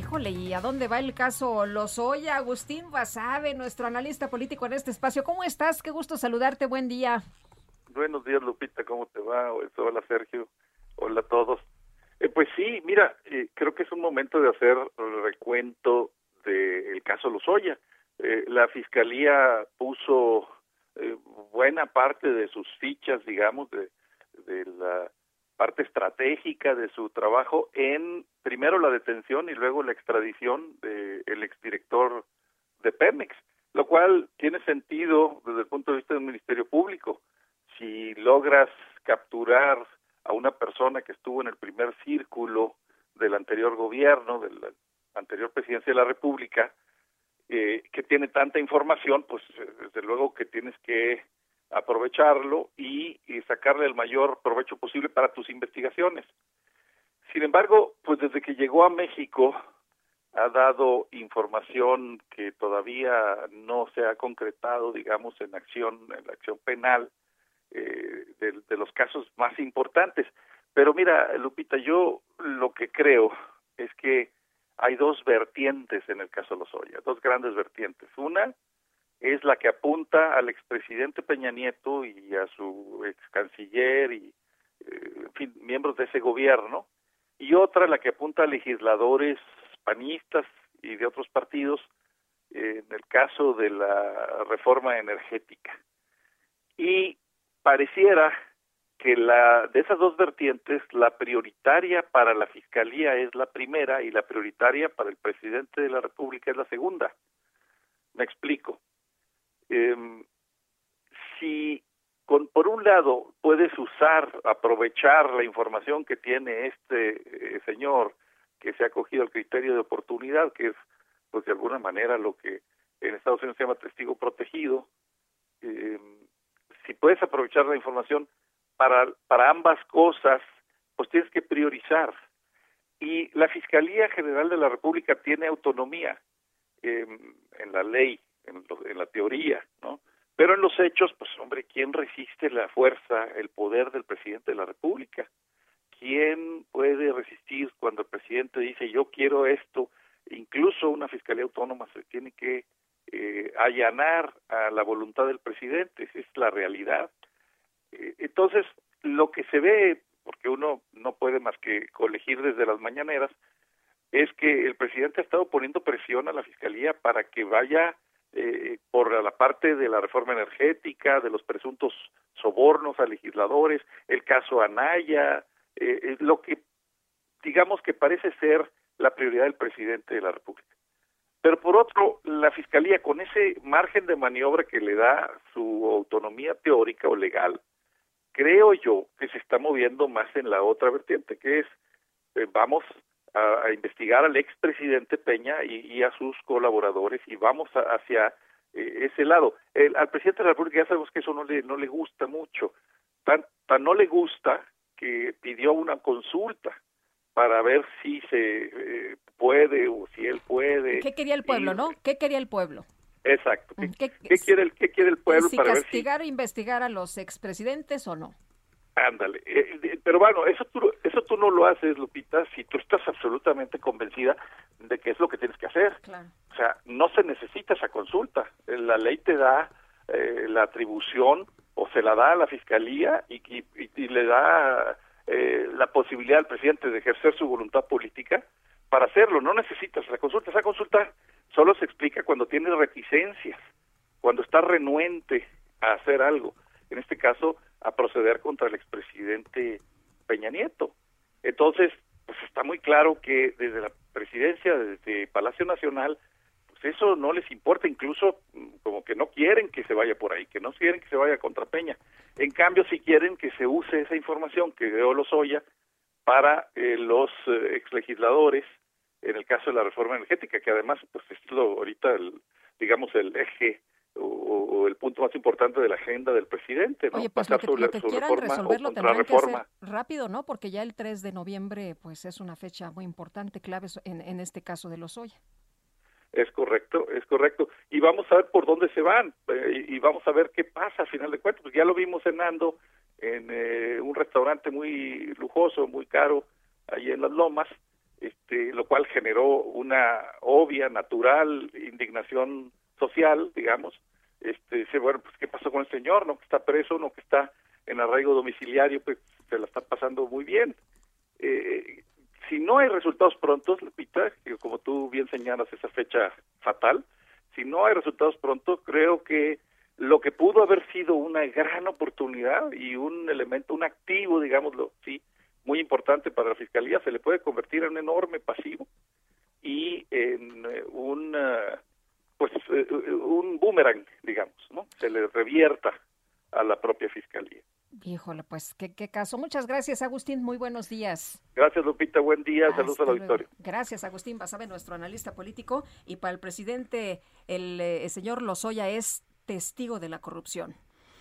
Speaker 5: Híjole, ¿y a dónde va el caso Lozoya? Agustín Basabe, nuestro analista político en este espacio. ¿Cómo estás? Qué gusto saludarte, buen día.
Speaker 18: Buenos días, Lupita, ¿cómo te va? Hola, Sergio. Hola a todos. Eh, pues sí, mira, eh, creo que es un momento de hacer recuento del caso Lozoya. Eh, la Fiscalía puso eh, buena parte de sus fichas, digamos, de, de la parte estratégica de su trabajo en, primero, la detención y luego la extradición del exdirector de Pemex, lo cual tiene sentido desde el punto de vista del Ministerio Público. Si logras capturar a una persona que estuvo en el primer círculo del anterior gobierno, de la anterior presidencia de la República, eh, que tiene tanta información, pues desde luego que tienes que aprovecharlo y, y sacarle el mayor provecho posible para tus investigaciones. Sin embargo, pues desde que llegó a México ha dado información que todavía no se ha concretado, digamos, en acción, en la acción penal, eh, de, de los casos más importantes. Pero mira, Lupita, yo lo que creo es que hay dos vertientes en el caso Lozoya, dos grandes vertientes. Una es la que apunta al expresidente Peña Nieto y a su ex canciller y, eh, en fin, miembros de ese gobierno, y otra la que apunta a legisladores panistas y de otros partidos, eh, en el caso de la reforma energética. Y pareciera que la de esas dos vertientes, la prioritaria para la Fiscalía es la primera y la prioritaria para el presidente de la República es la segunda. Me explico. Eh, si con, por un lado puedes usar, aprovechar la información que tiene este eh, señor que se ha acogido al criterio de oportunidad, que es pues de alguna manera lo que en Estados Unidos se llama testigo protegido, eh, si puedes aprovechar la información para, para ambas cosas, pues tienes que priorizar. Y la Fiscalía General de la República tiene autonomía eh, en la ley, en, lo, en la teoría, ¿no? Pero en los hechos, pues hombre, ¿quién resiste la fuerza, el poder del presidente de la República? ¿Quién puede resistir cuando el presidente dice yo quiero esto? Incluso una Fiscalía Autónoma se tiene que eh, allanar a la voluntad del presidente, esa es la realidad. Eh, entonces, lo que se ve, porque uno no puede más que colegir desde las mañaneras, es que el presidente ha estado poniendo presión a la Fiscalía para que vaya eh, por la parte de la reforma energética, de los presuntos sobornos a legisladores, el caso Anaya, eh, lo que digamos que parece ser la prioridad del presidente de la República. Pero por otro, la Fiscalía, con ese margen de maniobra que le da su autonomía teórica o legal, creo yo que se está moviendo más en la otra vertiente, que es, eh, vamos a, a investigar al expresidente Peña y, y a sus colaboradores, y vamos a, hacia eh, ese lado. El, al presidente de la República ya sabemos que eso no le, no le gusta mucho, tan, tan no le gusta que pidió una consulta para ver si se eh, puede o si él puede.
Speaker 5: ¿Qué quería el pueblo,
Speaker 18: y,
Speaker 5: no? ¿Qué quería el pueblo?
Speaker 18: Exacto. ¿Qué,
Speaker 5: ¿Qué,
Speaker 18: qué quiere el qué quiere el pueblo
Speaker 5: si
Speaker 18: para
Speaker 5: castigar
Speaker 18: ver
Speaker 5: si... o investigar a los expresidentes o no?
Speaker 18: Ándale. Eh, eh, pero bueno, eso tú, eso tú no lo haces, Lupita, si tú estás absolutamente convencida de que es lo que tienes que hacer.
Speaker 5: Claro.
Speaker 18: O sea, no se necesita esa consulta. La ley te da eh, la atribución o se la da a la Fiscalía y, y, y le da eh, la posibilidad al presidente de ejercer su voluntad política para hacerlo. No necesitas la consulta. Esa consulta solo se explica cuando tienes reticencias, cuando estás renuente a hacer algo. En este caso, a proceder contra el expresidente Peña Nieto. Entonces, pues está muy claro que desde la presidencia, desde Palacio Nacional, pues eso no les importa, incluso como que no quieren que se vaya por ahí, que no quieren que se vaya contra Peña. En cambio, sí quieren que se use esa información que dio Lozoya para eh, los eh, exlegisladores, en el caso de la reforma energética, que además, pues es lo ahorita, el, digamos, el eje o, o el punto más importante de la agenda del presidente, ¿no?
Speaker 5: Oye, pues
Speaker 18: Pasar
Speaker 5: lo que,
Speaker 18: sobre
Speaker 5: lo que
Speaker 18: su
Speaker 5: quieran
Speaker 18: reforma
Speaker 5: resolverlo
Speaker 18: o
Speaker 5: tendrán que
Speaker 18: contrarreforma.
Speaker 5: hacer rápido, ¿no? Porque ya el tres de noviembre, pues es una fecha muy importante, clave en, en este caso de Lozoya.
Speaker 18: Es correcto, es correcto. Y vamos a ver por dónde se van eh, y, y vamos a ver qué pasa a final de cuentas. Pues ya lo vimos cenando en eh, un restaurante muy lujoso, muy caro, ahí en Las Lomas, este, lo cual generó una obvia, natural indignación social, digamos. Este, dice, bueno, pues ¿qué pasó con el señor? No que está preso, no que está en arraigo domiciliario, pues se la está pasando muy bien. Eh, si no hay resultados prontos, Lupita, que como tú bien señalas, esa fecha fatal, si no hay resultados prontos, creo que lo que pudo haber sido una gran oportunidad y un elemento, un activo, digámoslo, sí, muy importante para la Fiscalía, se le puede convertir en un enorme pasivo y en eh, un, uh, pues, eh, un boomerang, digamos, ¿no? Se le revierta a la propia Fiscalía.
Speaker 5: Híjole, pues qué, qué caso. Muchas gracias, Agustín. Muy buenos días.
Speaker 18: Gracias, Lupita. Buen día. Saludos al auditorio.
Speaker 5: Gracias, Agustín Basabe, nuestro analista político. Y para el presidente, el, el señor Lozoya es testigo de la corrupción.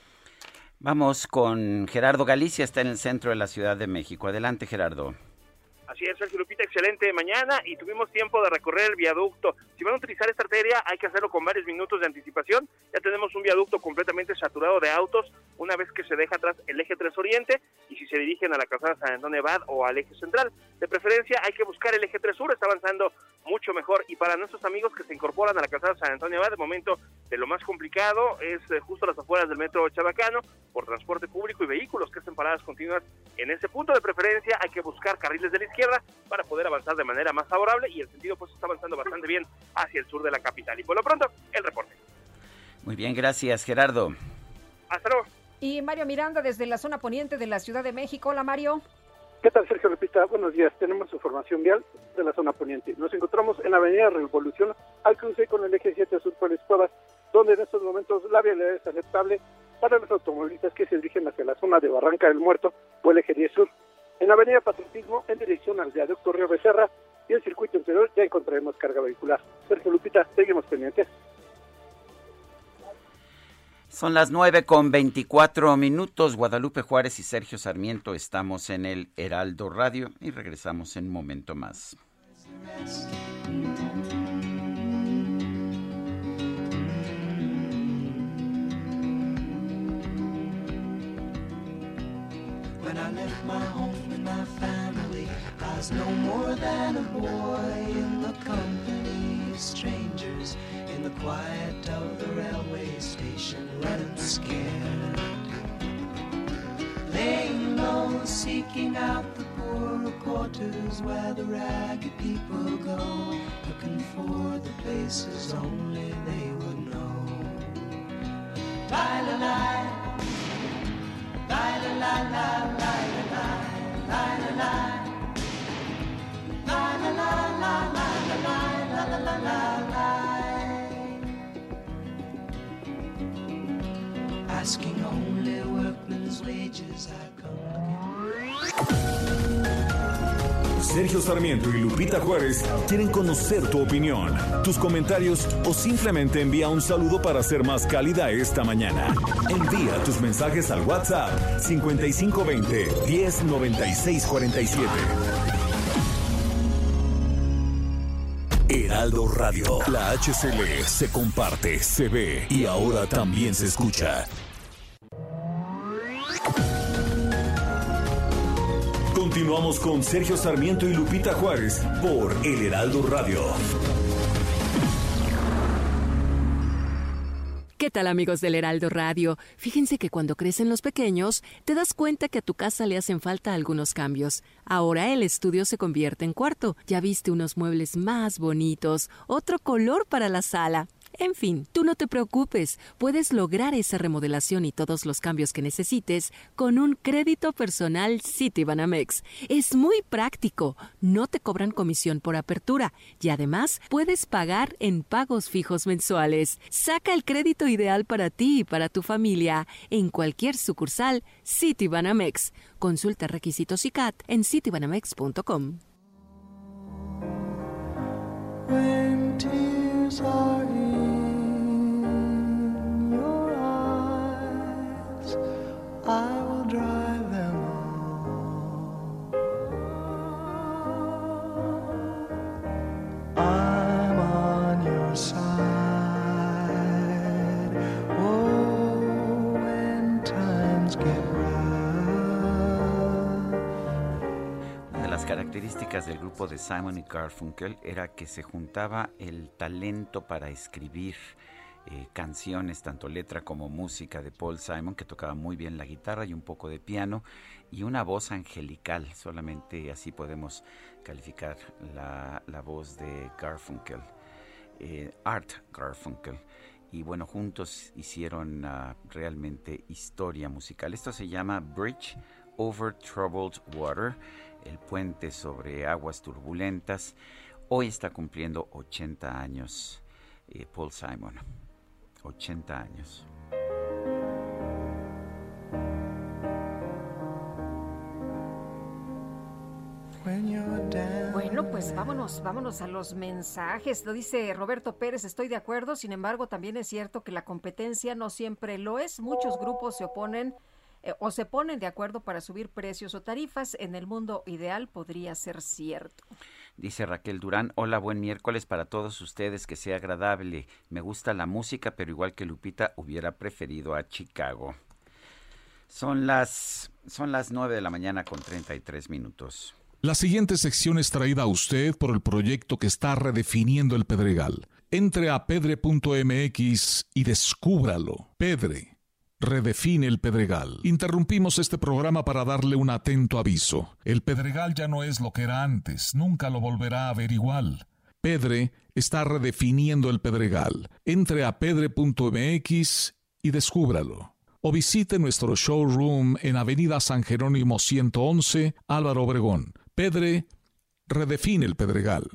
Speaker 4: Vamos con Gerardo Galicia, está en el centro de la Ciudad de México. Adelante, Gerardo.
Speaker 19: Así es, Sergio Lupita, excelente mañana y tuvimos tiempo de recorrer el viaducto. Si van a utilizar esta arteria hay que hacerlo con varios minutos de anticipación. Ya tenemos un viaducto completamente saturado de autos una vez que se deja atrás el eje tres Oriente y si se dirigen a la calzada San Antonio Abad o al eje central. De preferencia hay que buscar el eje tres Sur, está avanzando mucho mejor. Y para nuestros amigos que se incorporan a la calzada San Antonio Abad, de momento de lo más complicado es eh, justo a las afueras del metro Chabacano por transporte público y vehículos que estén paradas continuas en ese punto. De preferencia hay que buscar carriles de la izquierda para poder avanzar de manera más favorable y el sentido pues está avanzando bastante bien hacia el sur de la capital. Y por lo pronto, el reporte.
Speaker 4: Muy bien, gracias, Gerardo.
Speaker 19: Hasta luego.
Speaker 5: Y Mario Miranda desde la zona poniente de la Ciudad de México. Hola, Mario.
Speaker 20: ¿Qué tal, Sergio Lupita? Buenos días. Tenemos información vial de la zona poniente. Nos encontramos en la avenida Revolución, al cruce con el eje siete Sur por Escuevas, donde en estos momentos la vialidad es aceptable para los automovilistas que se dirigen hacia la zona de Barranca del Muerto o el eje diez Sur. En la avenida Patriotismo, en dirección al viaducto Río Becerra y el circuito interior, ya encontraremos carga vehicular. Sergio Lupita, seguimos pendientes.
Speaker 4: Son las nueve con veinticuatro minutos. Guadalupe Juárez y Sergio Sarmiento estamos en el Heraldo Radio y regresamos en un momento más.
Speaker 13: When I left my home and my family, I was no more than a boy in the company of strangers, in the quiet of the railway station, running scared. Laying low, seeking out the poorer quarters where the ragged people go, looking for the places only they would know. La-la-la, la-la-la-la. Asking only workmen's wages I come.
Speaker 3: Sergio Sarmiento y Lupita Juárez quieren conocer tu opinión, tus comentarios o simplemente envía un saludo para ser más cálida esta mañana. Envía tus mensajes al WhatsApp cincuenta y cinco veinte, diez noventa y seis cuarenta y siete. Heraldo Radio, la H C L se comparte, se ve y ahora también se escucha. Continuamos con Sergio Sarmiento y Lupita Juárez por El Heraldo Radio.
Speaker 21: ¿Qué tal, amigos del Heraldo Radio? Fíjense que cuando crecen los pequeños, te das cuenta que a tu casa le hacen falta algunos cambios. Ahora el estudio se convierte en cuarto. Ya viste unos muebles más bonitos, otro color para la sala. En fin, tú no te preocupes, puedes lograr esa remodelación y todos los cambios que necesites con un crédito personal Citibanamex. Es muy práctico, no te cobran comisión por apertura y además puedes pagar en pagos fijos mensuales. Saca el crédito ideal para ti y para tu familia en cualquier sucursal Citibanamex. Consulta requisitos y C A T en citibanamex punto com.
Speaker 13: When tears are in your eyes, I will dry them all. I'm on your side. Oh, when times get rough.
Speaker 4: Una de las características características del grupo de Simon y Garfunkel era que se juntaba el talento para escribir eh, canciones, tanto letra como música, de Paul Simon, que tocaba muy bien la guitarra y un poco de piano, y una voz angelical. Solamente así podemos calificar la, la voz de Garfunkel, eh, Art Garfunkel. Y bueno, juntos hicieron uh, realmente historia musical. Esto se llama Bridge Over Troubled Water, el puente sobre aguas turbulentas. Hoy está cumpliendo ochenta años eh, Paul Simon. ochenta años.
Speaker 5: Bueno, pues vámonos, vámonos a los mensajes. Lo dice Roberto Pérez, estoy de acuerdo, sin embargo, también es cierto que la competencia no siempre lo es. Muchos grupos se oponen eh, o se ponen de acuerdo para subir precios o tarifas. En el mundo ideal podría ser cierto.
Speaker 4: Dice Raquel Durán, hola, buen miércoles para todos ustedes, que sea agradable. Me gusta la música, pero igual que Lupita, hubiera preferido a Chicago. Son las, son las nueve de la mañana con treinta y tres minutos.
Speaker 1: La siguiente sección es traída a usted por el proyecto que está redefiniendo el Pedregal. Entre a pedre punto m x y descúbralo. Pedre redefine el Pedregal. Interrumpimos este programa para darle un atento aviso. El Pedregal ya no es lo que era antes, nunca lo volverá a ver igual. Pedre está redefiniendo el Pedregal. Entre a pedre punto m x y descúbralo. O visite nuestro showroom en Avenida San Jerónimo ciento once, Álvaro Obregón. Pedre redefine el Pedregal.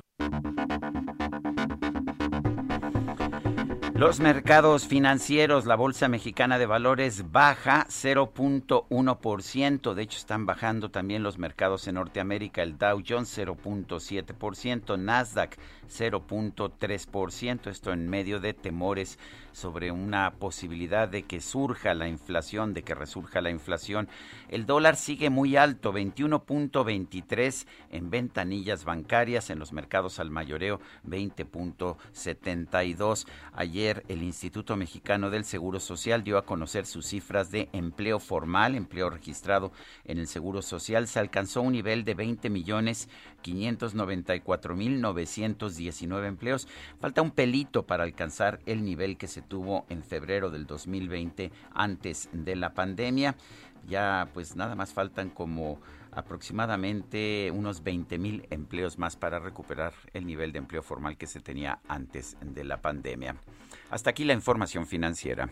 Speaker 4: Los mercados financieros, la Bolsa Mexicana de Valores baja cero punto uno por ciento. De hecho, están bajando también los mercados en Norteamérica. El Dow Jones cero punto siete por ciento, Nasdaq cero punto tres por ciento. Esto en medio de temores sobre una posibilidad de que surja la inflación, de que resurja la inflación. El dólar sigue muy alto, veintiuno punto veintitrés en ventanillas bancarias. En los mercados al mayoreo, veinte punto setenta y dos. Ayer el Instituto Mexicano del Seguro Social dio a conocer sus cifras de empleo formal, empleo registrado en el Seguro Social. Se alcanzó un nivel de veinte millones quinientos noventa y cuatro mil novecientos diecinueve empleos. Falta un pelito para alcanzar el nivel que se tuvo en febrero del dos mil veinte, antes de la pandemia. Ya pues nada más faltan como aproximadamente unos veinte mil empleos más para recuperar el nivel de empleo formal que se tenía antes de la pandemia. Hasta aquí la información financiera.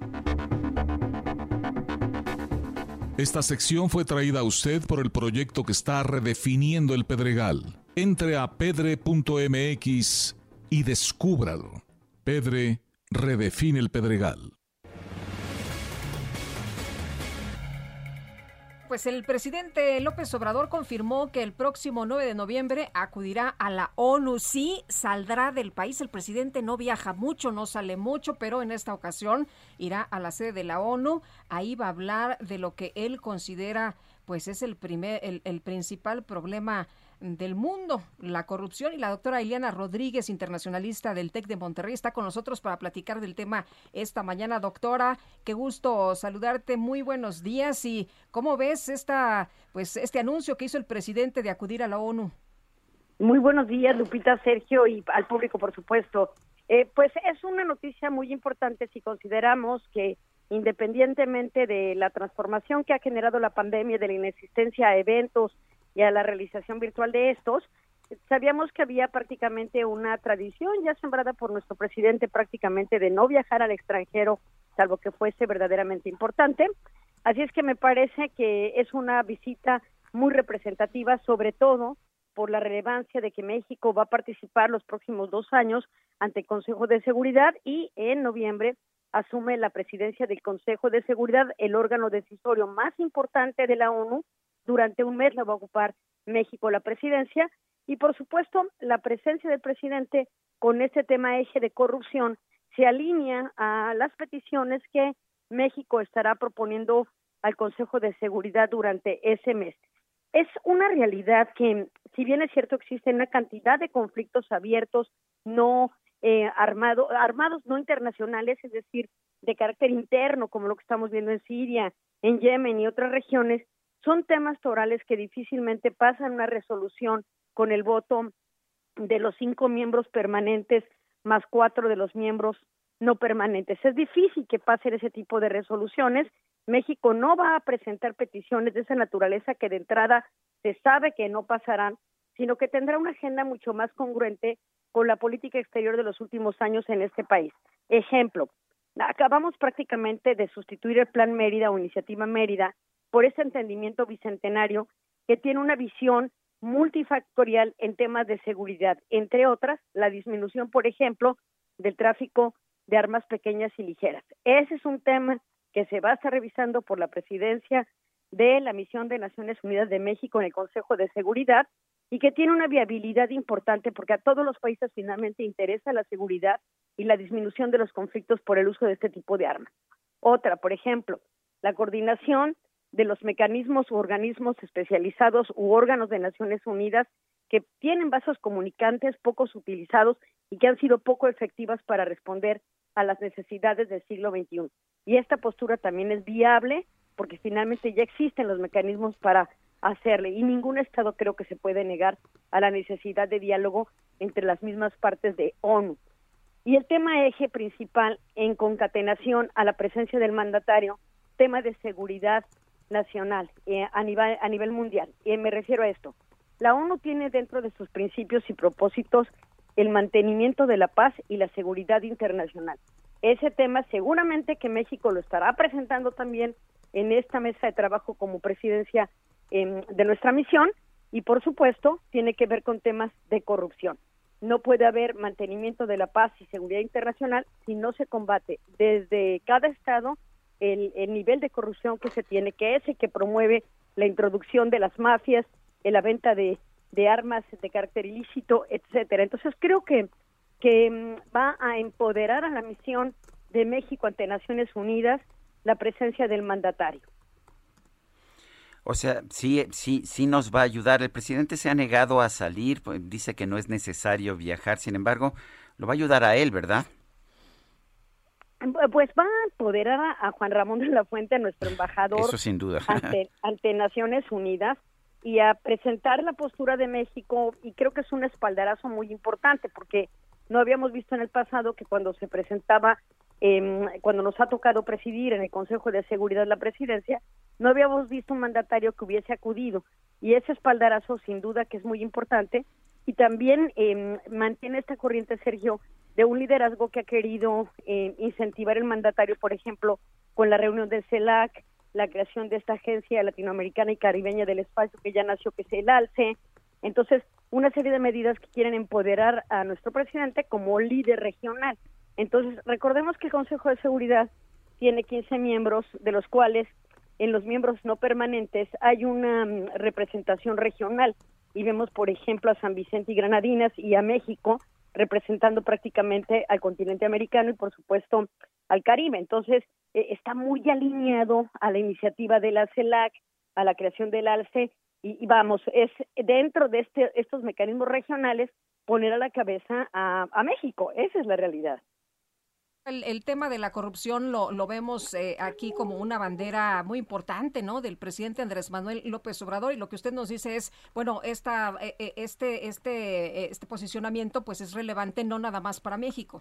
Speaker 1: Esta sección fue traída a usted por el proyecto que está redefiniendo el Pedregal. Entre a pedre punto m x y descúbralo. Pedre redefine el Pedregal.
Speaker 5: Pues el presidente López Obrador confirmó que el próximo nueve de noviembre acudirá a la ONU. Sí, saldrá del país. El presidente no viaja mucho, no sale mucho, pero en esta ocasión irá a la sede de la ONU. Ahí va a hablar de lo que él considera pues es el primer, el, el principal problema del mundo, la corrupción. Y la doctora Ileana Rodríguez, internacionalista del TEC de Monterrey, está con nosotros para platicar del tema esta mañana. Doctora, qué gusto saludarte, muy buenos días. ¿Y cómo ves esta, pues, este anuncio que hizo el presidente de acudir a la ONU?
Speaker 2: Muy buenos días, Lupita, Sergio, y al público, por supuesto. Eh, pues es una noticia muy importante si consideramos que, independientemente de la transformación que ha generado la pandemia, de la inexistencia a eventos y a la realización virtual de estos, sabíamos que había prácticamente una tradición ya sembrada por nuestro presidente prácticamente de no viajar al extranjero, salvo que fuese verdaderamente importante. Así es que me parece que es una visita muy representativa, sobre todo por la relevancia de que México va a participar los próximos dos años ante el Consejo de Seguridad, y en noviembre asume la presidencia del Consejo de Seguridad, el órgano decisorio más importante de la ONU. Durante un mes la va a ocupar México la presidencia, y por supuesto la presencia del presidente con este tema eje de corrupción se alinea a las peticiones que México estará proponiendo al Consejo de Seguridad durante ese mes. Es una realidad que, si bien es cierto, existe una cantidad de conflictos abiertos, no eh, armado, armados, no internacionales, es decir, de carácter interno, como lo que estamos viendo en Siria, en Yemen y otras regiones, son temas torales que difícilmente pasan una resolución con el voto de los cinco miembros permanentes más cuatro de los miembros no permanentes. Es difícil que pasen ese tipo de resoluciones. México no va a presentar peticiones de esa naturaleza que de entrada se sabe que no pasarán, sino que tendrá una agenda mucho más congruente con la política exterior de los últimos años en este país. Ejemplo, acabamos prácticamente de sustituir el Plan Mérida o Iniciativa Mérida por ese entendimiento bicentenario que tiene una visión multifactorial en temas de seguridad, entre otras, la disminución, por ejemplo, del tráfico de armas pequeñas y ligeras. Ese es un tema que se va a estar revisando por la presidencia de la Misión de Naciones Unidas de México en el Consejo de Seguridad y que tiene una viabilidad importante porque a todos los países finalmente interesa la seguridad y la disminución de los conflictos por el uso de este tipo de armas. Otra, por ejemplo, la coordinación de los mecanismos u organismos especializados u órganos de Naciones Unidas que tienen vasos comunicantes pocos utilizados y que han sido poco efectivas para responder a las necesidades del siglo veintiuno. Y esta postura también es viable porque finalmente ya existen los mecanismos para hacerle y ningún Estado creo que se puede negar a la necesidad de diálogo entre las mismas partes de ONU. Y el tema eje principal en concatenación a la presencia del mandatario, tema de seguridad nacional eh, a nivel a nivel mundial. Y me refiero a esto. La ONU tiene dentro de sus principios y propósitos el mantenimiento de la paz y la seguridad internacional. Ese tema seguramente que México lo estará presentando también en esta mesa de trabajo como presidencia eh, de nuestra misión y por supuesto tiene que ver con temas de corrupción. No puede haber mantenimiento de la paz y seguridad internacional si no se combate desde cada estado el, el nivel de corrupción que se tiene, que es el que promueve la introducción de las mafias, la venta de, de armas de carácter ilícito, etcétera. Entonces creo que, que va a empoderar a la misión de México ante Naciones Unidas la presencia del mandatario.
Speaker 4: O sea, sí, sí, sí nos va a ayudar. El presidente se ha negado a salir, pues, dice que no es necesario viajar, sin embargo, lo va a ayudar a él, ¿verdad?
Speaker 2: Pues va a empoderar a, a Juan Ramón de la Fuente, a nuestro embajador.
Speaker 4: Eso sin duda.
Speaker 2: ante, ante Naciones Unidas y a presentar la postura de México, y creo que es un espaldarazo muy importante, porque no habíamos visto en el pasado que cuando se presentaba, eh, cuando nos ha tocado presidir en el Consejo de Seguridad la presidencia, no habíamos visto un mandatario que hubiese acudido, y ese espaldarazo sin duda que es muy importante, y también eh, mantiene esta corriente, Sergio, de un liderazgo que ha querido eh, incentivar el mandatario, por ejemplo, con la reunión del CELAC, la creación de esta agencia latinoamericana y caribeña del espacio que ya nació, que es el ALCE. Entonces, una serie de medidas que quieren empoderar a nuestro presidente como líder regional. Entonces, recordemos que el Consejo de Seguridad tiene quince miembros, de los cuales en los miembros no permanentes hay una um, representación regional. Y vemos, por ejemplo, a San Vicente y Granadinas y a México representando prácticamente al continente americano y, por supuesto, al Caribe. Entonces, eh, está muy alineado a la iniciativa de la CELAC, a la creación del ALCE, y, y vamos, es dentro de este, estos mecanismos regionales poner a la cabeza a, a México. Esa es la realidad.
Speaker 5: El, el tema de la corrupción lo, lo vemos eh, aquí como una bandera muy importante, ¿no?, del presidente Andrés Manuel López Obrador, y lo que usted nos dice es, bueno, esta, eh, este, este, este posicionamiento pues es relevante no nada más para México.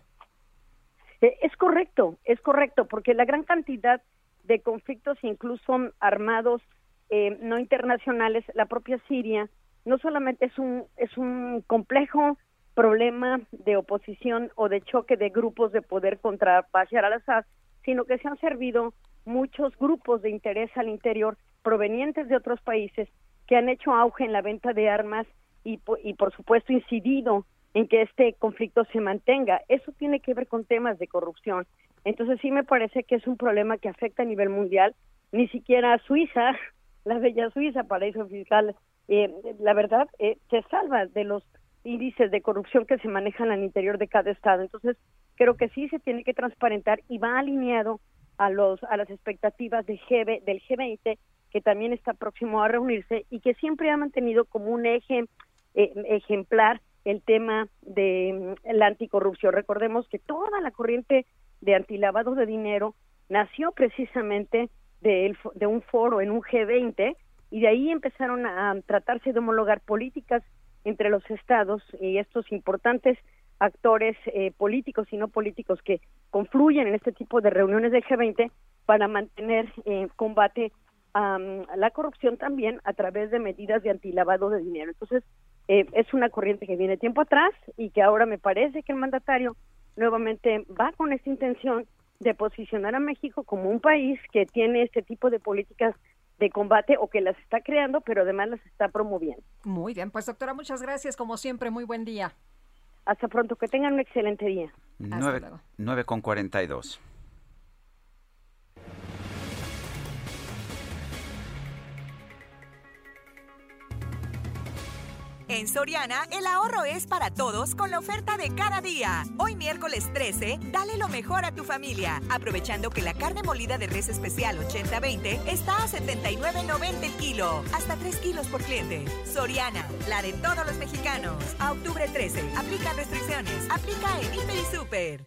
Speaker 2: Eh, es correcto, es correcto, porque la gran cantidad de conflictos, incluso armados, eh, no internacionales, la propia Siria, no solamente es un, es un complejo problema de oposición o de choque de grupos de poder contra Bashar al-Assad, sino que se han servido muchos grupos de interés al interior provenientes de otros países que han hecho auge en la venta de armas y, y por supuesto incidido en que este conflicto se mantenga. Eso tiene que ver con temas de corrupción. Entonces sí me parece que es un problema que afecta a nivel mundial. Ni siquiera Suiza, la bella Suiza, paraíso fiscal, eh, la verdad, eh, se salva de los índices de corrupción que se manejan al interior de cada estado. Entonces, creo que sí se tiene que transparentar y va alineado a los a las expectativas de G V, del G veinte, que también está próximo a reunirse y que siempre ha mantenido como un eje eh, ejemplar el tema de mm, la anticorrupción. Recordemos que toda la corriente de antilavado de dinero nació precisamente de, el, de un foro en un G veinte y de ahí empezaron a tratarse de homologar políticas entre los estados y estos importantes actores eh, políticos y no políticos que confluyen en este tipo de reuniones del G veinte para mantener eh, combate um, a la corrupción también a través de medidas de antilavado de dinero. Entonces, eh, es una corriente que viene tiempo atrás y que ahora me parece que el mandatario nuevamente va con esta intención de posicionar a México como un país que tiene este tipo de políticas de combate o que las está creando, pero además las está promoviendo.
Speaker 5: Muy bien, pues doctora, muchas gracias, como siempre, muy buen día.
Speaker 2: Hasta pronto, que tengan un excelente día.
Speaker 4: nueve, nueve con cuarenta y dos.
Speaker 11: En Soriana, el ahorro es para todos con la oferta de cada día. Hoy miércoles trece, dale lo mejor a tu familia, aprovechando que la carne molida de res especial ochenta veinte está a setenta y nueve noventa el kilo, hasta tres kilos por cliente. Soriana, la de todos los mexicanos. A octubre trece, aplican restricciones, aplica en Hiper y Super.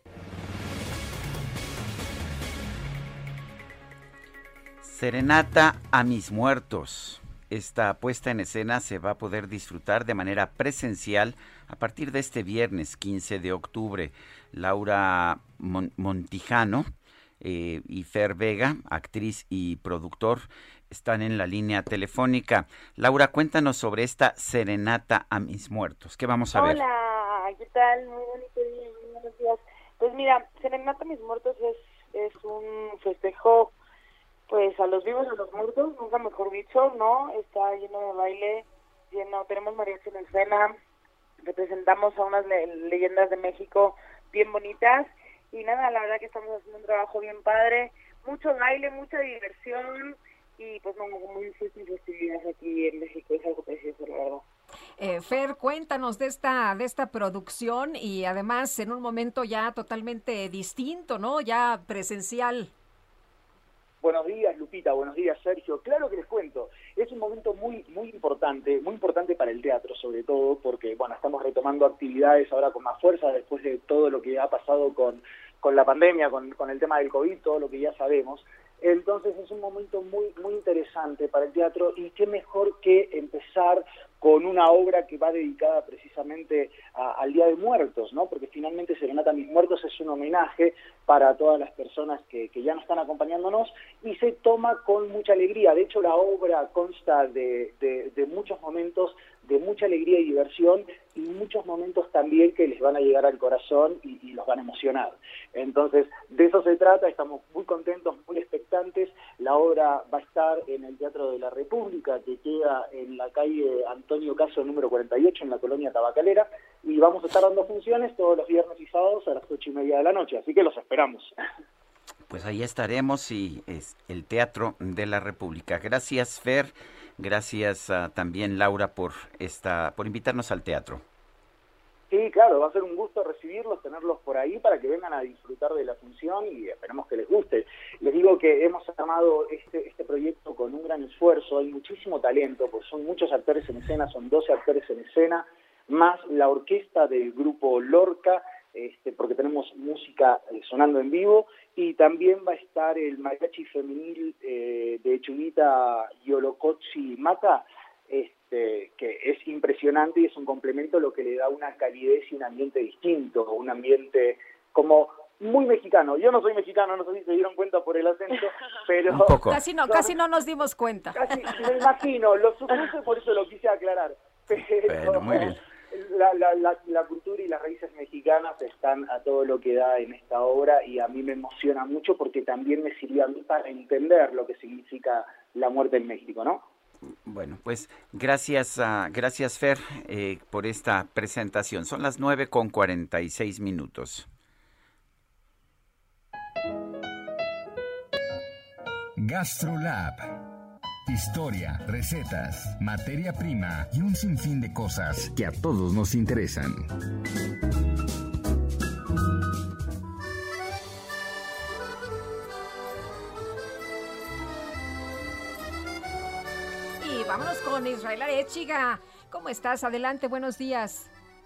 Speaker 4: Serenata a mis muertos. Esta puesta en escena se va a poder disfrutar de manera presencial a partir de este viernes quince de octubre. Laura Mon- Montijano eh, y Fer Vega, actriz y productor, están en la línea telefónica. Laura, cuéntanos sobre esta Serenata a mis muertos. ¿Qué vamos a ver?
Speaker 6: Hola, ¿qué tal? Muy bonito día, muy buenos días. Pues mira, Serenata a mis muertos es, es un festejo pues a los vivos y a los muertos, nunca mejor dicho, ¿no? Está lleno de baile, lleno, tenemos mariachi en escena, representamos a unas le- leyendas de México bien bonitas, y nada, la verdad que estamos haciendo un trabajo bien padre, mucho baile, mucha diversión, y pues no, muy festividades aquí en México, es algo precioso, la verdad.
Speaker 5: Eh, Fer, cuéntanos de esta, de esta producción, y además en un momento ya totalmente distinto, ¿no? Ya presencial.
Speaker 15: Buenos días, Lupita, buenos días, Sergio. Claro que les cuento, es un momento muy muy importante, muy importante para el teatro sobre todo, porque bueno, estamos retomando actividades ahora con más fuerza después de todo lo que ha pasado con, con la pandemia, con, con el tema del COVID, todo lo que ya sabemos. Entonces es un momento muy muy interesante para el teatro, y qué mejor que empezar con una obra que va dedicada precisamente a, al Día de Muertos, ¿no? Porque finalmente Serenata a mis muertos es un homenaje para todas las personas que, que ya no están acompañándonos, y se toma con mucha alegría. De hecho, la obra consta de, de, de muchos momentos de mucha alegría y diversión, y muchos momentos también que les van a llegar al corazón y, y los van a emocionar. Entonces, de eso se trata, estamos muy contentos, muy expectantes. La obra va a estar en el Teatro de la República, que queda en la calle Antonio Caso número cuarenta y ocho, en la colonia Tabacalera, y vamos a estar dando funciones todos los viernes y sábados a las ocho y media de la noche, así que los esperamos.
Speaker 4: Pues ahí estaremos, y es el Teatro de la República. Gracias, Fer. Gracias uh, también, Laura, por esta, por invitarnos al teatro.
Speaker 15: Sí, claro, va a ser un gusto recibirlos, tenerlos por ahí para que vengan a disfrutar de la función, y esperemos que les guste. Les digo que hemos armado este, este proyecto con un gran esfuerzo, hay muchísimo talento, pues son muchos actores en escena, son doce actores en escena, más la orquesta del grupo Lorca, este, porque tenemos música eh, sonando en vivo, y también va a estar el mariachi femenil eh, de Chunita Yolocotzi Mata, este, que es impresionante y es un complemento, lo que le da una calidez y un ambiente distinto, un ambiente como muy mexicano. Yo no soy mexicano, no sé si se dieron cuenta por el acento, pero...
Speaker 5: Casi no, casi no nos dimos cuenta.
Speaker 15: Casi, me imagino, lo supuse, por eso lo quise aclarar. Pero,
Speaker 4: bueno, muy bien.
Speaker 15: La, la, la, la cultura y las raíces mexicanas están a todo lo que da en esta obra, y a mí me emociona mucho porque también me sirvió a mí para entender lo que significa la muerte en México, ¿no?
Speaker 4: Bueno, pues gracias, uh, gracias Fer, eh, por esta presentación. Son las nueve con cuarenta y seis minutos.
Speaker 22: GastroLab. Historia, recetas, materia prima y un sinfín de cosas que a todos nos interesan.
Speaker 5: Y vámonos con Israel Arechiga. ¿Cómo estás? Adelante, buenos días.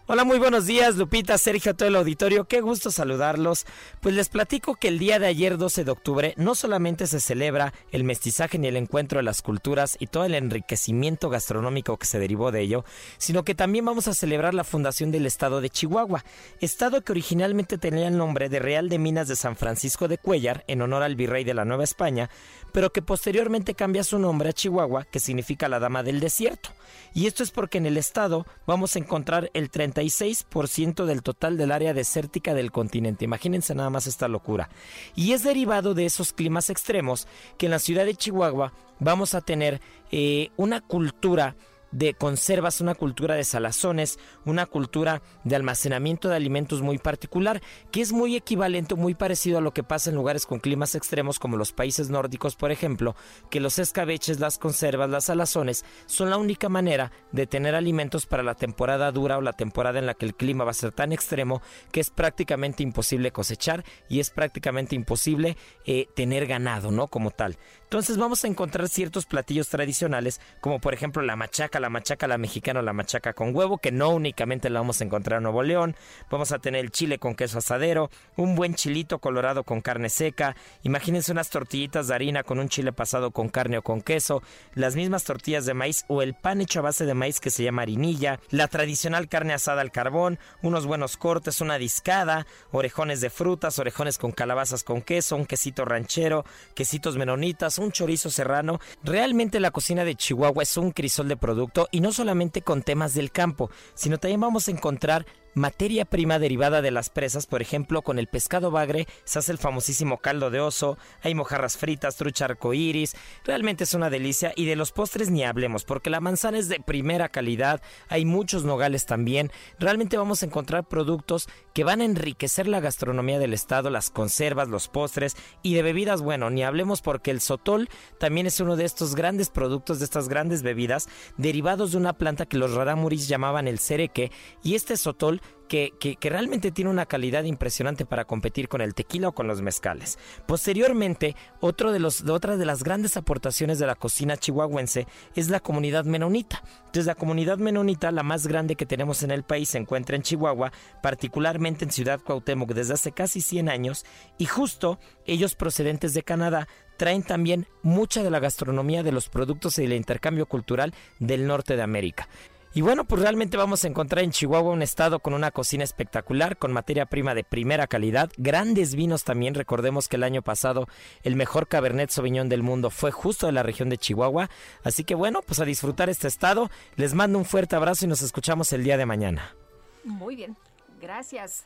Speaker 7: Hola, muy buenos días, Lupita, Sergio, todo el auditorio, qué gusto saludarlos. Pues les platico que el día de ayer, doce de octubre, no solamente se celebra el mestizaje ni el encuentro de las culturas y todo el enriquecimiento gastronómico que se derivó de ello, sino que también vamos a celebrar la fundación del estado de Chihuahua, estado que originalmente tenía el nombre de Real de Minas de San Francisco de Cuéllar, en honor al virrey de la Nueva España, pero que posteriormente cambia su nombre a Chihuahua, que significa la dama del desierto. Y esto es porque en el estado vamos a encontrar el treinta y seis por ciento del total del área desértica del continente. Imagínense nada más esta locura. Y es derivado de esos climas extremos que en la ciudad de Chihuahua vamos a tener eh, una cultura de conservas, una cultura de salazones, una cultura de almacenamiento de alimentos muy particular, que es muy equivalente, muy parecido a lo que pasa en lugares con climas extremos como los países nórdicos, por ejemplo, que los escabeches, las conservas, las salazones son la única manera de tener alimentos para la temporada dura o la temporada en la que el clima va a ser tan extremo que es prácticamente imposible cosechar y es prácticamente imposible eh, tener ganado, ¿no? Como tal. Entonces vamos a encontrar ciertos platillos tradicionales, como por ejemplo la machaca, la machaca la mexicana o la machaca con huevo, que no únicamente la vamos a encontrar en Nuevo León. Vamos a tener el chile con queso asadero, un buen chilito colorado con carne seca. Imagínense unas tortillitas de harina con un chile pasado con carne o con queso, las mismas tortillas de maíz o el pan hecho a base de maíz que se llama harinilla, la tradicional carne asada al carbón, unos buenos cortes, una discada, orejones de frutas, orejones con calabazas con queso, un quesito ranchero, quesitos menonitas, un chorizo serrano. Realmente la cocina de Chihuahua es un crisol de producto y no solamente con temas del campo, sino también vamos a encontrar materia prima derivada de las presas. Por ejemplo, con el pescado bagre se hace el famosísimo caldo de oso, hay mojarras fritas, trucha arcoíris, realmente es una delicia. Y de los postres ni hablemos, porque la manzana es de primera calidad, hay muchos nogales también. Realmente vamos a encontrar productos que van a enriquecer la gastronomía del estado, las conservas, los postres. Y de bebidas, bueno, ni hablemos, porque el sotol también es uno de estos grandes productos, de estas grandes bebidas derivados de una planta que los rarámuris llamaban el cereque, y este sotol Que, que, que realmente tiene una calidad impresionante para competir con el tequila o con los mezcales. Posteriormente, otro de los, de otra de las grandes aportaciones de la cocina chihuahuense es la comunidad menonita. Entonces, la comunidad menonita, la más grande que tenemos en el país, se encuentra en Chihuahua, particularmente en Ciudad Cuauhtémoc desde hace casi cien años, y justo ellos, procedentes de Canadá, traen también mucha de la gastronomía, de los productos y del intercambio cultural del norte de América. Y bueno, pues realmente vamos a encontrar en Chihuahua un estado con una cocina espectacular, con materia prima de primera calidad, grandes vinos también. Recordemos que el año pasado el mejor Cabernet Sauvignon del mundo fue justo de la región de Chihuahua. Así que bueno, pues a disfrutar este estado. Les mando un fuerte abrazo y nos escuchamos el día de mañana.
Speaker 5: Muy bien, gracias.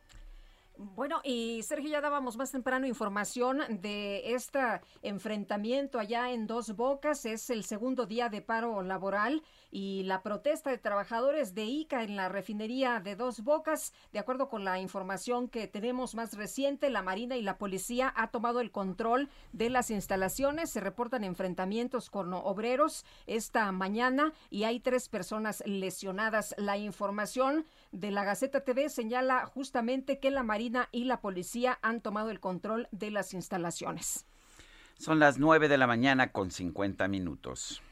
Speaker 5: Bueno, y Sergio, ya dábamos más temprano información de este enfrentamiento allá en Dos Bocas. Es el segundo día de paro laboral y la protesta de trabajadores de I C A en la refinería de Dos Bocas. De acuerdo con la información que tenemos más reciente, la Marina y la Policía ha tomado el control de las instalaciones. Se reportan enfrentamientos con obreros esta mañana y hay tres personas lesionadas. La información de la Gaceta T V señala justamente que la Marina y la Policía han tomado el control de las instalaciones.
Speaker 4: Son las nueve de la mañana con cincuenta minutos.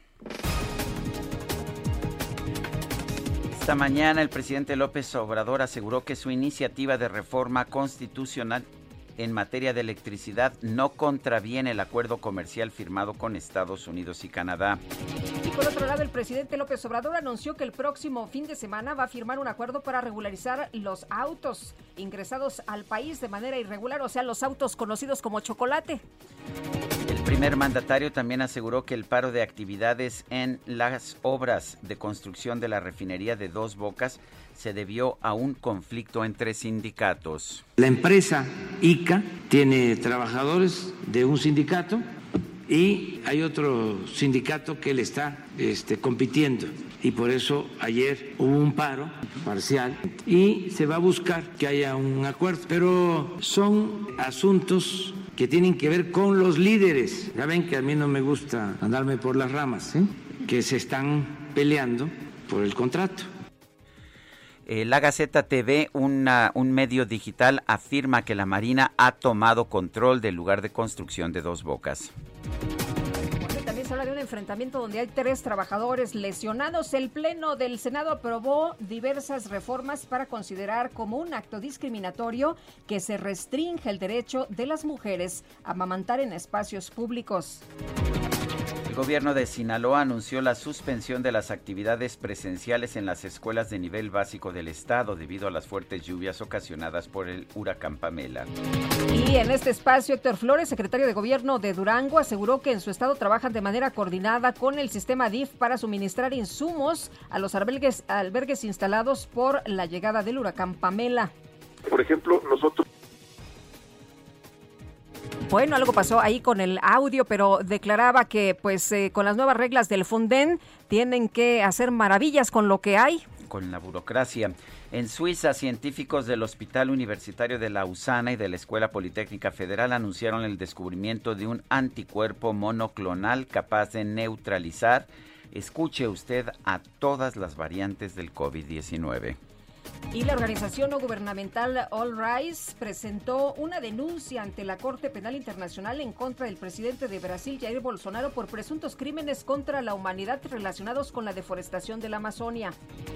Speaker 4: Esta mañana el presidente López Obrador aseguró que su iniciativa de reforma constitucional en materia de electricidad no contraviene el acuerdo comercial firmado con Estados Unidos y Canadá.
Speaker 5: Y por otro lado, el presidente López Obrador anunció que el próximo fin de semana va a firmar un acuerdo para regularizar los autos ingresados al país de manera irregular, o sea, los autos conocidos como chocolate.
Speaker 4: El primer mandatario también aseguró que el paro de actividades en las obras de construcción de la refinería de Dos Bocas se debió a un conflicto entre sindicatos.
Speaker 8: La empresa I C A tiene trabajadores de un sindicato y hay otro sindicato que le está este, compitiendo. Y por eso ayer hubo un paro parcial y se va a buscar que haya un acuerdo. Pero son asuntos que tienen que ver con los líderes. Ya ven que a mí no me gusta andarme por las ramas, ¿eh? Que se están peleando por el contrato.
Speaker 4: Eh, la Gaceta T V, una, un medio digital, afirma que la Marina ha tomado control del lugar de construcción de Dos Bocas.
Speaker 5: También se habla de un un enfrentamiento donde hay tres trabajadores lesionados. El Pleno del Senado aprobó diversas reformas para considerar como un acto discriminatorio que se restringe el derecho de las mujeres a amamantar en espacios públicos.
Speaker 4: El gobierno de Sinaloa anunció la suspensión de las actividades presenciales en las escuelas de nivel básico del estado debido a las fuertes lluvias ocasionadas por el huracán Pamela.
Speaker 5: Y en este espacio, Héctor Flores, secretario de Gobierno de Durango, aseguró que en su estado trabajan de manera coordinada con el sistema D I F para suministrar insumos a los albergues, albergues instalados por la llegada del huracán Pamela.
Speaker 9: Por ejemplo, nosotros...
Speaker 5: Bueno, algo pasó ahí con el audio, pero declaraba que pues eh, con las nuevas reglas del Fonden tienen que hacer maravillas con lo que hay.
Speaker 4: Con la burocracia. En Suiza, científicos del Hospital Universitario de Lausana y de la Escuela Politécnica Federal anunciaron el descubrimiento de un anticuerpo monoclonal capaz de neutralizar, escuche usted, a todas las variantes del COVID diecinueve.
Speaker 5: Y la organización no gubernamental All Rise presentó una denuncia ante la Corte Penal Internacional en contra del presidente de Brasil, Jair Bolsonaro, por presuntos crímenes contra la humanidad relacionados con la deforestación de la Amazonia.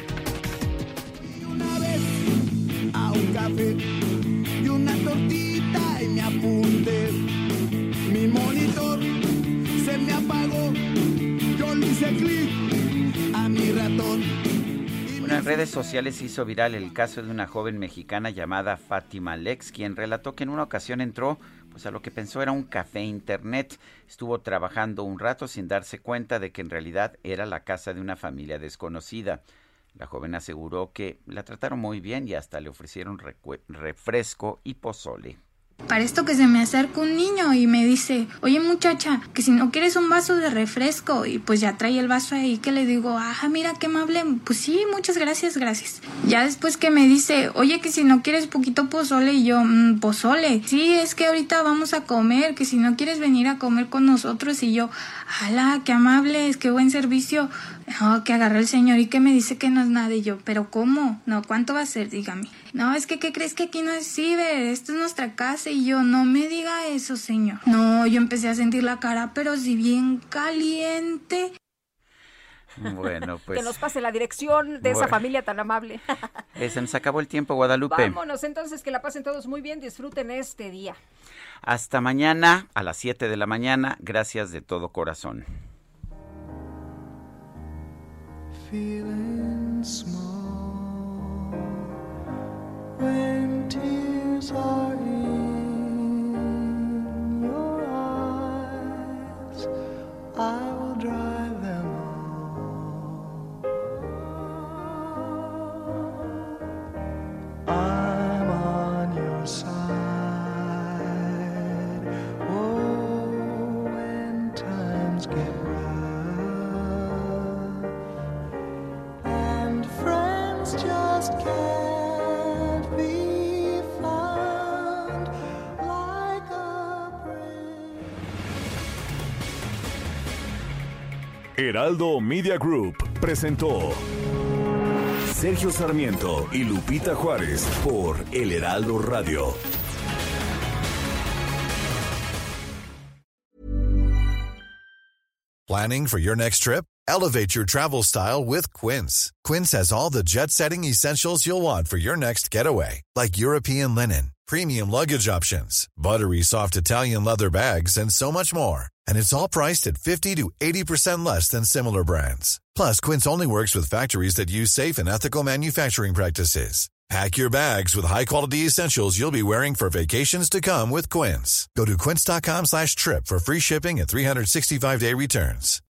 Speaker 13: Una vez a un café y una tortita y me apunté. Mi monitor se me apagó. Yo le hice clic a mi ratón.
Speaker 4: Bueno, en redes sociales se hizo viral el caso de una joven mexicana llamada Fátima Lex, quien relató que en una ocasión entró pues a lo que pensó era un café internet. Estuvo trabajando un rato sin darse cuenta de que en realidad era la casa de una familia desconocida. La joven aseguró que la trataron muy bien y hasta le ofrecieron recue- refresco y pozole.
Speaker 10: Para esto que se me acerca un niño y me dice, oye muchacha, que si no quieres un vaso de refresco, y pues ya trae el vaso ahí, que le digo, ajá, mira qué amable, pues sí, muchas gracias, gracias. Ya después que me dice, oye, que si no quieres poquito pozole, y yo, mmm, pozole, sí, es que ahorita vamos a comer, que si no quieres venir a comer con nosotros, y yo, ala, qué amables, qué buen servicio. No, que agarró el señor y que me dice que no es nada, y yo, pero ¿cómo? No, ¿cuánto va a ser? Dígame. No, es que, ¿qué crees que aquí no es ciber? Esto es nuestra casa. Y yo, no me diga eso, señor. No, yo empecé a sentir la cara, pero si bien caliente.
Speaker 4: Bueno, pues...
Speaker 5: Que nos pase la dirección de
Speaker 4: bueno.
Speaker 5: esa familia tan amable.
Speaker 4: Eh, se nos acabó el tiempo, Guadalupe.
Speaker 5: Vámonos entonces, que la pasen todos muy bien, disfruten este día.
Speaker 4: Hasta mañana a las siete de la mañana. Gracias de todo corazón.
Speaker 13: Feeling small when tears are in your eyes. I will dry them all. I'm on your side. Oh, when times get just can't be found like a prayer.
Speaker 3: Heraldo Media Group presentó Sergio Sarmiento y Lupita Juárez por El Heraldo Radio.
Speaker 12: Planning for your next trip? Elevate your travel style with Quince. Quince has all the jet-setting essentials you'll want for your next getaway, like European linen, premium luggage options, buttery soft Italian leather bags, and so much more. And it's all priced at fifty to eighty percent less than similar brands. Plus, Quince only works with factories that use safe and ethical manufacturing practices. Pack your bags with high-quality essentials you'll be wearing for vacations to come with Quince. Go to quince.com slash trip for free shipping and three sixty-five day returns.